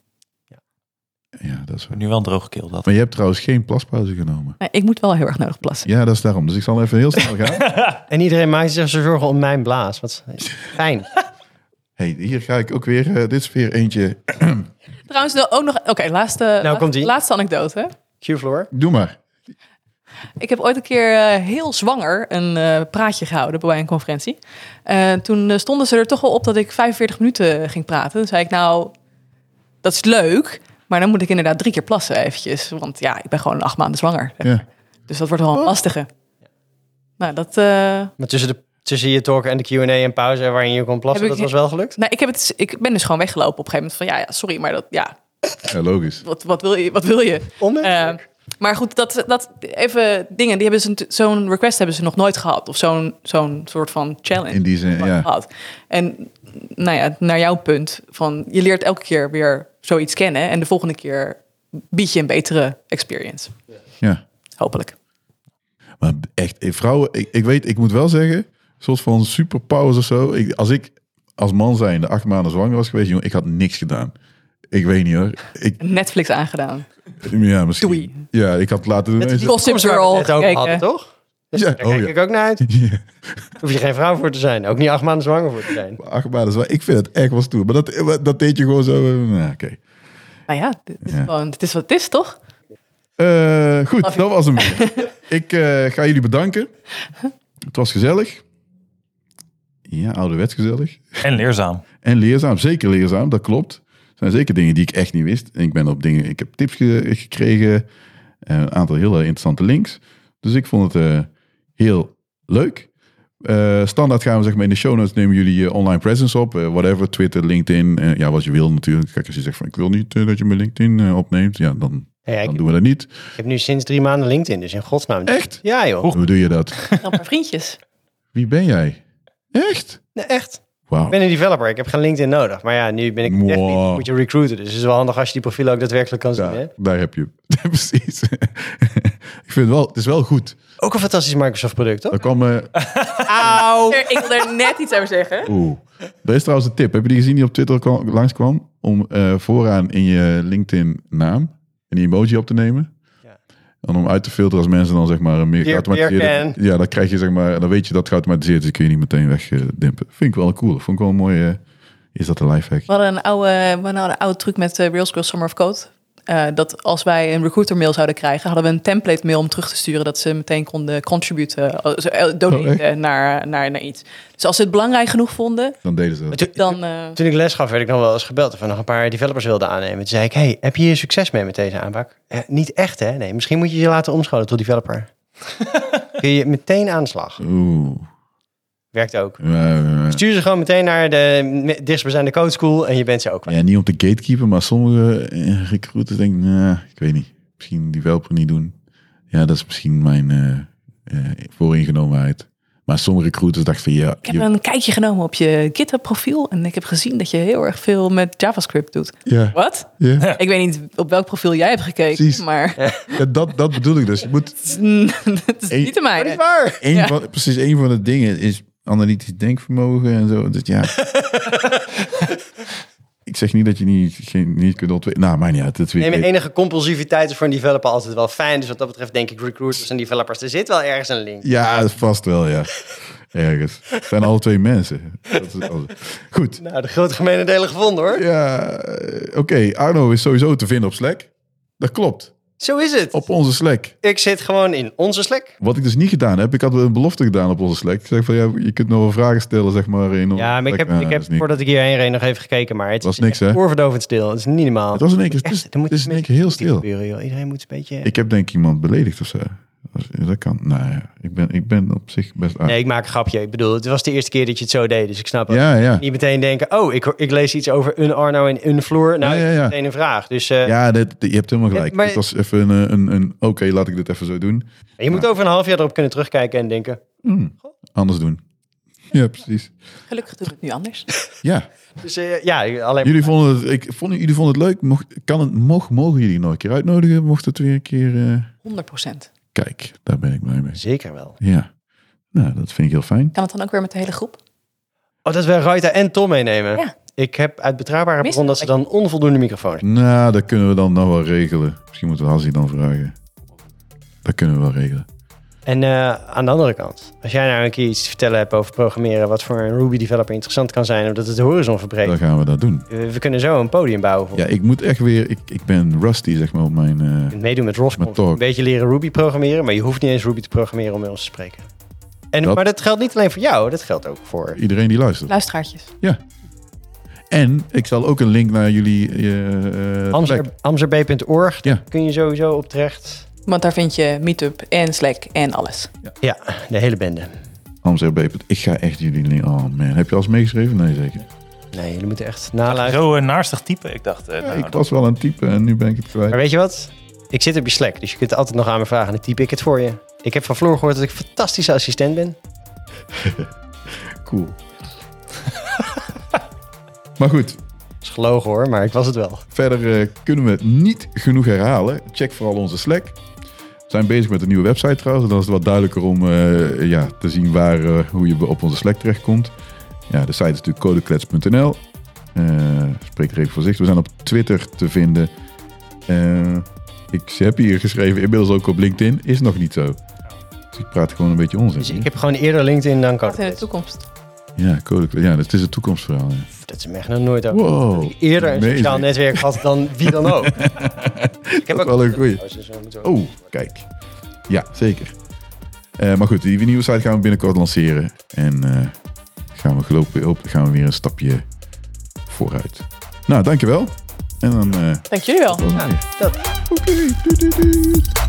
Ja, dat is waar. Nu wel een droge keel. Dat. Maar je hebt trouwens geen plaspauze genomen. Nee, ik moet wel heel erg nodig plassen. Ja, dat is daarom. Dus ik zal even heel snel gaan. En iedereen maakt zich zo zorgen om mijn blaas. Wat fijn. Hey, hier ga ik ook weer... dit is weer eentje... Trouwens, ook nog... Oké, komt-ie. laatste anekdote. Hè? Q-Floor. Doe maar. Ik heb ooit een keer heel zwanger een praatje gehouden bij een conferentie. Toen stonden ze er toch wel op dat ik 45 minuten ging praten. Toen zei ik, nou, dat is leuk, maar dan moet ik inderdaad 3 keer plassen eventjes. Want ja, ik ben gewoon 8 maanden zwanger. Ja. Dus dat wordt wel een lastige. Nou, dat... Maar tussen je talk en de Q&A en pauze waarin je kon plassen, dat was wel gelukt? Nou, ik ben dus gewoon weggelopen op een gegeven moment van, ja sorry, maar dat, ja... Ja, logisch. Wat wil je? Onmenselijk. Maar goed, dat even dingen, die hebben ze zo'n request hebben ze nog nooit gehad. Of zo'n soort van challenge. In die zin, ja. Gehad. En nou ja, naar jouw punt, van je leert elke keer weer zoiets kennen. En de volgende keer bied je een betere experience. Ja. Hopelijk. Maar echt, vrouwen, ik weet, ik moet wel zeggen, een soort van superpowers of zo. Als ik als man zijnde 8 maanden zwanger was geweest, jongen, ik had niks gedaan. Ik weet niet hoor. Netflix aangedaan. Ja, misschien. Doei. Ja, ik had laten doen. Gossip Girl Het ook gekeken. hadden, toch? Dus Ja, daar kijk ik ook naar uit. Ja. Daar hoef je geen vrouw voor te zijn. Ook niet 8 maanden zwanger voor te zijn. 8 maanden zwanger. Ik vind het echt wel stoer. Maar dat deed je gewoon zo. Nou, oké. Nou ja, dit is wat het is, toch? Goed, dat was hem weer. Ik ga jullie bedanken. Het was gezellig. Ja, ouderwets gezellig. En leerzaam. En leerzaam, zeker leerzaam, dat klopt. Er zijn zeker dingen die ik echt niet wist. En ik heb tips gekregen. Een aantal hele interessante links. Dus ik vond het heel leuk. Standaard gaan we zeg maar in de show notes nemen jullie je online presence op. Whatever, Twitter, LinkedIn. Ja, wat je wil natuurlijk. Kijk, als je zegt van ik wil niet dat je mijn LinkedIn opneemt. Ja, dan doen we dat niet. Ik heb nu sinds 3 maanden LinkedIn, dus in godsnaam. Echt? Ja joh. Hoe doe je dat? Een paar vriendjes. Wie ben jij? Echt? Nee, echt. Wauw. Ik ben een developer, ik heb geen LinkedIn nodig. Maar ja, nu ben ik echt niet. Moet je recruiten. Dus het is wel handig als je die profielen ook daadwerkelijk kan zien. Hè? Daar heb je hem. Precies. Ik vind het is wel goed. Ook een fantastisch Microsoft product, toch? Er kwam... Auw. Ik wil er net iets over zeggen. Dat is trouwens een tip. Heb je die gezien die op Twitter langskwam? Om vooraan in je LinkedIn naam een emoji op te nemen. Ja. En om uit te filteren als mensen dan zeg maar een meer geautomatiseerde... Ja, dan krijg je zeg maar... Dan weet je dat het geautomatiseerd is. Dus kun je niet meteen wegdimpen. Vind ik wel cool. Vond ik wel een mooie... Is dat een lifehack? We hadden een oude truc met Real Skills Summer of Code. Dat als wij een recruiter mail zouden krijgen, hadden we een template mail om terug te sturen dat ze meteen konden contributen, donaten naar iets. Dus als ze het belangrijk genoeg vonden, dan deden ze dat. Toen ik les gaf, werd ik nog wel eens gebeld of we nog een paar developers wilden aannemen. Toen zei ik, hey, heb je hier succes mee met deze aanpak? Niet echt, hè? Nee, misschien moet je je laten omscholen tot developer. Kun je meteen aan de slag. Werkt ook. Stuur ze gewoon meteen naar de dichtstbijzijnde code school en je bent ze ook kwijt. Ja, niet om te gatekeepen, maar sommige recruiters denken, ik weet niet, misschien developer niet doen. Ja, dat is misschien mijn vooringenomenheid. Maar sommige recruiters dachten van ja... Ik heb een kijkje genomen op je GitHub profiel. En ik heb gezien dat je heel erg veel met JavaScript doet. Ja. Wat? Ja. Ik weet niet op welk profiel jij hebt gekeken. Precies. Maar Ja, dat bedoel ik dus. Je moet... dat is niet te mij. Niet waar. Precies, een van de dingen is analytisch denkvermogen en zo. Dus ja... Ik zeg niet dat je niet kunt ontwikkelen. Nou, maar niet uit. Enige compulsiviteit is voor een developer altijd wel fijn. Dus wat dat betreft denk ik recruiters en developers, er zit wel ergens een link. Ja, vast wel, ja. Ergens. Het zijn alle twee mensen. Dat is goed. Nou, de grote gemene delen gevonden hoor. Ja, oké. Arno is sowieso te vinden op Slack. Dat klopt. Zo is het. Op onze Slack. Ik zit gewoon in onze Slack. Wat ik dus niet gedaan heb, ik had een belofte gedaan op onze Slack. Ik zeg van, ja, je kunt nog wel vragen stellen, zeg maar. Ja, maar ik heb voordat ik hierheen reed nog even gekeken. Maar het was is niks, hè? oorverdovend stil. Het is niet normaal. Het was in één keer, het is in één keer heel stil. Gebeuren, joh. Iedereen moet een beetje... Ik heb denk ik iemand beledigd of zo. Dat kan. Nou ja, ik ben op zich best aardig. Nee, ik maak een grapje. Ik bedoel, het was de eerste keer dat je het zo deed. Dus ik snap het. Ja. Niet meteen denken, oh, ik lees iets over een Arno en een Floor. Nou, Ja. ik heb meteen een vraag. Dus Ja, je hebt helemaal gelijk. Ja, maar- Het was even een oké, laat ik dit even zo doen. je moet over een half jaar erop kunnen terugkijken en denken... Anders doen. Ja, precies. Gelukkig doen we het nu anders. Ja. Dus ja, alleen... Jullie vonden het leuk. Mogen jullie nog een keer uitnodigen? Mocht het weer een keer... 100%. Kijk, daar ben ik blij mee. Zeker wel. Ja. Nou, dat vind ik heel fijn. Kan het dan ook weer met de hele groep? Oh, dat we Ruita en Tom meenemen. Ja. Ik heb uit betrouwbare Mis- bron dat ze dan onvoldoende microfoons. Nou, dat kunnen we dan nog wel regelen. Misschien moeten we Hassie dan vragen. Dat kunnen we wel regelen. En aan de andere kant, als jij nou een keer iets te vertellen hebt over programmeren, wat voor een Ruby developer interessant kan zijn, omdat het de horizon verbreekt. Dan gaan we dat doen. We kunnen zo een podium bouwen voor. Ja, ik moet echt weer... Ik ben rusty, zeg maar, op mijn... Je kunt meedoen met ROS-conf. Met talk. Een beetje leren Ruby programmeren, maar je hoeft niet eens Ruby te programmeren om met ons te spreken. Maar dat geldt niet alleen voor jou, dat geldt ook voor... Iedereen die luistert. Luisteraartjes. Ja. En ik zal ook een link naar jullie... Amzerb.org, Ja. daar kun je sowieso op terecht. Want daar vind je Meetup en Slack en alles. Ja, de hele bende. Amzerb. Ik ga echt jullie link... Oh man, heb je al eens meegeschreven? Nee, zeker. Nee, jullie moeten echt naluisteren. Zo naarstig type. Ik dacht, Ik was wel aan het typen en nu ben ik het kwijt. Maar weet je wat? Ik zit op je Slack, dus je kunt altijd nog aan me vragen en dan typ ik het voor je. Ik heb van Floor gehoord dat ik een fantastische assistent ben. Cool. Maar goed, Dat is gelogen hoor, maar ik was het wel. verder kunnen we niet genoeg herhalen. Check vooral onze Slack. We zijn bezig met een nieuwe website trouwens. Dan is het wat duidelijker om te zien hoe je op onze Slack terechtkomt. Ja, de site is natuurlijk codeklets.nl. Spreek er even voor zich. We zijn op Twitter te vinden. Ik heb hier geschreven, inmiddels ook op LinkedIn. Is nog niet zo. Dus ik praat gewoon een beetje onzin. Dus ik heb gewoon eerder LinkedIn dan Wat in de Codeklets. toekomst. Ja, Codeklets. Ja, dat is het toekomstverhaal. Ja. Dat is me echt nog nooit over. Wow. Dat ik eerder een Amazing. sociaal netwerk had dan wie dan ook. Ik heb is wel een goeie. Dus we moeten Oh, kijk. Ja, zeker. Maar goed, die nieuwe site gaan we binnenkort lanceren. En gaan we weer een stapje vooruit. Nou, dankjewel. En dan... Dank jullie wel. volgende keer. dat. Oké, doei.